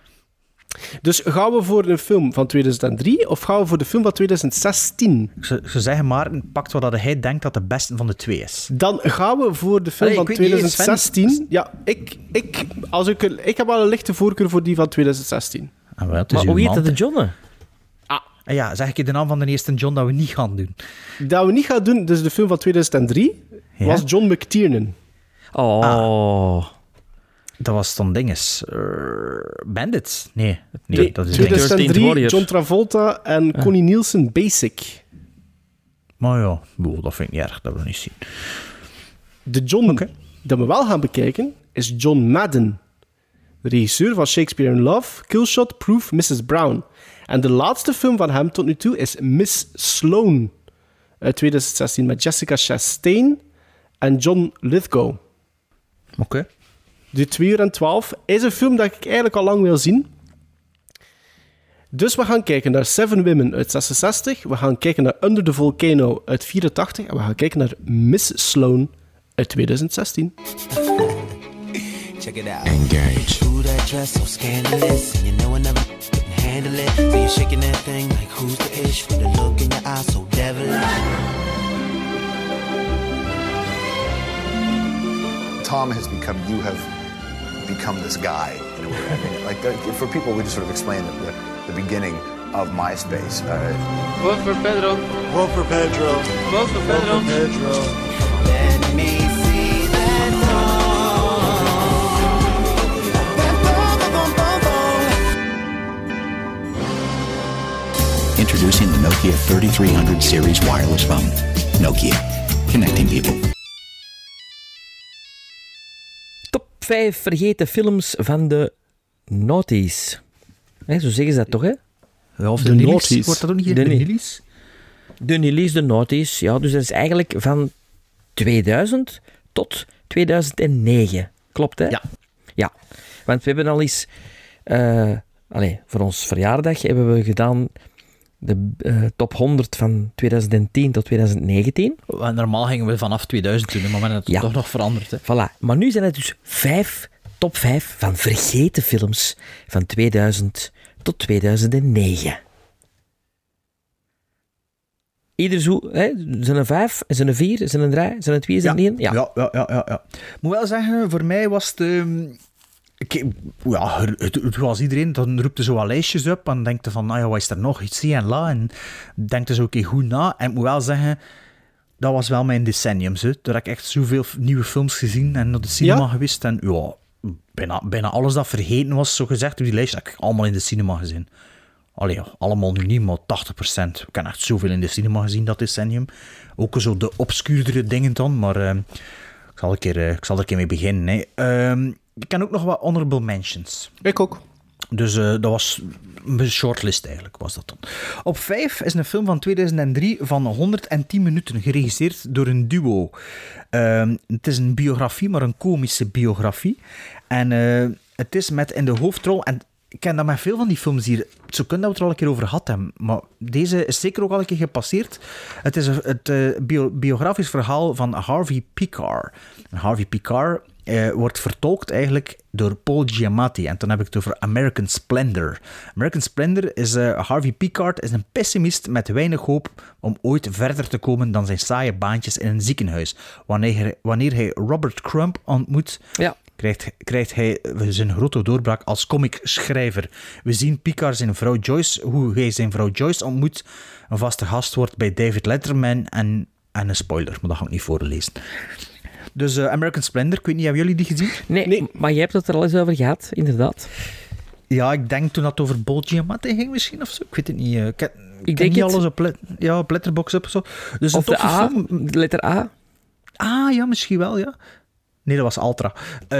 Dus gaan we voor een film van 2003 of gaan we voor de film van 2016? Ik zou zeggen, Maarten, pakt wat hij denkt dat de beste van de 2 is. Dan gaan we voor de film van 2016. Ja, ik heb wel een lichte voorkeur voor die van 2016. Maar hoe heet dat de Johnnen? Ja, zeg ik je de naam van de eerste John dat we niet gaan doen? Dat we niet gaan doen, dus de film van 2003, was John McTiernan. Oh. Dat was dan dinges. Bandits? Nee, dat is 2003, John Travolta en Connie Nielsen, Basic. Maar ja, dat vind ik niet erg, dat we niet zien. De John dat we wel gaan bekijken is John Madden. De regisseur van Shakespeare in Love, Killshot, Proof, Mrs. Brown. En de laatste film van hem tot nu toe is Miss Sloane. Uit 2016 met Jessica Chastain en John Lithgow. Oké. De 2 uur en 12 is een film dat ik eigenlijk al lang wil zien. Dus we gaan kijken naar Seven Women uit 66. We gaan kijken naar Under the Volcano uit 84. En we gaan kijken naar Miss Sloane uit 2016. Check it out. Engage. Ooh, that dress so scandalous. And you know I never can handle it. So you're shaking that thing like who's the ish? With the look in your eyes so devilish. Tom has become, you have become this guy. In a way. I mean, like for people, we just sort of explain the beginning of MySpace. Vote for Pedro. Vote for Pedro. Vote for Pedro. Vote for Pedro. Let me see that song. Introducing the Nokia 3300 series wireless phone. Nokia. Connecting people. Top 5 vergeten films van de noughties. Zo zeggen ze dat toch, hè? Ja, of de noughties. Wordt dat ook niet de noughties? De noughties, de noughties. Ja, dus dat is eigenlijk van 2000 tot 2009. Klopt, hè? Ja. Want we hebben al eens... voor ons verjaardag hebben we gedaan de top 100 van 2010 tot 2019. Normaal gingen we vanaf 2000 doen, maar dat is toch nog veranderd. Hè? Voilà. Maar nu zijn het dus top 5 van vergeten films van 2000 tot 2009. Ieder zo, zijn er 5, zijn er 4, zijn er 3, zijn er 2, zijn er 1? Ja. Moet wel zeggen, voor mij was het... het was iedereen, dan roept er zo wat lijstjes op en denkt van, wat is er nog? Iets zie en la, en denkt er zo goed na. En ik moet wel zeggen, dat was wel mijn decennium. Daar heb ik echt zoveel nieuwe films gezien en naar de cinema geweest. En bijna alles dat vergeten was, zo gezegd, op die lijst heb ik allemaal in de cinema gezien. Allemaal nu niet, maar 80%. Ik heb echt zoveel in de cinema gezien, dat decennium. Ook zo de obscuurdere dingen dan, maar ik zal er een keer mee beginnen. Ik ken ook nog wat honorable mentions. Ik ook. Dus dat was een shortlist eigenlijk, was dat dan. Op 5 is een film van 2003 van 110 minuten, geregisseerd door een duo. Het is een biografie, maar een komische biografie. En het is met in de hoofdrol... En ik ken dat met veel van die films hier. Zo kunnen we het er al een keer over gehad hebben. Maar deze is zeker ook al een keer gepasseerd. Het is het biografisch verhaal van Harvey Pekar. En Harvey Pekar wordt vertolkt eigenlijk door Paul Giamatti. En dan heb ik het over American Splendor. American Splendor is... Harvey Pekar is een pessimist met weinig hoop om ooit verder te komen dan zijn saaie baantjes in een ziekenhuis. Wanneer hij Robert Crumb ontmoet... Ja. Krijgt hij zijn grote doorbraak als comicschrijver. We zien Pekar zijn vrouw Joyce, hoe hij zijn vrouw Joyce ontmoet, een vaste gast wordt bij David Letterman en een spoiler, maar dat ga ik niet voorlezen. Dus American Splendor, ik weet niet, hebben jullie die gezien? Nee, maar jij hebt het er al eens over gehad, inderdaad. Ja, ik denk toen dat over Paul Giamatti ging misschien, of zo. Ik weet het niet. Ik denk niet alles op Letterboxd op of zo. Dus of de A, film. Letter A. Ah, ja, misschien wel, ja. Nee, dat was Ultra.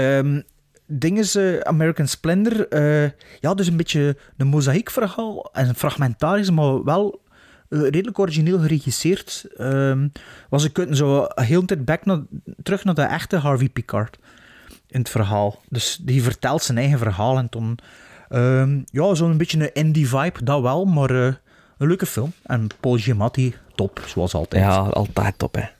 Ding is American Splendor. Dus een beetje een mozaïekverhaal. En fragmentarisch, maar wel redelijk origineel geregisseerd. Was ik zo heel de tijd terug naar de echte Harvey Pekar in het verhaal. Dus die vertelt zijn eigen verhaal. En toen... zo'n beetje een indie vibe, dat wel. Maar een leuke film. En Paul Giamatti, top, zoals altijd. Ja, altijd top, hè.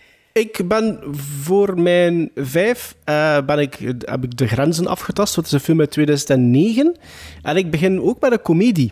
Ik ben voor mijn 5 heb ik De Grenzen afgetast. Dat is een film uit 2009. En ik begin ook met een komedie.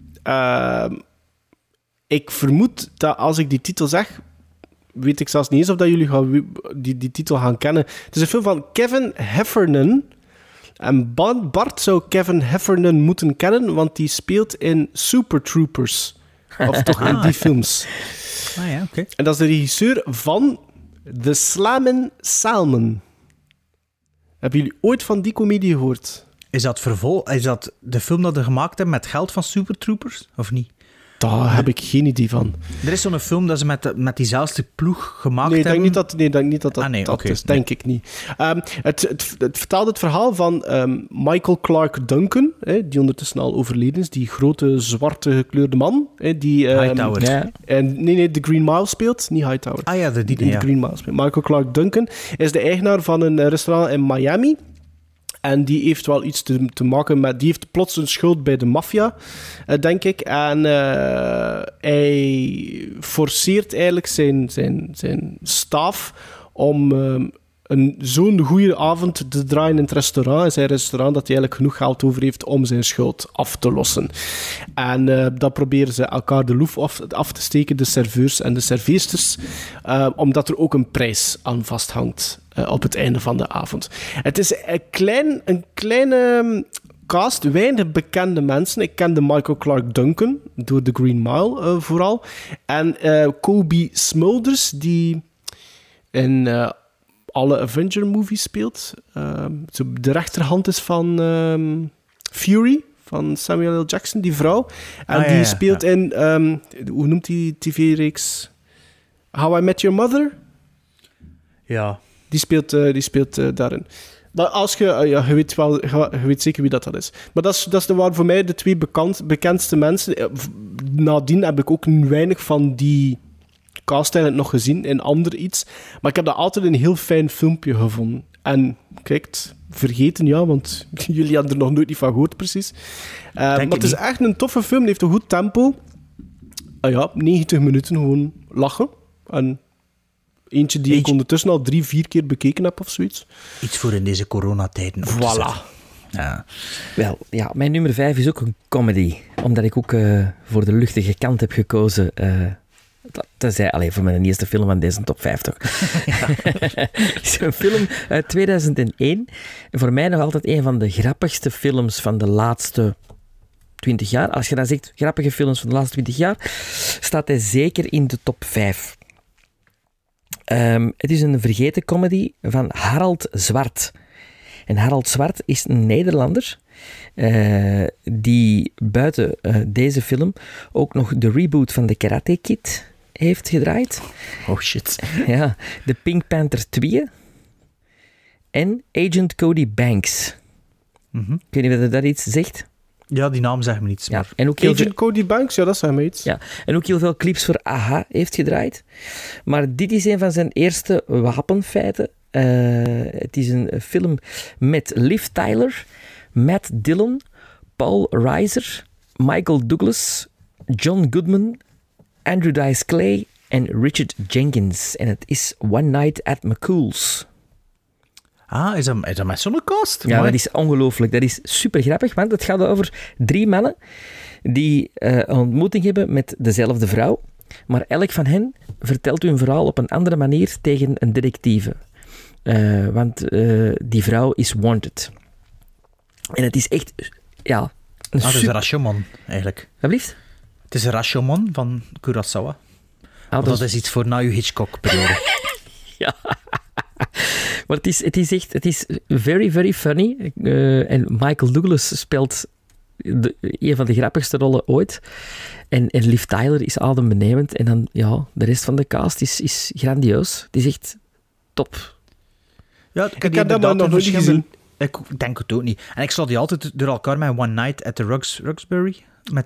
Ik vermoed dat als ik die titel zeg, weet ik zelfs niet eens of dat jullie die titel gaan kennen. Het is een film van Kevin Heffernan. En Bart zou Kevin Heffernan moeten kennen, want die speelt in Super Troopers. Of toch in die films. Ah ja, oké. En dat is de regisseur van... The Slammin' Salmon. Hebben jullie ooit van die comedie gehoord? Is dat de film dat ze gemaakt hebben met geld van Super Troopers, of niet? Daar heb ik geen idee van. Er is zo'n film dat ze met diezelfde ploeg gemaakt hebben. Denk niet dat is. Denk ik niet. Het vertelt het verhaal van Michael Clarke Duncan, die ondertussen al overleden is. Die grote, zwarte gekleurde man. Die Hightower. The Green Mile speelt. Niet Hightower. Ah ja, The Green Mile speelt. Michael Clarke Duncan is de eigenaar van een restaurant in Miami. En die heeft wel iets te maken met... Die heeft plots een schuld bij de maffia, denk ik. En hij forceert eigenlijk zijn staf om zo'n goede avond te draaien in het restaurant. In zijn restaurant dat hij eigenlijk genoeg geld over heeft om zijn schuld af te lossen. En dat proberen ze elkaar de loef af te steken, de serveurs en de serveersters. Omdat er ook een prijs aan vasthangt op het einde van de avond. Het is een kleine cast, weinig bekende mensen. Ik kende Michael Clarke Duncan, door The Green Mile vooral. En Kobe Smulders, die in alle Avenger-movies speelt. De rechterhand is van Fury, van Samuel L. Jackson, die vrouw. En die speelt in... hoe noemt die tv-reeks? How I Met Your Mother? Ja. Die speelt daarin. Maar als je... je weet zeker wie dat is. Maar dat waren voor mij de twee bekendste mensen. Nadien heb ik ook weinig van die cast eigenlijk nog gezien in ander iets. Maar ik heb dat altijd een heel fijn filmpje gevonden. En kijk, vergeten, ja, want jullie hadden er nog nooit niet van gehoord, precies. Maar het is echt een toffe film. Die heeft een goed tempo. 90 minuten gewoon lachen. En eentje die ik ondertussen al 3-4 keer bekeken heb of zoiets. Iets voor in deze coronatijden. Voilà. Ja. Wel, ja, mijn nummer 5 is ook een comedy. Omdat ik ook voor de luchtige kant heb gekozen. Dat is voor mijn eerste film van deze top 50. Het is een film uit 2001. Voor mij nog altijd een van de grappigste films van de laatste 20 jaar. Als je dan zegt grappige films van de laatste 20 jaar, staat hij zeker in de top 5. Het is een vergeten comedy van Harald Zwart. En Harald Zwart is een Nederlander die buiten deze film ook nog de reboot van de Karate Kid heeft gedraaid. Oh shit. Ja, de Pink Panther 2 en Agent Cody Banks. Mm-hmm. Ik weet niet of dat iets zegt. Ja, die naam zegt me niets. Ja, Maar... en ook Agent Cody Banks, ja, dat zegt me iets. Ja, en ook heel veel clips voor AHA heeft gedraaid. Maar dit is een van zijn eerste wapenfeiten. Het is een film met Liv Tyler, Matt Dillon, Paul Reiser, Michael Douglas, John Goodman, Andrew Dice Clay en Richard Jenkins. En het is One Night at McCool's. Ah, is dat met zo'n cast? Ja, dat is ongelooflijk. Dat is super grappig, want het gaat over 3 mannen die een ontmoeting hebben met dezelfde vrouw. Maar elk van hen vertelt hun verhaal op een andere manier tegen een detectieve. Want die vrouw is wanted. En het is echt... Ja, het is een Rashomon, eigenlijk. Wat blieft? Het is een Rashomon van Kurosawa. Dat is iets voor na uw Hitchcock-periode. Ja. Maar het is very, very funny. En Michael Douglas speelt een van de grappigste rollen ooit. En Liv Tyler is adembenemend. En dan, ja, de rest van de cast is grandioos. Het is echt top. Ja, ik heb dat maar nog nooit gezien. Ik denk het ook niet. En ik sla die altijd door elkaar met One Night at the Roxbury. Met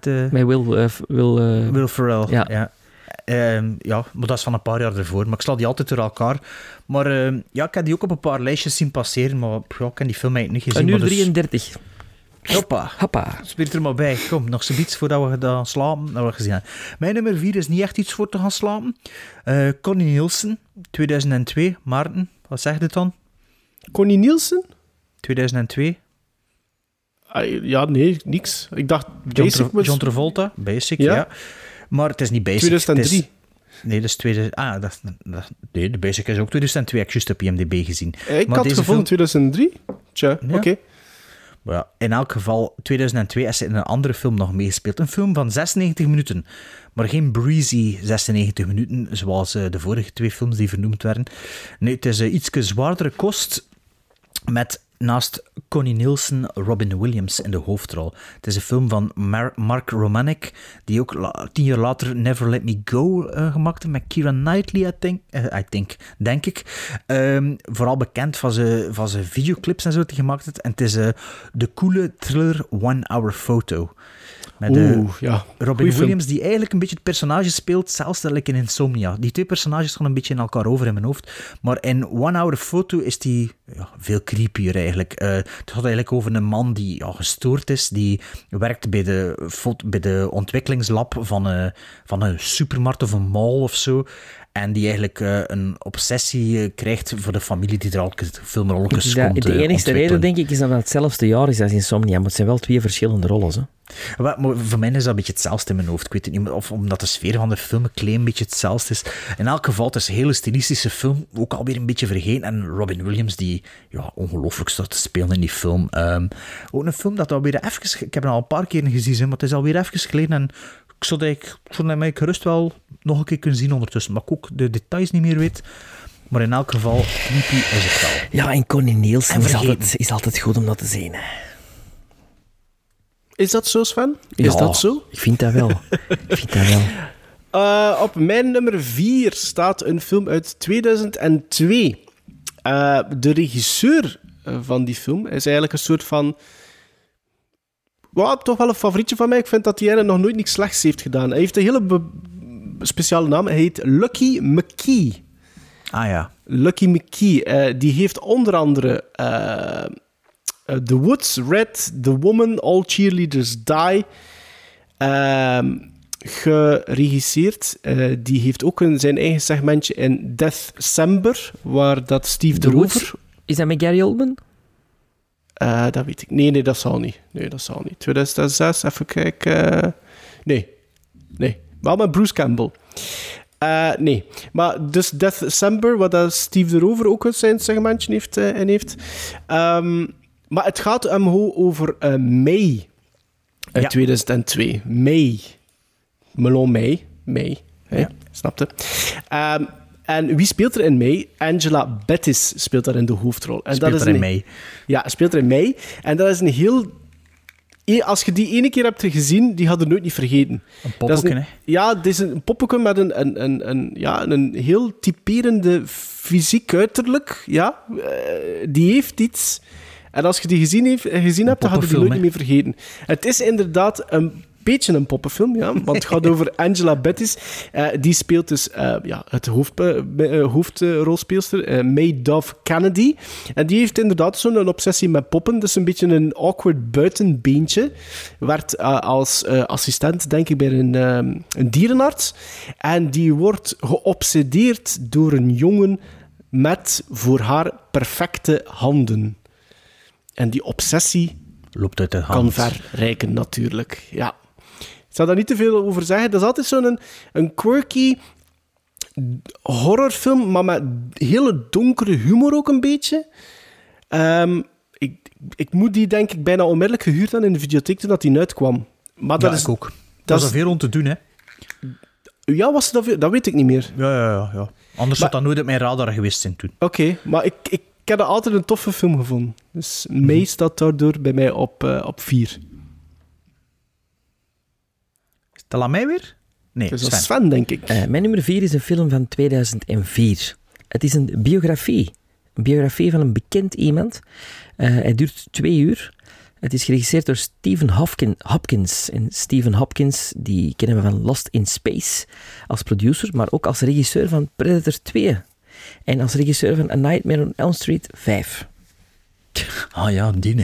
Will Ferrell. Ja. Ja, maar dat is van een paar jaar ervoor. Maar ik sla die altijd door elkaar. Maar ja, ik heb die ook op een paar lijstjes zien passeren. Maar ja, ik heb die film eigenlijk niet gezien. Een uur 33. Hoppa. Speelt er maar bij. Kom, nog zoiets voordat we gaan slapen. Dat we gezien hebben. Mijn nummer 4 is niet echt iets voor te gaan slapen. Connie Nielsen, 2002. Maarten, wat zegt het dan? Connie Nielsen? 2002. Ja, nee, niks. Ik dacht John Travolta, Basic, ja. Maar het is niet Basic. 2003. Nee, dat is 2000. Nee, de Basic is ook 2002. Ik juist op IMDb gezien. Ik had gevonden 2003. Tja, ja. Oké. Ja, in elk geval, 2002 is ze in een andere film nog meegespeeld. Een film van 96 minuten. Maar geen breezy 96 minuten, zoals de vorige 2 films die vernoemd werden. Nee, het is iets zwaardere kost met naast Connie Nielsen, Robin Williams in de hoofdrol. Het is een film van Mark Romanek, die ook 10 jaar later Never Let Me Go gemaakt heeft, met Keira Knightley, denk ik. Vooral bekend van zijn videoclips en zo die gemaakt heeft. En het is de coole thriller One Hour Photo. Met Robin Williams, die eigenlijk een beetje het personage speelt, zelfs in Insomnia. Die 2 personages gaan een beetje in elkaar over in mijn hoofd. Maar in One Hour Photo is die veel creepier eigenlijk. Het gaat eigenlijk over een man die gestoord is, die werkt bij de ontwikkelingslab van een supermarkt of een mall of zo. En die eigenlijk een obsessie krijgt voor de familie die er al filmrolletjes komt de enige reden, denk ik, is dat het hetzelfde jaar is als Insomnia. Maar het zijn wel 2 verschillende rollen. Hè? Maar voor mij is dat een beetje hetzelfde in mijn hoofd. Ik weet het niet, of omdat de sfeer van de film een klein beetje hetzelfde is. In elk geval, het is een hele stilistische film. Ook alweer een beetje vergeten. En Robin Williams, die ongelooflijk staat te spelen in die film. Ook een film dat alweer even... Ik heb hem al een paar keer gezien, maar het is alweer even geleden. En ik zou mij gerust wel nog een keer kunnen zien ondertussen. Maar ik ook de details niet meer weet. Maar in elk geval, creepy is het wel. Ja, en Connie Nielsen is altijd goed om dat te zien. Is dat zo, Sven? Is dat zo? Ik vind dat wel. Op mijn nummer 4 staat een film uit 2002. De regisseur van die film is eigenlijk een soort van... toch wel een favorietje van mij. Ik vind dat hij eigenlijk nog nooit niks slechts heeft gedaan. Hij heeft een hele speciale naam. Hij heet Lucky McKee. Ah ja. Lucky McKee. Die heeft onder andere The Woods, Red, The Woman, All Cheerleaders Die geregisseerd. Die heeft ook zijn eigen segmentje in Deathcember, waar dat Steve de Rover... Is dat met Gary Oldman? Dat weet ik. Nee, dat zal niet. 2006, even kijken. Nee. Wel met Bruce Campbell. Nee. Maar dus Deathcember, wat dat Steve de Rover ook zijn segmentje heeft. Maar het gaat hem over May uit 2002. May. Melon May. Ja. Snapte? En wie speelt er in May? Angela Bettis speelt daar in de hoofdrol. En speelt er in May? Ja, speelt er in May. En dat is een heel... Als je die ene keer hebt gezien, die had je nooit niet vergeten. Een poppeken, hè? Ja, het is een poppeken met een heel typerende fysiek uiterlijk. Ja, die heeft iets... En als je die gezien hebt, dan had je die nooit niet meer vergeten. Het is inderdaad een beetje een poppenfilm, ja, want het gaat over Angela Bettis. Die speelt dus het hoofdrolspeelster, Mae Dove Kennedy. En die heeft inderdaad zo'n obsessie met poppen. Dus een beetje een awkward buitenbeentje. Werd als assistent, denk ik, bij een dierenarts. En die wordt geobsedeerd door een jongen met voor haar perfecte handen. En die obsessie loopt uit de hand. Kan verrijken, natuurlijk. Ja. Ik zal daar niet te veel over zeggen. Dat is altijd zo'n een quirky horrorfilm, maar met hele donkere humor ook een beetje. Ik moet die, denk ik, bijna onmiddellijk gehuurd hebben in de videotheek toen dat die uitkwam. Maar dat is ik ook. Dat is er veel om te doen, hè? Ja, was dat veel? Dat weet ik niet meer. Ja. Anders had dat nooit op mijn radar geweest zijn toen. Oké, maar ik heb dat altijd een toffe film gevonden. Dus May staat daardoor bij mij op 4. Is het al aan mij weer? Nee, dat is Sven, denk ik. Mijn nummer 4 is een film van 2004. Het is een biografie. Een biografie van een bekend iemand. Hij duurt 2 uur. Het is geregisseerd door Stephen Hopkins. En Stephen Hopkins, die kennen we van Lost in Space als producer, maar ook als regisseur van Predator 2. En als regisseur van A Nightmare on Elm Street 5. Ah ja, die.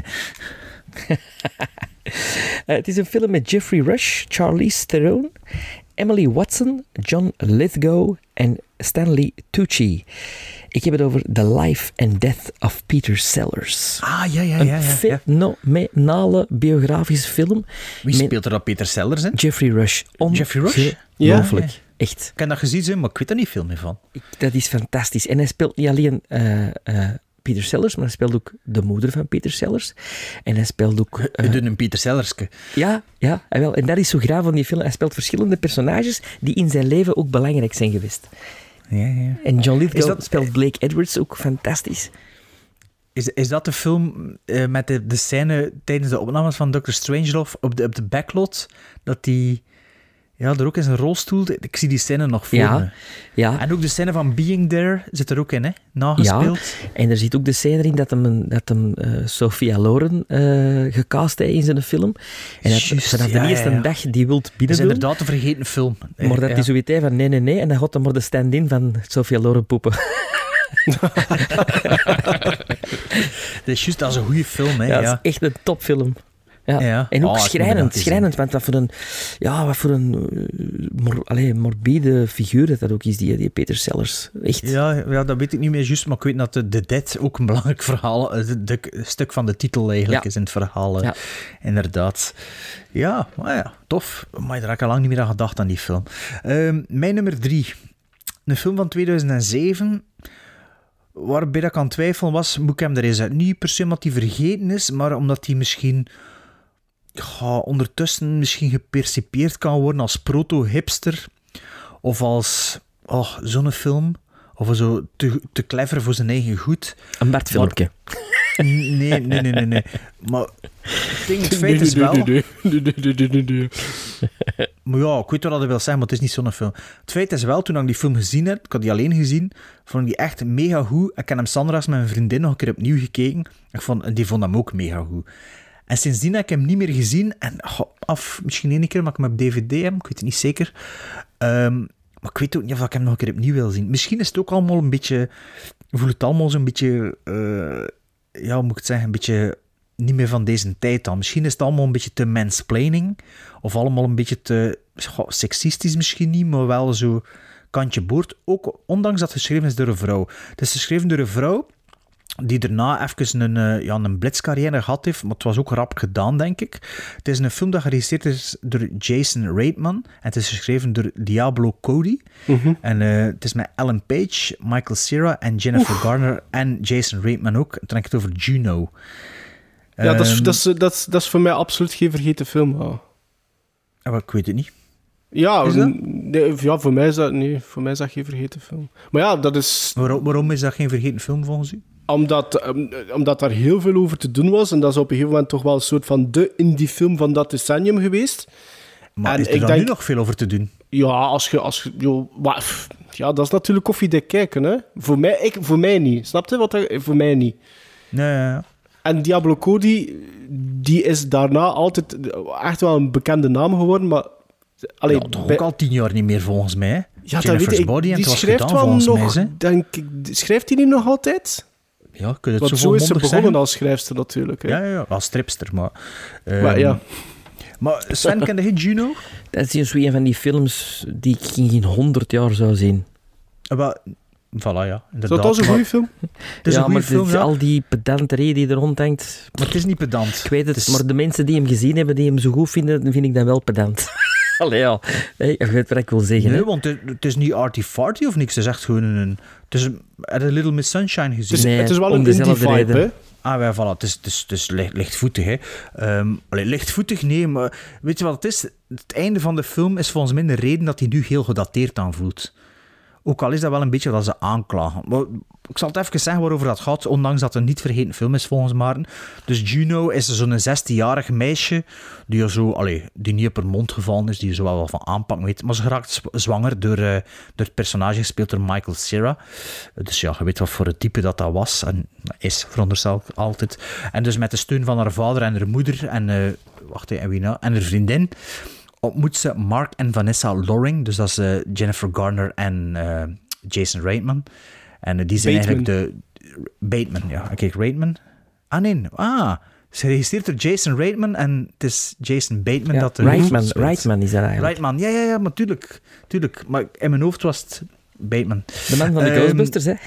Het is een film met Jeffrey Rush, Charlize Theron, Emily Watson, John Lithgow en Stanley Tucci. Ik heb het over The Life and Death of Peter Sellers. Ah, ja. Een fenomenale biografische film. Wie speelt er op Peter Sellers in? Jeffrey Rush. Jeffrey Rush? Ongelooflijk. Ja. Echt. Ik heb dat gezien, maar ik weet er niet veel meer van. Dat is fantastisch. En hij speelt niet alleen Peter Sellers, maar hij speelt ook de moeder van Peter Sellers. En hij speelt ook... Je doet een Peter Sellerske. Ja, wel. En dat is zo graaf van die film. Hij speelt verschillende personages die in zijn leven ook belangrijk zijn geweest. Ja. En John Lithgow speelt Blake Edwards ook fantastisch. Is dat de film met de scène tijdens de opnames van Dr. Strangelove op de backlot? Dat die... Ja, er ook in zijn rolstoel. Ik zie die scène nog voor me. Ja. En ook de scène van Being There zit er ook in, hè? Nagespeeld. Ja, en er zit ook de scène in dat hem Sophia Loren gecast heeft in zijn film. En dat vanaf de eerste dag die wilt binnen Dat is doen. inderdaad een vergeten film. Maar dat hij zoiets heeft van nee. En dan gaat hij maar de stand-in van Sophia Loren poepen. Dat is juist, dat is een goede film, hè? Ja, dat is echt een topfilm. Ja. En ook schrijnend, want wat voor een morbide figuur dat ook is, die Peter Sellers. Echt. Ja, dat weet ik niet meer juist, maar ik weet dat The Dead ook een belangrijk verhaal, een stuk van de titel eigenlijk is in het verhaal. Inderdaad. Ja, maar ja, tof. Maar daar heb ik al lang niet meer aan gedacht aan die film. Mijn nummer 3. Een film van 2007... waarbij ik aan twijfel was, moet ik hem er eens uit. Niet per se omdat hij vergeten is, maar omdat hij misschien ondertussen misschien gepercipeerd kan worden als proto-hipster of als zo'n film, of zo te clever voor zijn eigen goed. Een Bart-filmpje. Nee. Maar het feit is wel... Maar ja, ik weet wat dat wil zeggen, maar het is niet zo'n film. Het feit is wel, toen ik die film gezien heb, ik had die alleen gezien, vond ik die echt mega goed. Ik heb hem Sandra's met mijn vriendin nog een keer opnieuw gekeken. Die vond hem ook mega goed. En sindsdien heb ik hem niet meer gezien. En misschien één keer, maar ik hem op DVD heb, ik weet het niet zeker. Maar ik weet ook niet of ik hem nog een keer opnieuw wil zien. Misschien is het ook allemaal een beetje... Ik voel het allemaal zo'n beetje... hoe moet ik het zeggen? Een beetje niet meer van deze tijd dan. Misschien is het allemaal een beetje te mansplaining. Of allemaal een beetje te... seksistisch misschien niet, maar wel zo kantje boord. Ook ondanks dat het geschreven is door een vrouw. Het is geschreven door een vrouw die daarna even een blitzcarrière gehad heeft, maar het was ook rap gedaan, denk ik. Het is een film dat geregisseerd is door Jason Reitman en het is geschreven door Diablo Cody. Mhm. En het is met Ellen Page, Michael Cera en Jennifer Garner en Jason Reitman ook. Dan heb ik het over Juno. Ja, dat is voor mij absoluut geen vergeten film. Ik weet het niet. Ja, voor mij is dat geen vergeten film. Maar ja, dat is... Waarom is dat geen vergeten film volgens u? Omdat daar heel veel over te doen was. En dat is op een gegeven moment toch wel een soort van de indie film van dat decennium geweest. Maar is er dan nu nog veel over te doen? Ja, dat is natuurlijk koffiedik kijken. Hè? Voor mij niet. Snap je? Voor mij niet. Nee. En Diablo Cody, die is daarna altijd echt wel een bekende naam geworden, maar... toch ook al 10 jaar niet meer volgens mij. Hè? Ja, dat weet ik. Die schrijft wel nog, denk ik... Schrijft hij niet nog altijd? Ja, kun je het want zo is ze begonnen zeggen? als schrijfster natuurlijk. Hè. Ja, als stripster, maar... Maar ja. Maar Sven, kende je Juno? Dat is een van die films die ik in geen 100 jaar zou zien. Voilà, ja. Inderdaad. Zou dat een goede film? Het is een goede film, ja. Al die pedanterie die er rondhangt... Maar het is niet pedant. Ik weet het, maar de mensen die hem gezien hebben, die hem zo goed vinden, vind ik dan wel pedant. Allee, ja. Je weet wat ik wil zeggen. Nee, hè? want het is niet arty-farty of niks. Het is echt gewoon een... Het is A Little Miss Sunshine gezien. Het is wel een indie vibe, hè? Ja, voilà. Het is lichtvoetig, hè. Lichtvoetig, nee, maar... Weet je wat het is? Het einde van de film is volgens mij de reden dat hij nu heel gedateerd aanvoelt. Ook al is dat wel een beetje wat ze aanklagen. Maar ik zal het even zeggen waarover dat gaat, ondanks dat het een niet vergeten film is volgens Maarten. Dus Juno is zo'n 16-jarig meisje die niet op haar mond gevallen is, die er zo wel van aanpakken weet. Maar ze geraakt zwanger door het personage gespeeld door Michael Cera. Dus ja, je weet wat voor het type dat was. En is, veronderstel ik altijd. En dus met de steun van haar vader en haar moeder en haar vriendin ontmoet ze Mark en Vanessa Loring. Dus dat is Jennifer Garner en Jason Reitman. En die zijn Bateman. eigenlijk de... Bateman, ja. Kijk, Reitman. Ze regisseert door Jason Reitman en het is Jason Bateman dat de... Reitman is dat eigenlijk. Reitman, ja, maar tuurlijk. Maar in mijn hoofd was het Bateman. De man van de Ghostbusters, hè?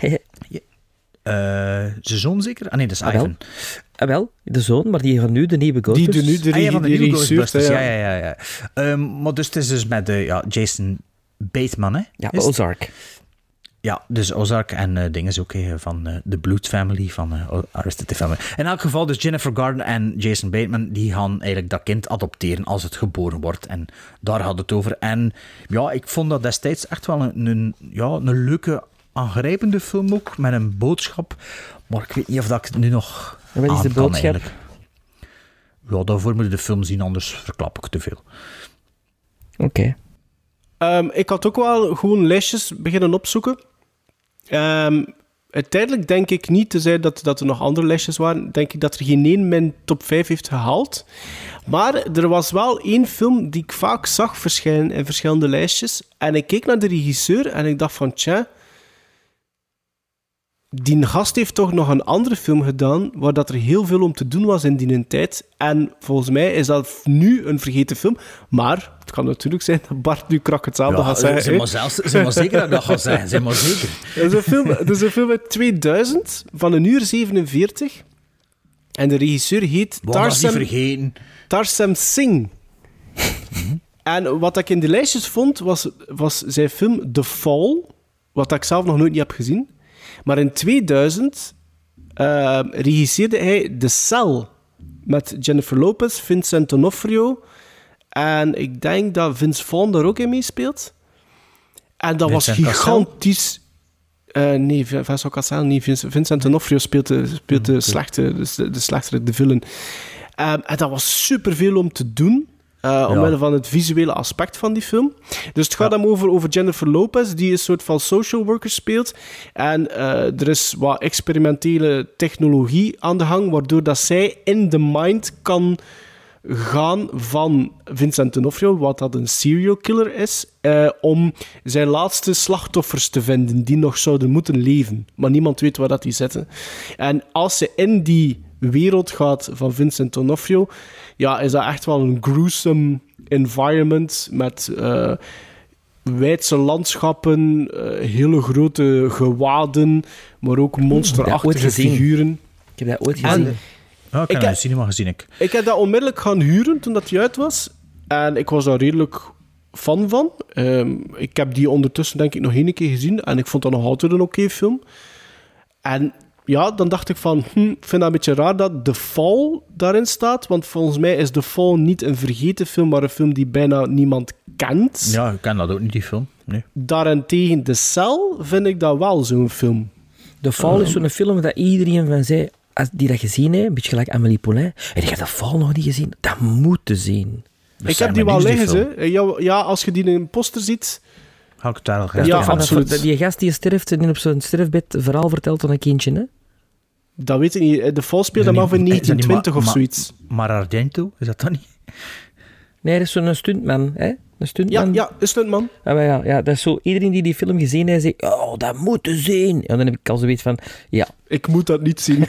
Zijn zoon zeker? Nee, dat is Ivan. Wel, de zoon, maar die van nu de nieuwe Ghostbusters. Van de nieuwe Ghostbusters, ja. Maar dus het is dus met Jason Bateman, hè? Ja, Ozark. Ja, dus Ozark en dingen ook van de Blood Family, van Arrested Family. In elk geval, dus Jennifer Garner en Jason Bateman, die gaan eigenlijk dat kind adopteren als het geboren wordt. En daar gaat het over. En ja, ik vond dat destijds echt wel een leuke aangrijpende film ook, met een boodschap. Maar ik weet niet of dat ik het nu nog en wat is de boodschap? Eigenlijk. Ja, daarvoor moet je de film zien, anders verklap ik te veel. Oké. Ik had ook wel gewoon lijstjes beginnen opzoeken. Uiteindelijk denk ik niet, tenzij dat er nog andere lijstjes waren, denk ik dat er geen één mijn top 5 heeft gehaald. Maar er was wel één film die ik vaak zag verschijnen in verschillende lijstjes. En ik keek naar de regisseur en ik dacht van, tja, die gast heeft toch nog een andere film gedaan waar dat er heel veel om te doen was in die tijd. En volgens mij is dat nu een vergeten film. Maar het kan natuurlijk zijn dat Bart nu krak hetzelfde gaat zeggen. Zeg maar zeker dat ik dat ga zeggen. Zeg maar zeker. Het is een film uit 2000 van 1 uur 47. En de regisseur heet Tarsem Singh. En wat ik in de lijstjes vond, was zijn film The Fall. Wat ik zelf nog nooit niet heb gezien. Maar in 2000 regisseerde hij The Cell met Jennifer Lopez, Vincent D'Onofrio en ik denk dat Vince Vaughn daar ook in meespeelt. En dat was gigantisch. Nee, Vincent Cassel niet. Vincent D'Onofrio speelt de slechte, de villain. En dat was superveel om te doen. Omwille van het visuele aspect van die film. Dus het gaat hem over Jennifer Lopez, die een soort van social worker speelt. En er is wat experimentele technologie aan de gang, waardoor dat zij in de mind kan gaan van Vincent D'Onofrio, wat dat een serial killer is, om zijn laatste slachtoffers te vinden, die nog zouden moeten leven. Maar niemand weet waar dat die zitten. En als ze in die wereld gaat van Vincent D'Onofrio, ja, is dat echt wel een gruesome environment met wijdse landschappen, hele grote gewaden, maar ook monsterachtige figuren. Ik heb dat ooit gezien. Ik heb dat in de cinema gezien. Ik heb dat onmiddellijk gaan huren toen dat die uit was. En ik was daar redelijk fan van. Ik heb die ondertussen denk ik nog 1 keer gezien. En ik vond dat nog altijd een oké film. En ja, dan dacht ik van, ik vind dat een beetje raar dat The Fall daarin staat. Want volgens mij is The Fall niet een vergeten film, maar een film die bijna niemand kent. Ja, ik ken dat ook niet, die film. Nee. Daarentegen The Cell vind ik dat wel zo'n film. The Fall is zo'n film dat iedereen van zei, als die dat gezien heeft, een beetje gelijk Amélie Poulain. En die gaat The Fall nog niet gezien. Dat moet te zien. Ik heb die wel liggen, hè. Ja, als je die in een poster ziet. Ga ik het daar al gaan. Ja, absoluut. Die gast die sterft en op zijn sterfbed verhaal vertelt aan een kindje, hè? Dat weet ik niet. De Fall speelde hem af in 1920 of zoiets. Maar Argento, is dat dan niet? Nee, dat is zo'n stuntman, hè? Een stuntman. Ja, een stuntman. Ja, dat is zo. Iedereen die film gezien heeft, zegt, oh, dat moet te zien. En dan heb ik al zoiets van, ja. Ik moet dat niet zien.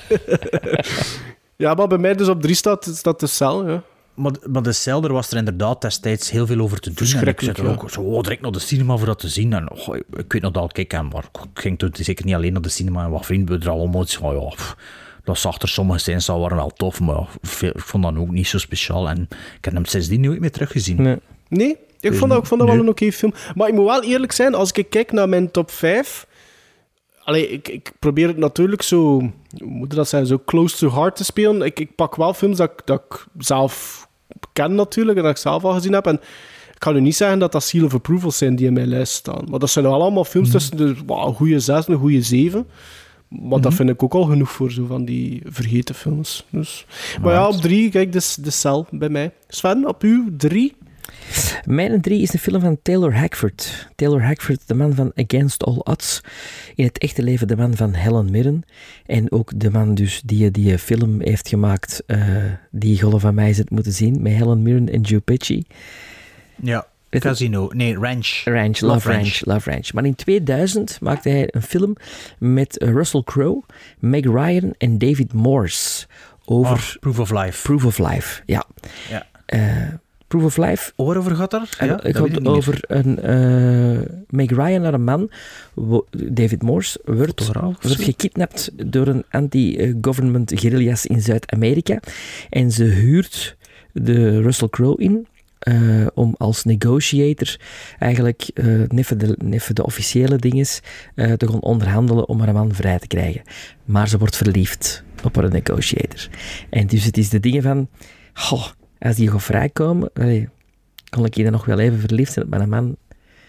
Ja, maar bij mij dus op 3 staat De Cell, ja. Maar De Cell, er was er inderdaad destijds heel veel over te doen. En ik zat er ook zo direct naar de cinema voor dat te zien. En ik weet nog dat ik kijk, maar ik ging toen zeker niet alleen naar de cinema. En wat vrienden er allemaal van, dat zag er sommige scènes al waren wel tof, maar ik vond dat ook niet zo speciaal. En ik heb hem sindsdien nooit meer teruggezien. Nee, ik vond dat wel een oké film. Maar ik moet wel eerlijk zijn, als ik kijk naar mijn top 5... Allee, ik probeer het natuurlijk zo... Hoe moet dat zijn? Zo close to heart te spelen. Ik pak wel films dat ik zelf ken natuurlijk en dat ik zelf al gezien heb. En ik kan u niet zeggen dat seal of approval zijn die in mijn lijst staan. Maar dat zijn wel allemaal films tussen de een goede 6 en een goede 7. Maar dat vind ik ook al genoeg voor zo van die vergeten films. Dus. Maar ja, op 3, kijk, De Cell bij mij. Sven, op uw 3? Mijn 3 is de film van Taylor Hackford. Taylor Hackford, de man van Against All Odds. In het echte leven de man van Helen Mirren. En ook de man dus die film heeft gemaakt, die Golf van mij is het moeten zien, met Helen Mirren en Joe Pesci. Ja, Casino. Nee, Ranch. Love Ranch. Maar in 2000 maakte hij een film met Russell Crowe, Meg Ryan en David Morse. Over Proof of Life. Proof of Life, ja. Proof of Life. Waarover gaat er? Ja, het gaat over een Meg Ryan naar een man. David Morse wordt gekidnapt door een anti-government guerrillas in Zuid-Amerika. En ze huurt de Russell Crowe in om als negotiator eigenlijk neffen de officiële dinges te gaan onderhandelen om haar man vrij te krijgen. Maar ze wordt verliefd op haar negotiator. En dus het is de dingen van... als die gaat vrijkomen, kan ik hier dan nog wel even verliefd zijn op mijn man.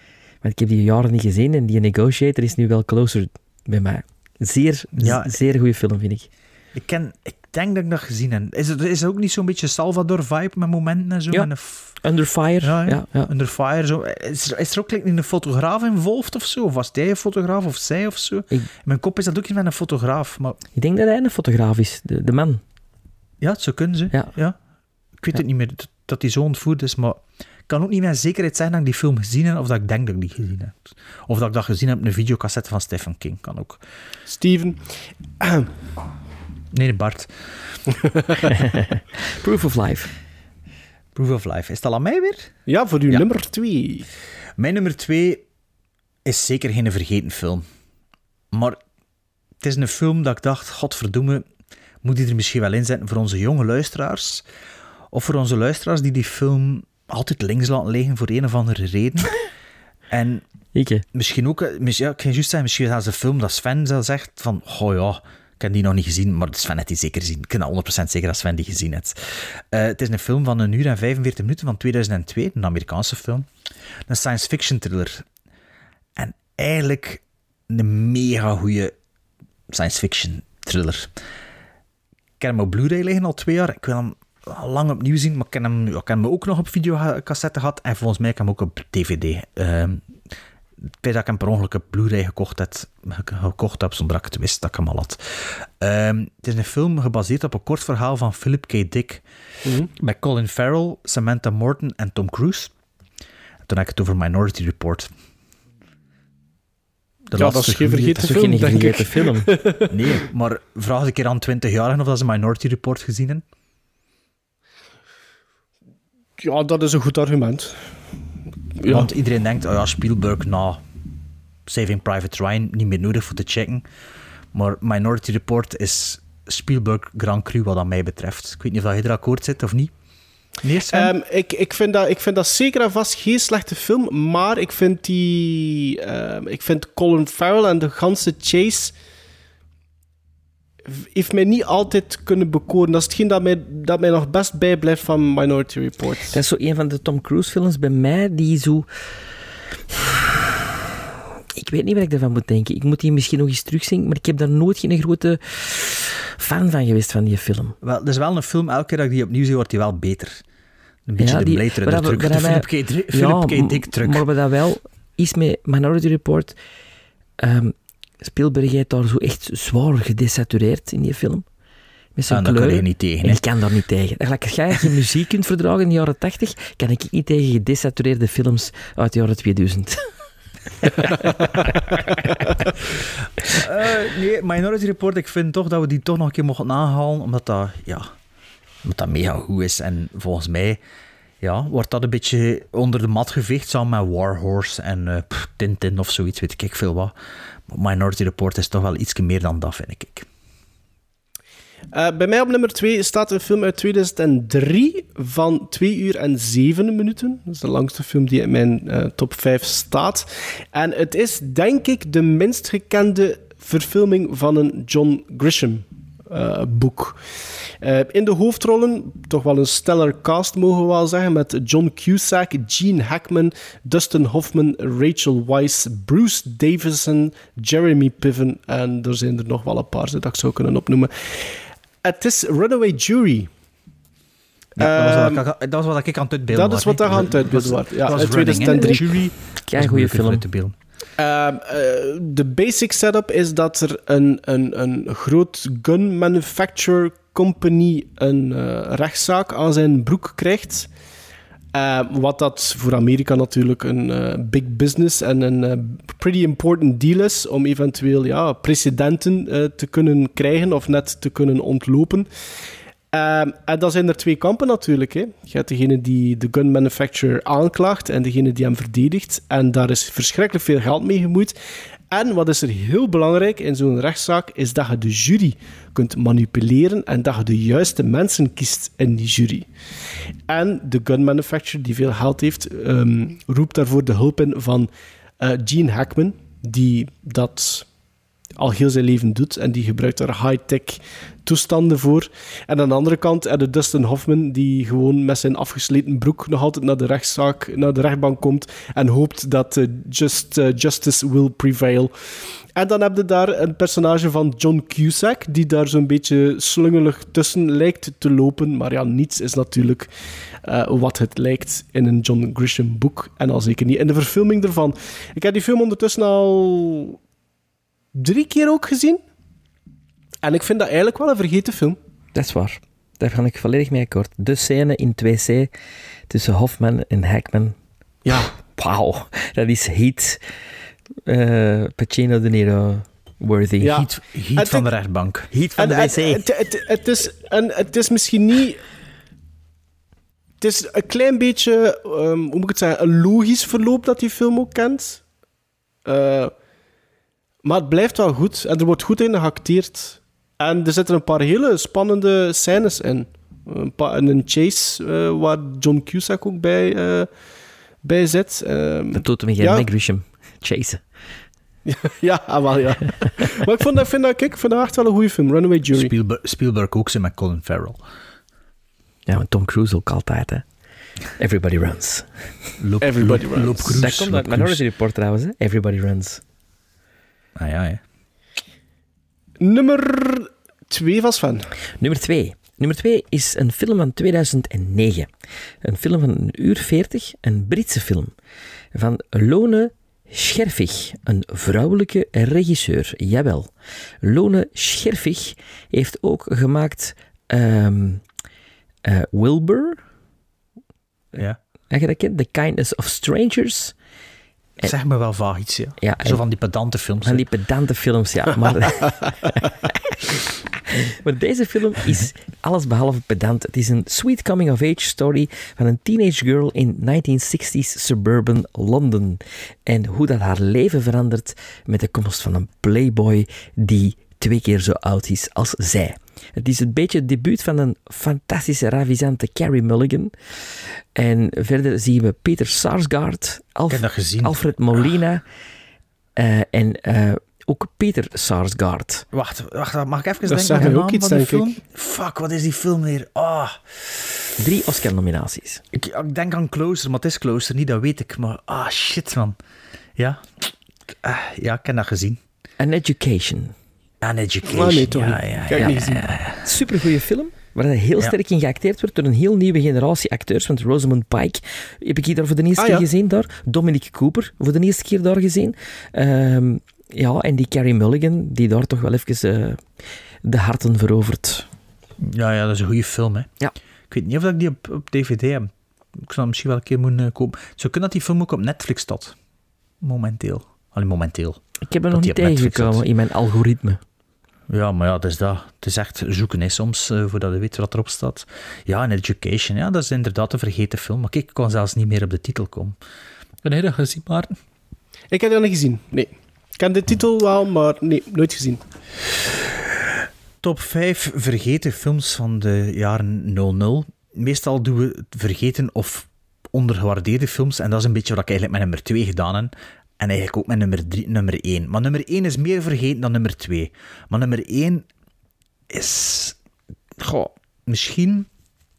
Want ik heb die jaren niet gezien en die Negotiator is nu wel closer bij mij. Zeer goede film, vind ik. Ik denk dat ik dat gezien heb. Is er ook niet zo'n beetje Salvador-vibe met momenten en zo? Ja, Under Fire. Ja. Under Fire. Zo. Is er ook een fotograaf involved of zo? Of was hij een fotograaf of zij of zo? In mijn kop is dat ook niet met een fotograaf. Maar... Ik denk dat hij een fotograaf is, de man. Ja, het zou kunnen ze. Ja. Ik weet het niet meer dat hij zo ontvoerd is, maar ik kan ook niet met zekerheid zeggen dat ik die film gezien heb of dat ik denk dat ik die gezien heb. Of dat ik dat gezien heb op een videocassette van Stephen King. Kan ook. Steven. Nee, Bart. Proof of Life. Proof of Life. Is het al aan mij weer? Ja, voor uw nummer 2. Mijn nummer 2 is zeker geen vergeten film. Maar het is een film dat ik dacht, godverdomme, moet die er misschien wel in zetten voor onze jonge luisteraars? Of voor onze luisteraars die film altijd links laten liggen voor een of andere reden. En misschien ook, ik kan juist zeggen, misschien is het een film dat Sven zelf zegt van, oh ja, ik heb die nog niet gezien, maar Sven heeft die zeker gezien. Ik ben 100% zeker dat Sven die gezien heeft. Het is een film van 1 uur en 45 minuten van 2002, een Amerikaanse film. Een science fiction thriller. En eigenlijk een mega goede science fiction thriller. Ik heb hem op Blu-ray liggen al 2 jaar. Ik wil hem al lang opnieuw zien, maar ik heb hem ook nog op videocassette gehad. En volgens mij heb ik hem ook op DVD. Ik weet dat ik hem per ongeluk op Blu-ray gekocht heb zonder dat ik het wist dat ik hem al had. Het is een film gebaseerd op een kort verhaal van Philip K. Dick. Met Colin Farrell, Samantha Morton en Tom Cruise. En toen heb ik het over Minority Report. Dat is geen vergeten film. Nee, maar vraag een keer aan 20-jarigen of dat ze Minority Report gezien hebben. Ja, dat is een goed argument. Ja. Want iedereen denkt, Spielberg na Saving Private Ryan niet meer nodig voor te checken. Maar Minority Report is Spielberg Grand Cru wat dat mij betreft. Ik weet niet of je er akkoord zit of niet. Nee, Sven? Ik vind dat zeker en vast geen slechte film, maar ik vind Colin Farrell en de ganse chase heeft mij niet altijd kunnen bekoren. Dat is hetgeen dat mij nog best bijblijft van Minority Report. Dat is zo een van de Tom Cruise films bij mij die zo... Ik weet niet wat ik ervan moet denken. Ik moet die misschien nog eens terugzien, maar ik heb daar nooit geen grote fan van geweest van die film. Wel, dat is wel een film, elke keer dat ik die opnieuw zie, wordt die wel beter. Een beetje de Blade Runner truc, de Philip K. Dick truc. Maar wat dat wel is met Minority Report... Spielberg heeft daar zo echt zwaar gedesatureerd in die film. Met zijn kleuren. Daar kan je niet tegen. En ik kan daar niet tegen. Gelijk als jij geen muziek kunt verdragen in de jaren 80, kan ik niet tegen gedesatureerde films uit de jaren 2000. Nee, Minority Report, ik vind toch dat we die toch nog een keer mogen aanhalen, omdat dat mega goed is. En volgens mij wordt dat een beetje onder de mat geveegd, samen met War Horse en Tintin of zoiets, weet ik veel wat. Maar Minority Report is toch wel iets meer dan dat, vind ik. Bij mij op nummer 2 staat een film uit 2003 van 2 uur en 7 minuten. Dat is de langste film die in mijn top 5 staat. En het is, denk ik, de minst gekende verfilming van een John Grisham boek. In de hoofdrollen, toch wel een stellar cast mogen we wel zeggen, met John Cusack, Gene Hackman, Dustin Hoffman, Rachel Weisz, Bruce Davison, Jeremy Piven en er zijn er nog wel een paar dat ik zou kunnen opnoemen. Het is Runaway Jury. Ja, dat was wat ik aan het uitbeelden. Dat is wat daar aan het uitbeelden was. Ja, dat was 2003. Jury. Kijk, goede film. De basic setup is dat er een groot gun manufacturer company een rechtszaak aan zijn broek krijgt. Wat dat voor Amerika natuurlijk een big business en een pretty important deal is om eventueel precedenten te kunnen krijgen of net te kunnen ontlopen. En dan zijn er 2 kampen natuurlijk. Hè. Je hebt degene die de gun manufacturer aanklaagt en degene die hem verdedigt. En daar is verschrikkelijk veel geld mee gemoeid. En wat is er heel belangrijk in zo'n rechtszaak, is dat je de jury kunt manipuleren en dat je de juiste mensen kiest in die jury. En de gun manufacturer, die veel geld heeft, roept daarvoor de hulp in van Gene Hackman, die dat al heel zijn leven doet. En die gebruikt daar high-tech toestanden voor. En aan de andere kant heb je Dustin Hoffman, die gewoon met zijn afgesleten broek nog altijd naar de rechtbank komt en hoopt dat justice will prevail. En dan heb je daar een personage van John Cusack, die daar zo'n beetje slungelig tussen lijkt te lopen. Maar ja, niets is natuurlijk wat het lijkt in een John Grisham boek. En al zeker niet in de verfilming ervan. Ik heb die film ondertussen al 3 keer ook gezien. En ik vind dat eigenlijk wel een vergeten film. Dat is waar. Daar ga ik volledig mee akkoord. De scène in 2C tussen Hoffman en Hackman. Ja. Wauw. Dat is heat. Pacino, De Niro, worthy. Ja. Heat van de rechtbank. Heat van de wc. Het is misschien niet... Het is een klein beetje, hoe moet ik het zeggen, een logisch verloop dat die film ook kent. Maar het blijft wel goed. En er wordt goed in geacteerd. En er zitten een paar hele spannende scènes in. Een chase waar John Cusack ook bij zit. Dat doet hem geen Meg Grisham. Chasen. Ja, wel ja. Maar ik vind dat echt wel een goede film. Runaway Jury. Spielberg ook zijn met Colin Farrell. Ja, maar Tom Cruise ook altijd, hè. Everybody runs. Everybody runs. Dat komt uit Minority Report trouwens, hè. Everybody runs. Ah ja, ja. Nummer 2 was van. Nummer 2 is een film van 2009. Een film van 1 uur 40, een Britse film. Van Lone Scherfig, een vrouwelijke regisseur. Jawel. Lone Scherfig heeft ook gemaakt Wilbur. Ja. Heb je dat kent? The Kindness of Strangers. Zeg me wel vaag iets, ja. Ja, zo van die pedante films. Van die pedante films, ja. Maar deze film is allesbehalve pedant. Het is een sweet coming-of-age story van een teenage girl in 1960s suburban Londen. En hoe dat haar leven verandert met de komst van een playboy die 2 keer zo oud is als zij. Het is een beetje het debuut van een fantastische, ravissante Carey Mulligan. En verder zien we Peter Sarsgaard, Alfred Molina en ook Peter Sarsgaard. Wacht, mag ik even denken aan de naam van de film? Fuck, wat is die film weer? 3 Oscar-nominaties. Ik denk aan Closer, maar het is Closer niet, dat weet ik. Maar shit, man. Ja, ik heb dat gezien. An Education. An Education. Nee, toch niet. Kijk niet gezien. Supergoeie film, waar heel sterk in geacteerd wordt door een heel nieuwe generatie acteurs. Want Rosamund Pike heb ik hier daar voor de eerste keer gezien. Daar. Dominic Cooper voor de eerste keer daar gezien. En die Carey Mulligan, die daar toch wel even de harten verovert. Ja, dat is een goede film, hè. Ja. Ik weet niet of ik die op DVD heb. Ik zou misschien wel een keer moeten kopen. Zo kunnen dat die film ook op Netflix staat. Momenteel. Ik heb er nog niet tegengekomen in mijn algoritme. Ja, maar ja, dat is dat. Het is echt zoeken, hè, soms, voordat je weet wat erop staat. Ja, An Education, ja, dat is inderdaad een vergeten film. Maar kijk, ik kon zelfs niet meer op de titel komen. Heb je dat gezien, Maarten? Ik heb dat niet gezien, nee. Ik ken de titel wel, maar nee, nooit gezien. Top 5 vergeten films van de jaren 00. Meestal doen we vergeten of ondergewaardeerde films. En dat is een beetje wat ik eigenlijk met nummer 2 gedaan heb. En eigenlijk ook met nummer 1. Maar nummer 1 is meer vergeten dan nummer 2. Maar nummer 1 is... misschien...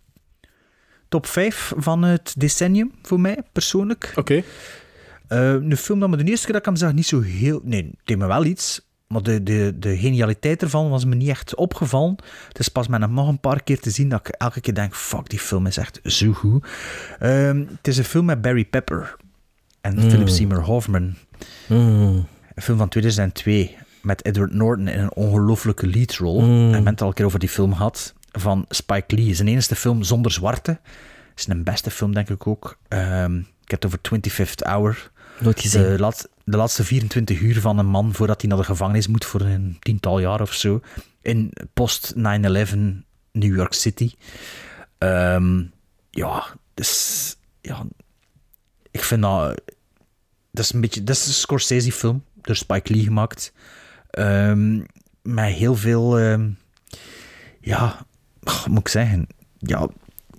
top 5 van het decennium, voor mij, persoonlijk. Oké. Een film dat me de eerste keer dat ik hem zag niet zo heel... Nee, het deed me wel iets. Maar de genialiteit ervan was me niet echt opgevallen. Het is pas met hem nog een paar keer te zien dat ik elke keer denk... Fuck, die film is echt zo goed. Het is een film met Barry Pepper... en Philip Seymour Hoffman. Een film van 2002 met Edward Norton in een ongelooflijke leadrol. En we hebben het al een keer over die film gehad. Van Spike Lee. Zijn enige film zonder zwarte. Is een beste film, denk ik ook. Ik heb het over 25th Hour. Nooit gezien. De laatste 24 uur van een man voordat hij naar de gevangenis moet voor een 10-tal jaar of zo. In post 9/11 New York City. Ik vind dat... Dat is een Scorsese-film, door Spike Lee gemaakt. Met heel veel... wat moet ik zeggen? Ja...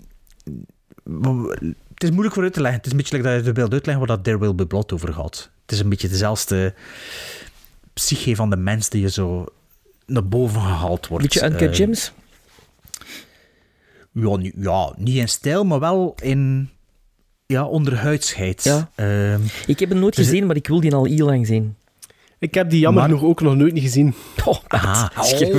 Het is moeilijk voor uit te leggen. Het is een beetje like dat je wilt uitleggen waar dat There Will Be Blood over gaat. Het is een beetje dezelfde psyche van de mens die je zo naar boven gehaald wordt. Beetje Uncut Gems? Ja, niet in stijl, maar wel in onderhuidsheid. Ja. Ik heb hem nooit gezien, maar ik wil die al heel lang zien. Ik heb die jammer genoeg ook nog nooit niet gezien. Schrijf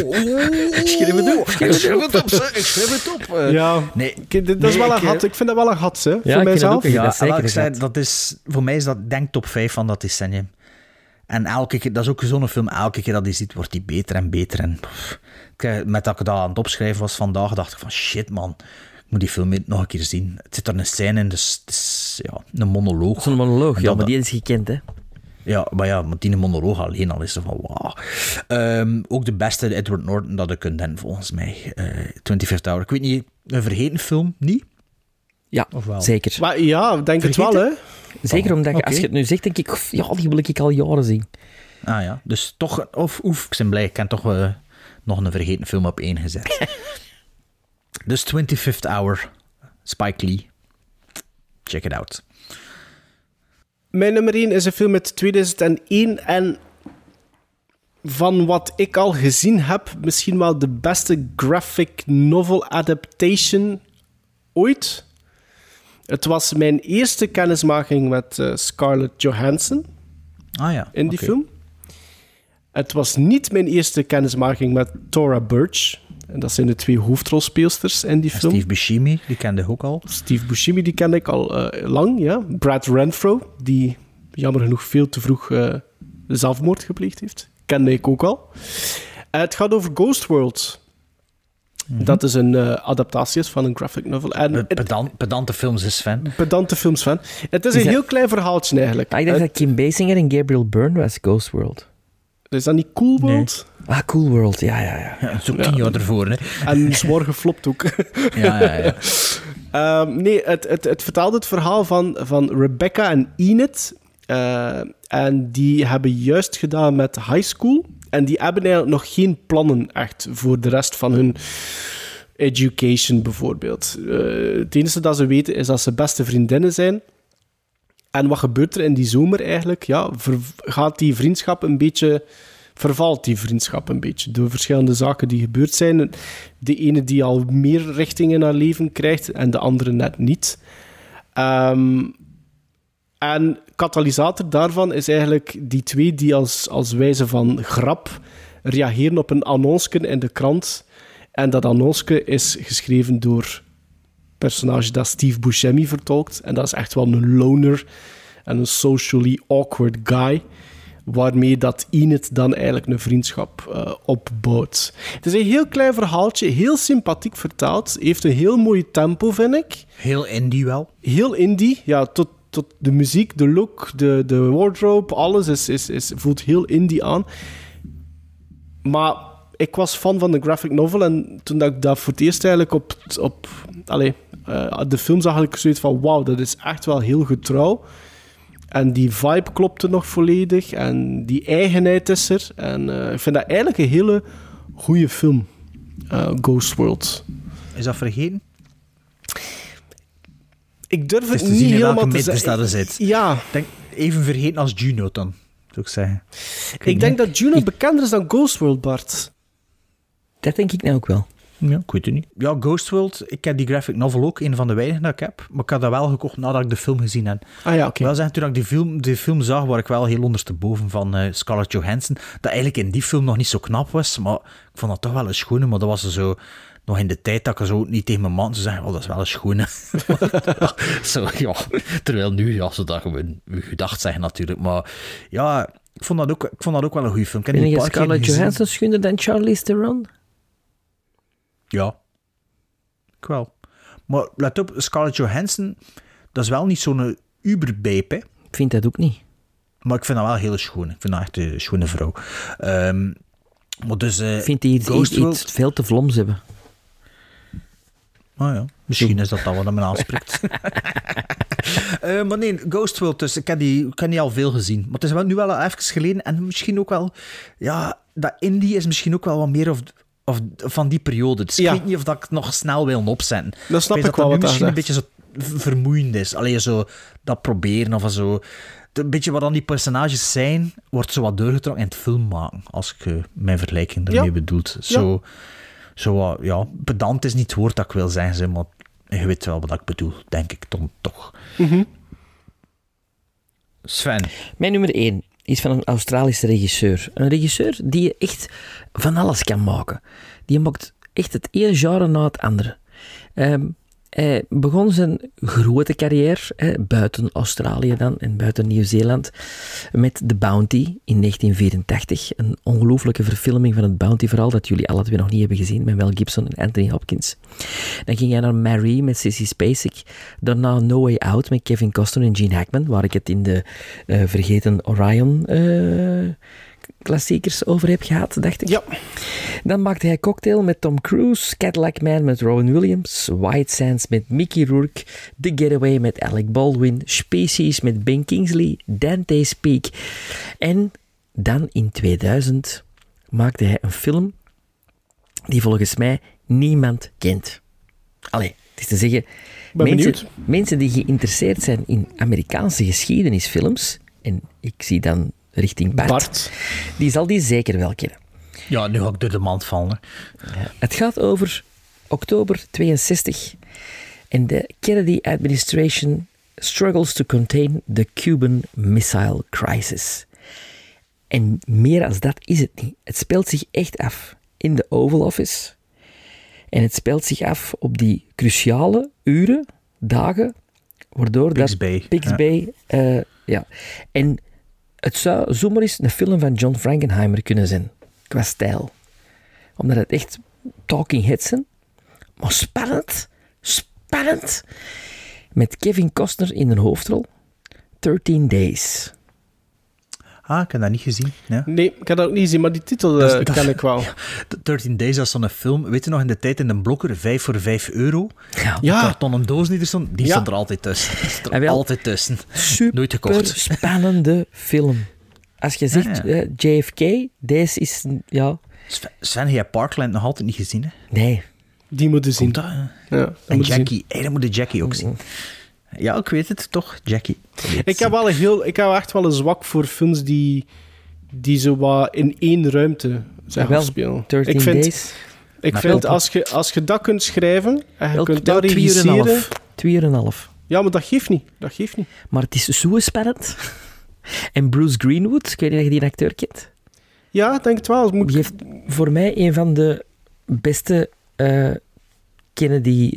het op. Ja, nee, dat is wel een gat. Ik vind dat wel een gat, hè, voor mijzelf. Voor mij is dat denk top 5 van dat decennium. En elke keer, dat is ook zo'n film, elke keer dat die ziet, wordt die beter en beter. En met dat ik dat aan het opschrijven was vandaag, dacht ik van shit man, ik moet die film nog een keer zien. Het zit er een scène in, dus het is een monoloog. Zo'n monoloog, ja, maar die is gekend, hè. Ja, maar die monoloog alleen al is er van wauw. Ook de beste Edward Norton dat ik kunt hebben, volgens mij. 25th Hour. Ik weet niet, een vergeten film, niet? Ja, zeker. Maar ja, denk het wel, hè. Zeker omdat, als je het nu zegt, denk ik, die wil ik al jaren zien. Ah ja, dus toch, ik ben blij, ik heb toch nog een vergeten film op 1 gezet. Dus 25th Hour, Spike Lee. Check it out. Mijn nummer 1 is een film uit 2001 en van wat ik al gezien heb, misschien wel de beste graphic novel adaptation ooit. Het was mijn eerste kennismaking met Scarlett Johansson in die film. Het was niet mijn eerste kennismaking met Thora Birch. En dat zijn de 2 hoofdrolspeelsters in die film. Steve Buscemi, die kende ik ook al. Steve Buscemi, die kende ik al lang, ja. Brad Renfro, die jammer genoeg veel te vroeg zelfmoord gepleegd heeft. Kende ik ook al. Het gaat over Ghost World. Dat is een adaptatie van een graphic novel. En pedante films is fan. Pedante films fan. Het is een heel klein verhaaltje eigenlijk. Ik dacht dat Kim Basinger en Gabriel Byrne was Ghost World. Is dat niet Cool World? Nee. Ah, Cool World, ja. Dat is ook 10 jaar ervoor, hè. En zwaar geflopt ook. Ja. Nee, het vertelde het verhaal van Rebecca en Enid. En die hebben juist gedaan met high school. En die hebben eigenlijk nog geen plannen echt voor de rest van hun education, bijvoorbeeld. Het enige dat ze weten is dat ze beste vriendinnen zijn. En wat gebeurt er in die zomer eigenlijk? Ja, vervalt die vriendschap een beetje door verschillende zaken die gebeurd zijn. De ene die al meer richting in haar leven krijgt en de andere net niet. En katalysator daarvan is eigenlijk die 2 die als wijze van grap reageren op een annonsje in de krant. En dat annonsje is geschreven door personage dat Steve Buscemi vertolkt. En dat is echt wel een loner en een socially awkward guy, waarmee dat Enid dan eigenlijk een vriendschap opbouwt. Het is een heel klein verhaaltje, heel sympathiek vertaald, heeft een heel mooi tempo, vind ik. Heel indie wel. Heel indie, ja, tot de muziek, de look, de wardrobe, alles voelt heel indie aan. Maar ik was fan van de graphic novel en toen ik dat voor het eerst eigenlijk de film zag, ik zoiets van wauw, dat is echt wel heel getrouw. En die vibe klopte nog volledig en die eigenheid is er. En ik vind dat eigenlijk een hele goede film, Ghost World. Is dat vergeten? Ik durf het niet helemaal te zeggen. Ja. Denk even vergeten als Juno dan, zou ik zeggen. Ik denk dat Juno bekender is dan Ghost World, Bart. Dat denk ik nou ook wel. Ja, ik weet het niet. Ja, Ghost World, ik heb die graphic novel ook, een van de weinigen dat ik heb. Maar ik had dat wel gekocht nadat ik de film gezien heb. Ah ja, oké. Wel zeggen, toen ik die film zag, waar ik wel heel ondersteboven van Scarlett Johansson. Dat eigenlijk in die film nog niet zo knap was, maar ik vond dat toch wel een schone. Maar dat was zo nog in de tijd dat ik zo niet tegen mijn man zou zeggen, oh, dat is wel een schone. Zo, ja. Terwijl nu, ja, ze dat gewoon gedacht zeggen natuurlijk. Maar ja, ik vond dat ook wel een goede film. Vind je Scarlett Johansson schoner dan Charlize Theron? Ja, ik wel. Maar let op, Scarlett Johansson, dat is wel niet zo'n uberbeep, hè. Ik vind dat ook niet. Maar ik vind dat wel heel schoon. Ik vind dat echt een schone vrouw. Maar dus, ik vind die iets veel te vloms hebben. Oh ja, misschien is dat wat me aanspreekt. Maar nee, Ghost World, dus ik heb die al veel gezien. Maar het is nu wel even geleden en misschien ook wel... Ja, dat indie is misschien ook wel wat meer of van die periode. Dus ik weet niet of dat ik het nog snel wil opzetten. Dat snap ik wel. Dat misschien een beetje zo vermoeiend is. Alleen zo dat proberen of zo. Een beetje wat dan die personages zijn, wordt zo wat doorgetrokken in het film maken, als ik mijn vergelijking ermee bedoelt. Zo, pedant is niet het woord dat ik wil zeggen, maar je weet wel wat ik bedoel, denk ik dan toch. Mm-hmm. Sven. Mijn nummer 1 is van een Australische regisseur. Een regisseur die je echt van alles kan maken. Die maakt echt het ene genre na het andere. Hij begon zijn grote carrière, buiten Australië dan en buiten Nieuw-Zeeland, met The Bounty in 1984. Een ongelooflijke verfilming van het Bounty-verhaal dat jullie alle twee nog niet hebben gezien, met Mel Gibson en Anthony Hopkins. Dan ging hij naar Marie met Sissy Spacek. Daarna No Way Out met Kevin Costner en Gene Hackman, waar ik het in de vergeten Orion klassiekers over heb gehad, dacht ik. Ja. Dan maakte hij Cocktail met Tom Cruise, Cadillac Man met Robin Williams, White Sands met Mickey Rourke, The Getaway met Alec Baldwin, Species met Ben Kingsley, Dante's Peak. En dan in 2000 maakte hij een film die volgens mij niemand kent. Allee, het is te zeggen, mensen die geïnteresseerd zijn in Amerikaanse geschiedenisfilms, en ik zie dan richting Bart, die zal die zeker wel kennen. Ja, nu ga ik door de mand vallen. Ja, het gaat over oktober 62 en de Kennedy administration struggles to contain the Cuban Missile Crisis. En meer als dat is het niet. Het speelt zich echt af in de Oval Office en het speelt zich af op die cruciale uren, dagen, waardoor Pix Bay. En het zou zomaar eens een film van John Frankenheimer kunnen zijn, qua stijl. Omdat het echt talking heads zijn, maar spannend. Met Kevin Costner in een hoofdrol. 13 Days. Ah, ik heb dat niet gezien. Ja. Nee, ik heb dat ook niet gezien, maar die titel ken ik wel. 13 Days, dat is zo'n film. Weet je nog, in de tijd in een blokker, 5 voor €5. Ja. Kartonnen doos die er stond, die stond er altijd tussen. Altijd tussen. Nooit gekocht. Super spannende film. Als je zegt JFK, deze is... Ja. Sven, heb jij Parkland nog altijd niet gezien? Hè? Nee. Die moeten zien. Dat, ja, en Jackie. Dat moet de Jackie ook zien. Ja, ik weet het, toch? Jackie. Ik heb echt wel een zwak voor films die zo wat in één ruimte afspelen. 13 Days. Ik vind, als je dat kunt schrijven en je kunt dat regisseren... 2,5. Ja, maar dat geeft niet. Maar het is zo spannend. En Bruce Greenwood, ik weet niet of je die acteur kent. Ja, ik denk het wel. Die heeft voor mij een van de beste Kennedy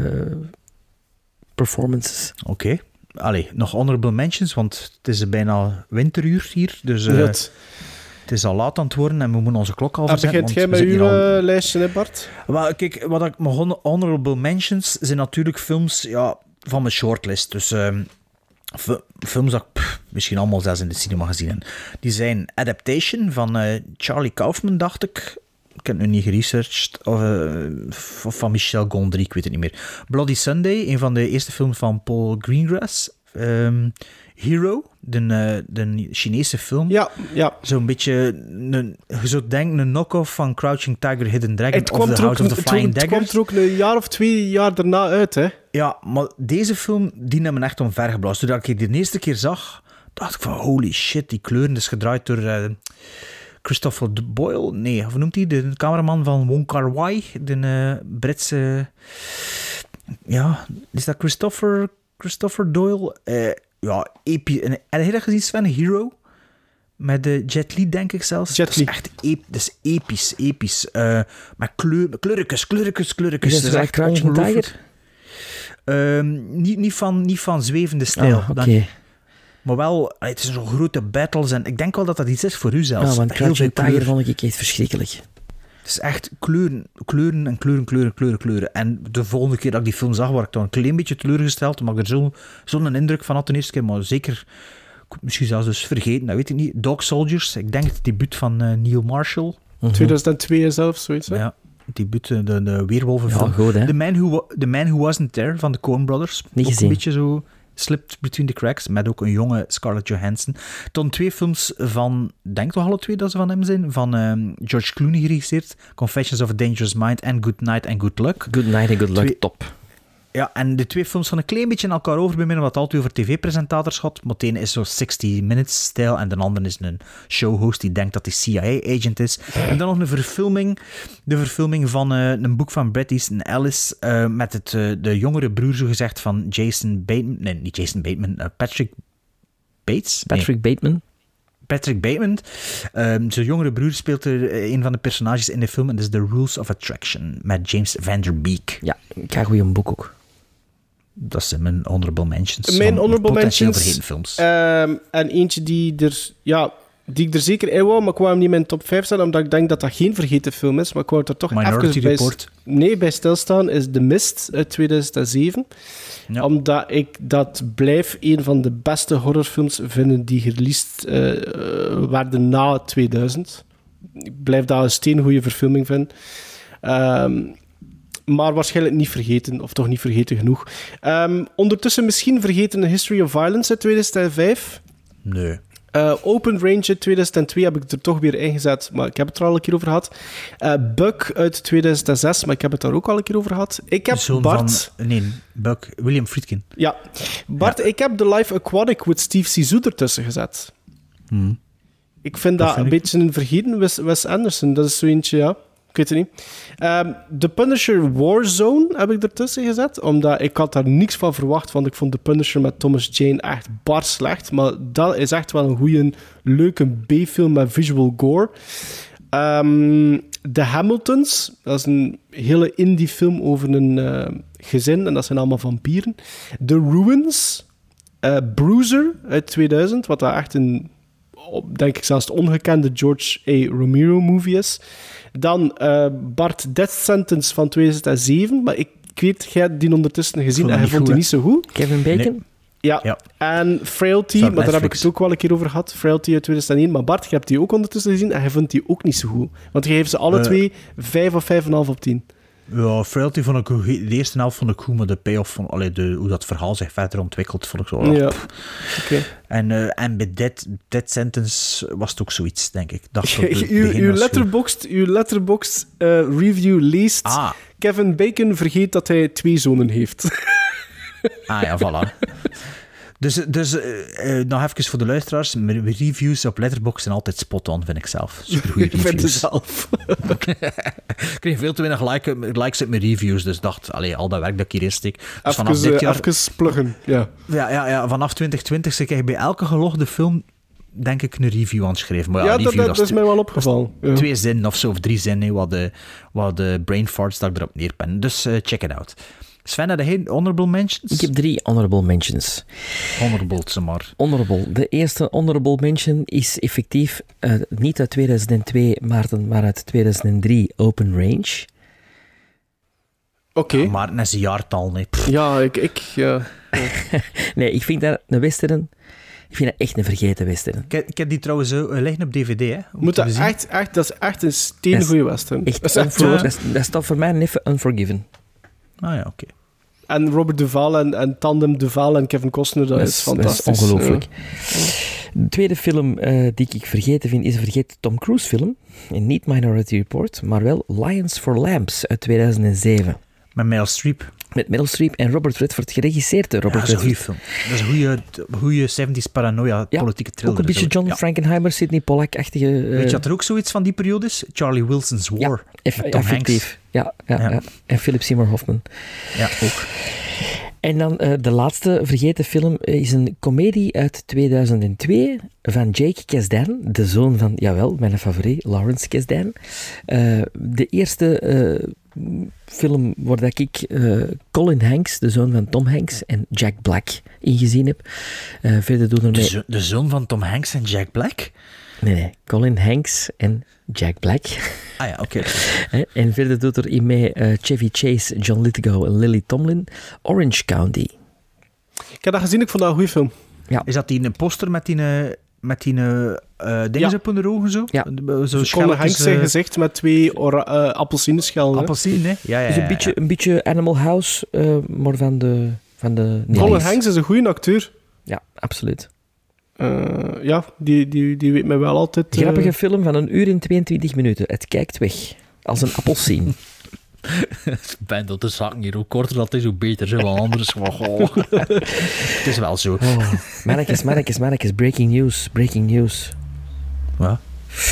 performances. Oké. Allee, nog honorable mentions, want het is bijna winteruur hier. Dus het is al laat aan het worden en we moeten onze klok al verzetten. Begint jij met uw lijstje, hè Bart? Well, kijk, mijn honorable mentions zijn natuurlijk films van mijn shortlist. Dus films dat ik misschien allemaal zelfs in de cinema gezien heb. Die zijn Adaptation van Charlie Kaufman, dacht ik. Ik heb het nu niet geresearched. Of van Michel Gondry, ik weet het niet meer. Bloody Sunday, een van de eerste films van Paul Greengrass. Hero, de Chinese film. Ja. Zo'n beetje, je zou denken, een knock-off van Crouching Tiger, Hidden Dragon of The House of the Flying Daggers. Het komt er ook een jaar of 2 jaar daarna uit, hè? Ja, maar deze film, die hebben me echt omvergeblazen. Toen ik die de eerste keer zag, dacht ik van, holy shit, die kleuren. is gedraaid door Christopher Boyle. Nee, hoe noemt hij? De cameraman van Wong Kar-wai. De Britse... Ja, is dat Christopher Doyle? Episch. En heb je dat gezien, Sven? Hero? Met de Jet Li, denk ik zelfs. Jet Li. Dat is echt episch. Maar kleurikjes. Is dat echt Crouching Tiger? Niet van zwevende stijl. Oké. Maar wel, het zijn zo'n grote battles en ik denk wel dat dat iets is voor u zelfs. Ja, want Crouching Tiger vond ik echt verschrikkelijk. Het is echt kleuren. En de volgende keer dat ik die film zag, was ik dan een klein beetje teleurgesteld, omdat ik er zo'n indruk van had de eerste keer, maar zeker, misschien zelfs dus vergeten, dat weet ik niet. Dog Soldiers, ik denk het debuut van Neil Marshall. 2002 zelfs, zoiets. Hè? Ja, debuut, de weerwolvenfilm. Ja, goed, hè? The Man Who Wasn't There van de Coen Brothers. Niet ook gezien. Een beetje zo... Slipped Between the Cracks, met ook een jonge Scarlett Johansson. Toen 2 films van, denk toch alle 2 dat ze van hem zijn, van George Clooney geregisseerd. Confessions of a Dangerous Mind en Good Night and Good Luck. Good Night and Good Luck, top. Ja, en de twee films gaan een klein beetje in elkaar overbeminnen, wat altijd over tv-presentators gaat. Maar de ene is zo 60 Minutes-stijl en de andere is een showhost die denkt dat hij CIA-agent is. En dan nog de verfilming van een boek van Bret Easton Ellis met de jongere broer, zogezegd, van Jason Bateman. Nee, niet Jason Bateman, Patrick Bates? Patrick Bateman. Zijn jongere broer speelt een van de personages in de film en dat is The Rules of Attraction met James Van Der Beek. Ja, ik krijg weer een boek ook. Dat zijn mijn honorable mentions. Mijn honorable mentions. Vergeten films. En eentje die ik er zeker in wou, maar ik wou hem niet in mijn top 5 zetten, omdat ik denk dat dat geen vergeten film is. Maar ik wou het er toch Minority even Report. bij stilstaan, is The Mist uit 2007. Ja. Omdat ik dat blijf een van de beste horrorfilms vinden die gereleased werden na 2000. Ik blijf dat een steengoeie verfilming vinden. Maar waarschijnlijk niet vergeten, of toch niet vergeten genoeg. Ondertussen misschien vergeten History of Violence uit 2005. Nee. Open Range uit 2002 heb ik er toch weer ingezet, maar ik heb het er al een keer over gehad. Buck uit 2006, maar ik heb het daar ook al een keer over gehad. Ik heb Bart... Buck, William Friedkin. Ja. Bart, ik heb The Life Aquatic with Steve Zissou ertussen gezet. Ik vind dat een beetje een vergeten Wes Anderson. Dat is zo eentje, ja. Ik weet het niet. The Punisher Warzone heb ik ertussen gezet, omdat ik had daar niks van verwacht, want ik vond The Punisher met Thomas Jane echt bar slecht, maar dat is echt wel een goede, leuke B-film met visual gore. The Hamiltons, dat is een hele indie film over een gezin, en dat zijn allemaal vampieren. The Ruins, Bruiser uit 2000, wat dat echt een, denk ik zelfs de ongekende George A. Romero movie is. Dan Bart, Death Sentence van 2007, maar ik weet, jij hebt die ondertussen gezien en hij vond die niet zo goed. Kevin Bacon? Nee. Ja, en Frailty, maar daar heb ik het ook wel een keer over gehad. Frailty uit 2001, maar Bart, je hebt die ook ondertussen gezien en hij vond die ook niet zo goed. Want je geeft ze alle twee 5 of 5,5 op 10. Ja, Frailty vond ik goed. De eerste helft vond ik goed, maar de payoff van hoe dat verhaal zich verder ontwikkelt, vond ik zo. Ja, oké. En bij Dead Sentence was het ook zoiets, denk ik. Uw Letterboxd review leest... Kevin Bacon vergeet dat hij 2 zonen heeft. Ja, voilà. Dus nog even voor de luisteraars. Mijn reviews op Letterboxd zijn altijd spot-on, vind ik zelf. Supergoeie reviews. Ik vind het zelf. Ik kreeg veel te weinig likes uit mijn reviews, dus dacht, al dat werk dat ik hierin steek. Dus even, vanaf dit jaar... Even pluggen, ja. Ja, vanaf 2020 krijg ik bij elke gelogde film, denk ik, een review aan het schrijven. Maar dat is mij wel opgevallen. 2 zinnen of zo, of 3 zinnen, wat de brain farts dat ik erop neerpen. Dus check it out. Sven, had je honorable mentions? Ik heb 3 honorable mentions. Honorable. De eerste honorable mention is effectief niet uit 2002, maar uit 2003, Open Range. Oké. Ja, maar dat is een jaartal, nee. Ja, ja. Nee, ik vind dat een western... Ik vind dat echt een vergeten western. Ik heb die trouwens liggen op DVD, hè. Dat is echt een steengoeie western. Dat staat voor mij even Unforgiven. Ah ja, oké. En Robert Duvall en tandem Duvall en Kevin Costner, dat is fantastisch. Dat is ongelooflijk. De tweede film die ik vergeten vind, is een vergeten Tom Cruise film. En niet Minority Report, maar wel Lions for Lambs uit 2007. Met Meryl Streep. Met Meryl Streep en Robert Redford, geregisseerd door Robert Redford. Dat is een goede film. Dat is een goede 70s paranoia, politieke thriller. Ook een beetje John Frankenheimer, Sidney Pollack-achtige... Weet je wat er ook zoiets van die periode is? Charlie Wilson's War. Met Tom Hanks. Ja. En Philip Seymour Hoffman. Ja, ook. En dan de laatste vergeten film is een komedie uit 2002 van Jake Kasdan, de zoon van, jawel, mijn favoriet, Lawrence Kasdan. De eerste film waar ik Colin Hanks, de zoon van Tom Hanks, en Jack Black ingezien heb. Verder doen er mee... De zoon van Tom Hanks en Jack Black? Nee. Colin Hanks en Jack Black. Ah ja, oké. En verder doet er in mee Chevy Chase, John Lithgow en Lily Tomlin. Orange County. Ik heb dat gezien, ik vond dat een goede film. Ja. Is dat die poster met die dingen op hun ogen zo? Ja. Zo Colin Hanks zijn gezicht met 2 appelsineschellen. Appelsine, hè? Ja. Dus een beetje Animal House, maar van de Colin Hanks is een goede acteur. Ja, absoluut. Die weet mij wel altijd... Grappige film van 1 uur en 22 minuten. Het kijkt weg. Als een appelsien. Ben dat de zakken hier, hoe korter dat is, hoe beter. Zo, want anders... Het is wel zo. Oh, mannetjes, breaking news. Wat?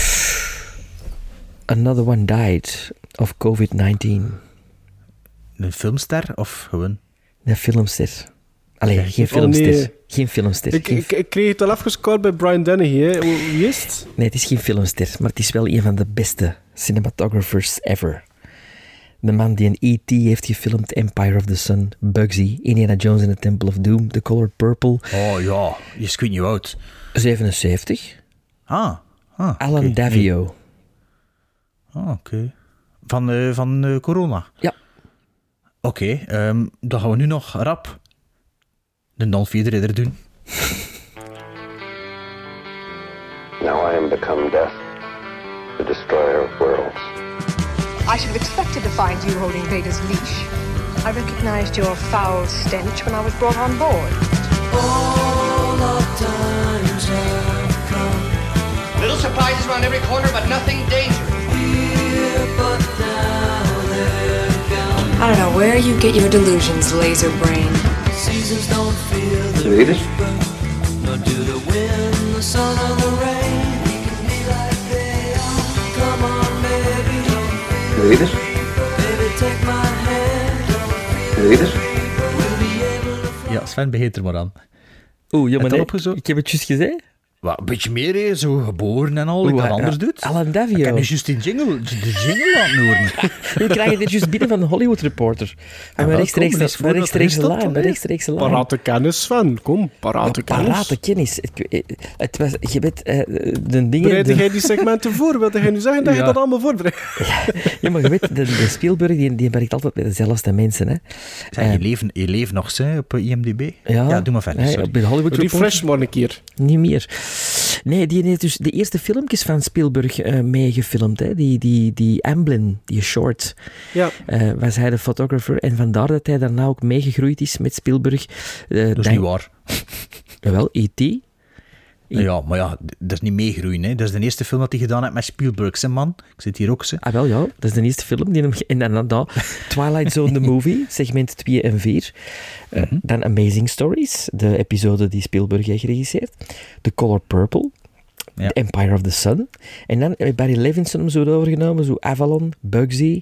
Another one died of COVID-19. Een filmster of gewoon? Een filmster. Allee, geen filmster. Nee. Geen filmster. Ik kreeg het al afgescoord bij Brian Dennehy, hè. Wie is het? Nee, het is geen filmster, maar het is wel een van de beste cinematographers ever. De man die een E.T. heeft gefilmd, Empire of the Sun, Bugsy, Indiana Jones and the Temple of Doom, The Color Purple. Oh ja, je is niet oud. 77. Alan Davio. Nee. Oké. Van corona? Ja. Oké, dan gaan we nu nog rap de Dolph Ridder doen. Now I am become death, the destroyer of worlds. I should have expected to find you holding Vader's leash. I recognized your foul stench when I was brought on board. All our times have come. Little surprises around every corner, but nothing dangerous. Here, but now they're gone. I don't know where you get your delusions, laser brain. Seasons don't feel the reaper, nor do the wind, the sun, or the rain. We can be like they are. Come on, baby, don't feel the reaper. Baby, take my hand, don't feel the reaper. We'll be able to fly. Ja, Sven, begint er maar aan. Oeh, ja, maar nee, ik heb het juist gezegd. Wat, een beetje meer, hè? Zo geboren en al, ik dat anders doet. Alan Davio. Ik kan nu juist de jingle laten horen. We krijgen dit juist binnen van de Hollywood Reporter. Van rechtstreekse lijn. Parate kennis, Sven. Kom, parate kennis. Het was, je weet, de dingen... Bereidde jij die segmenten voor? Wilde jij nu zeggen dat je dat allemaal voorbereidt? Ja, maar je weet, de Spielberg, die werkt altijd met dezelfde mensen. Hè. Zeg, je leeft nog, hè, op IMDb? Ja, doe maar verder. Bij de Hollywood Reporter. Refresh maar een keer. Niet meer. Nee, die heeft dus de eerste filmpjes van Spielberg meegefilmd. Hè. Die Amblin, die short, was hij de photographer. En vandaar dat hij daarna ook meegegroeid is met Spielberg. Dat is niet waar. Jawel, E.T. Ja, maar ja, dat is niet meegroeien. Hè. Dat is de eerste film dat hij gedaan heeft met Spielberg, hè, man. Ik zit hier ook, ze. Ah, wel ja, dat is de eerste film. En dan Twilight Zone, the movie, segment 2 en 4. Dan Amazing Stories, de episode die Spielberg heeft geregisseerd. The Color Purple. The Empire of the Sun. En dan Barry Levinson zo overgenomen, zo Avalon, Bugsy,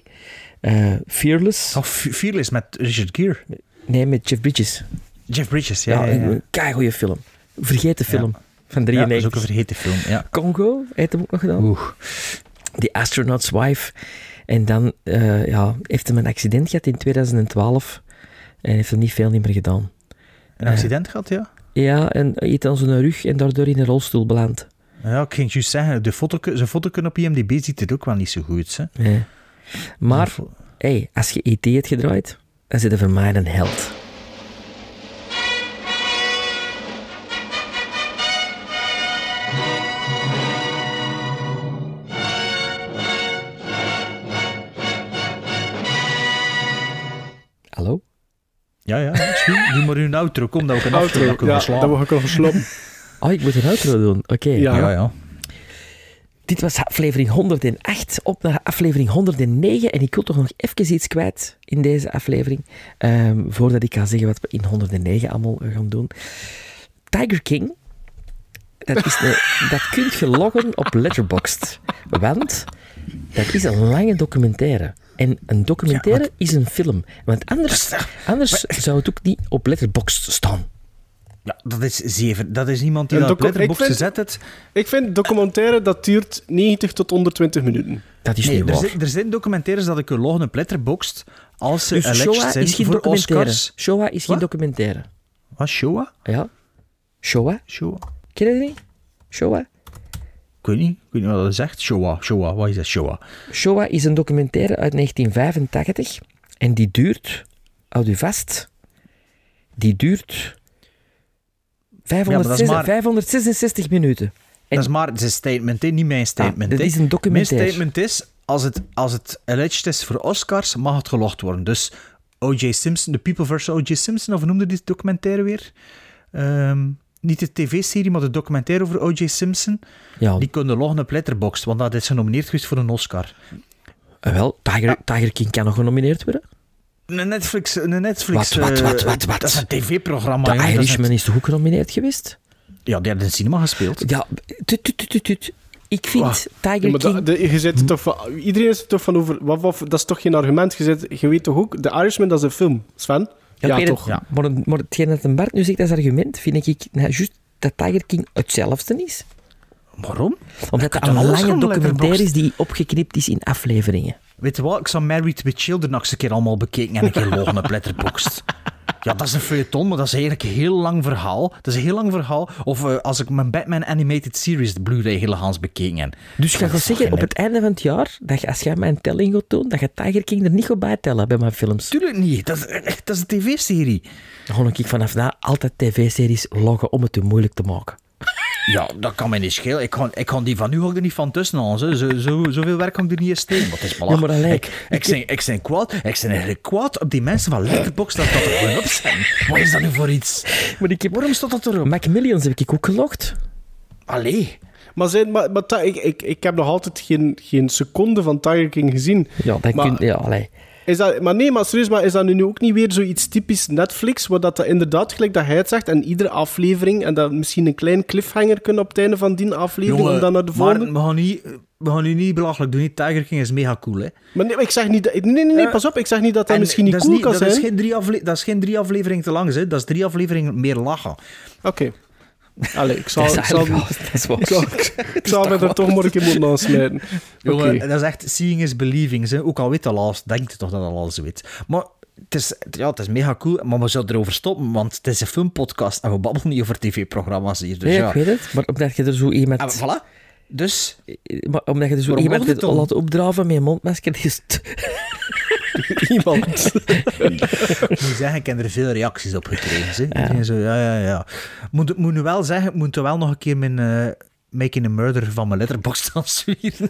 Fearless. Oh, Fearless met Richard Gere? Nee, met Jeff Bridges. Jeff Bridges, ja. Een keigoeie film. Vergeet de film. Van 93. Ja, dat is ook een vergeten film, ja. Congo, heeft hem ook nog gedaan. The Astronaut's Wife. En dan heeft hem een accident gehad in 2012. En heeft hem niet meer gedaan. Een accident gehad, ja? Ja, en hij heeft aan zijn rug en daardoor in een rolstoel beland. Ja, ik ging juist zeggen, zijn foto op IMDb ziet het ook wel niet zo goed, hè? Nee. Maar, als je E.T. hebt gedraaid, dan zit er voor mij een held. Hallo? Ja, misschien. Doe maar een outro. Kom, dat we een outro kunnen slapen. Dat we kunnen slapen. Oh, ik moet een outro doen. Oké. Ja. Dit was aflevering 108, op naar aflevering 109. En ik wil toch nog even iets kwijt in deze aflevering. Voordat ik ga zeggen wat we in 109 allemaal gaan doen. Tiger King, dat kun je loggen op Letterboxd. Want dat is een lange documentaire. En een documentaire is een film. Want anders zou het ook niet op Letterboxd staan. Ja, dat is iemand die dat op Letterboxd gezet heeft. Ik vind documentaire, dat duurt 90 tot 120 minuten. Dat is niet waar. Er zijn documentaires dat ik wil loggen op Letterboxd als ze dus alleged zijn voor Oscars. Shoah is geen documentaire. Wat, Shoah? Ja. Shoah? Ken je dat niet? Shoah? Ik weet niet wat dat zegt. Shoah, wat is dat, Shoah? Shoah is een documentaire uit 1985 en die duurt, houd u vast, 566 minuten. Dat is maar een statement, niet mijn statement. Dat is een documentaire. Mijn statement is, als het alleged is voor Oscars, mag het gelogd worden. Dus O.J. Simpson, The People vs. O.J. Simpson, of noemde die documentaire weer? Niet de tv-serie, maar de documentaire over O.J. Simpson. Ja. Die kunnen loggen op Letterboxd, want dat is genomineerd geweest voor een Oscar. Wel, Tiger King kan nog genomineerd worden. Een Netflix... Wat? Dat is een tv-programma. The Irishman is toch ook genomineerd geweest? Ja, die had in cinema gespeeld. Ja, ik vind Tiger King... Je zit er toch van, iedereen is er toch van over... Dat is toch geen argument? Je weet toch ook... The Irishman, dat is een film, Sven? Ja, toch? Ja. Maar hetgeen dat een Bart nu zegt als argument, vind ik juist dat Tiger King hetzelfde is. Waarom? Omdat het een lange documentaire is die opgeknipt is in afleveringen. Weet je wat? Ik zou Married with Children nog eens een keer allemaal bekeken en een keer logen op Letterboxd. Ja, dat is een feuilleton, maar dat is eigenlijk een heel lang verhaal. Dat is een heel lang verhaal. Of als ik mijn Batman Animated Series, de Blu-ray, helemaal bekeken heb. Dus ga je zeggen, op het einde van het jaar, dat als jij mij een telling gaat doen, dat je Tiger King er niet gaat bijtellen bij mijn films? Tuurlijk niet. Dat is een tv-serie. Dan ga ik vanaf daar altijd tv-series loggen om het te moeilijk te maken. Ja, dat kan mij niet schelen. Ik kan die van nu ook er niet van tussen halen. Zoveel werk kan ik er niet in steken. Dat is belachelijk. Ja, ik ben kwaad. Ik ben eigenlijk kwaad op die mensen van Letterboxd dat er gewoon op zijn. Wat is dat nu voor iets? Waarom staat dat erop? Macmillions heb ik ook gelogd. Allee. Maar ik heb nog altijd geen seconde van Tiger King gezien. Ja, dat kun je... Ja, allee. Maar serieus, maar is dat nu ook niet weer zoiets typisch Netflix, waar dat inderdaad, gelijk dat hij het zegt, en iedere aflevering, en dat misschien een klein cliffhanger kunnen op het einde van die aflevering, jongen, om dan naar de volgende... Maar we gaan nu niet belachelijk doen. Tiger King is mega cool, hè. Maar nee, ik zeg niet... Nee, pas op. Ik zeg niet dat hij misschien niet cool kan zijn. Dat is geen 3 afleveringen te lang, hè. Dat is 3 afleveringen meer lachen. Oké. Allee, ik zal me er toch maar een keer moeten aansmijten. Jongen, dat is echt seeing is believing. Hè. Ook al weet al alles, denkt je toch dat al alles weet. Maar het is mega cool, maar we zouden erover stoppen, want het is een filmpodcast en we babbelen niet over tv-programma's hier. Dus nee, ik weet het, maar omdat je er zo iemand... Voilà. Dus... Maar omdat je er zo iemand laat opdraven met een mondmasker, is het... Iemand. Ik moet zeggen, ik heb er veel reacties op gekregen. Ja. Zo, ja. Moet nu wel zeggen, ik moet er wel nog een keer mijn Making a Murder van mijn Letterboxd aansturen.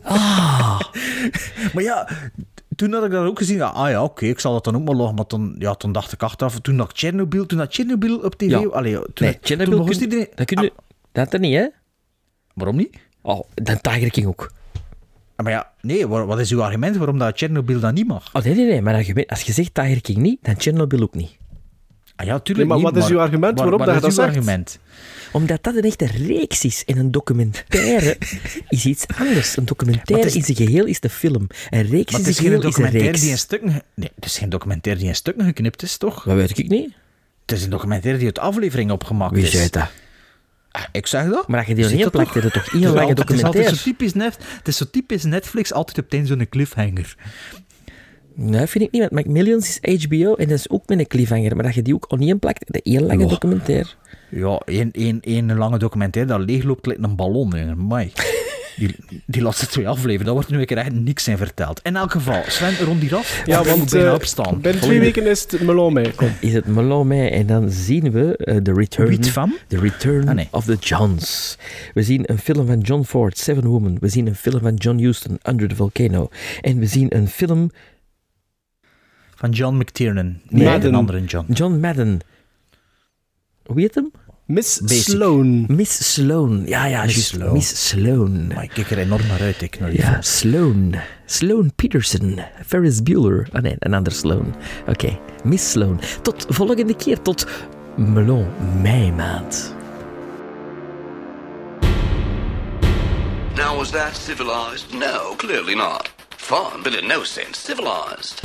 Maar ja, toen had ik dat ook gezien. Oké, ik zal dat dan ook maar loggen. Maar toen dacht ik achteraf, toen dat Chernobyl op tv... Ja. Chernobyl moest iedereen... Dat er niet, hè? Waarom niet? Dan Tiger King ook. Maar ja, nee, wat is uw argument waarom dat Chernobyl dan niet mag? Nee, maar als je zegt Tiger King niet, dan Chernobyl ook niet. Ja, tuurlijk maar niet. Wat is uw argument waarom dat je dat zegt? Argument? Omdat dat een echte reeks is. En een documentaire is iets anders. Een documentaire in zijn geheel is de film. Een reeks in zijn geheel is een reeks. Nee, het is geen documentaire die in stukken geknipt is, toch? Dat weet ik niet. Het is een documentaire die uit afleveringen opgemaakt is. Wie zei dat? Ik zeg dat. Maar als je die niet plakt, is het toch één lange documentaire? Het is zo typisch Netflix, altijd op het einde zo'n cliffhanger. Nee, vind ik niet, want Macmillions is HBO en dat is ook met een cliffhanger. Maar dat je die ook al niet plakt, de één lange documentaire. Ja, één lange documentaire dat leegloopt lijkt een ballon. Amai. Die laatste 2 afleveringen, daar wordt nu een keer echt niks in verteld. In elk geval, Sven, rond die af. Ja, want binnen 2 weken is het melon mee. Is het melon mee en dan zien we The Return of the Johns. We zien een film van John Ford, Seven Women. We zien een film van John Huston, Under the Volcano. En we zien een film... van John McTiernan. Nee, een andere John. John Madden. Hoe heet hem? Miss Sloan. Miss Sloan. Ja, Miss Sloan. Maar ik kijk er enorm naar uit. Ja, Sloan. Sloan Peterson. Ferris Bueller. Oh nee, een ander Sloan. Oké, Miss Sloan. Tot volgende keer. Tot melon meimaand. Now was that civilized? No, clearly not. Fun, but in no sense civilized.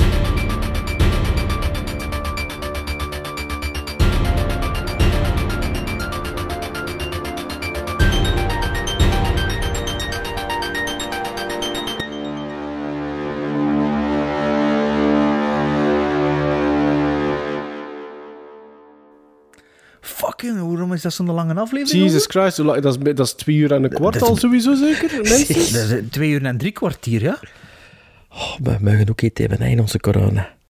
Waarom is dat zo'n lange aflevering? Jesus Christ, dat is 2 uur en een kwart al sowieso zeker, mensen? Dat is 2 uur en 3 kwartier, ja? We mogen ook iets hebben in onze corona.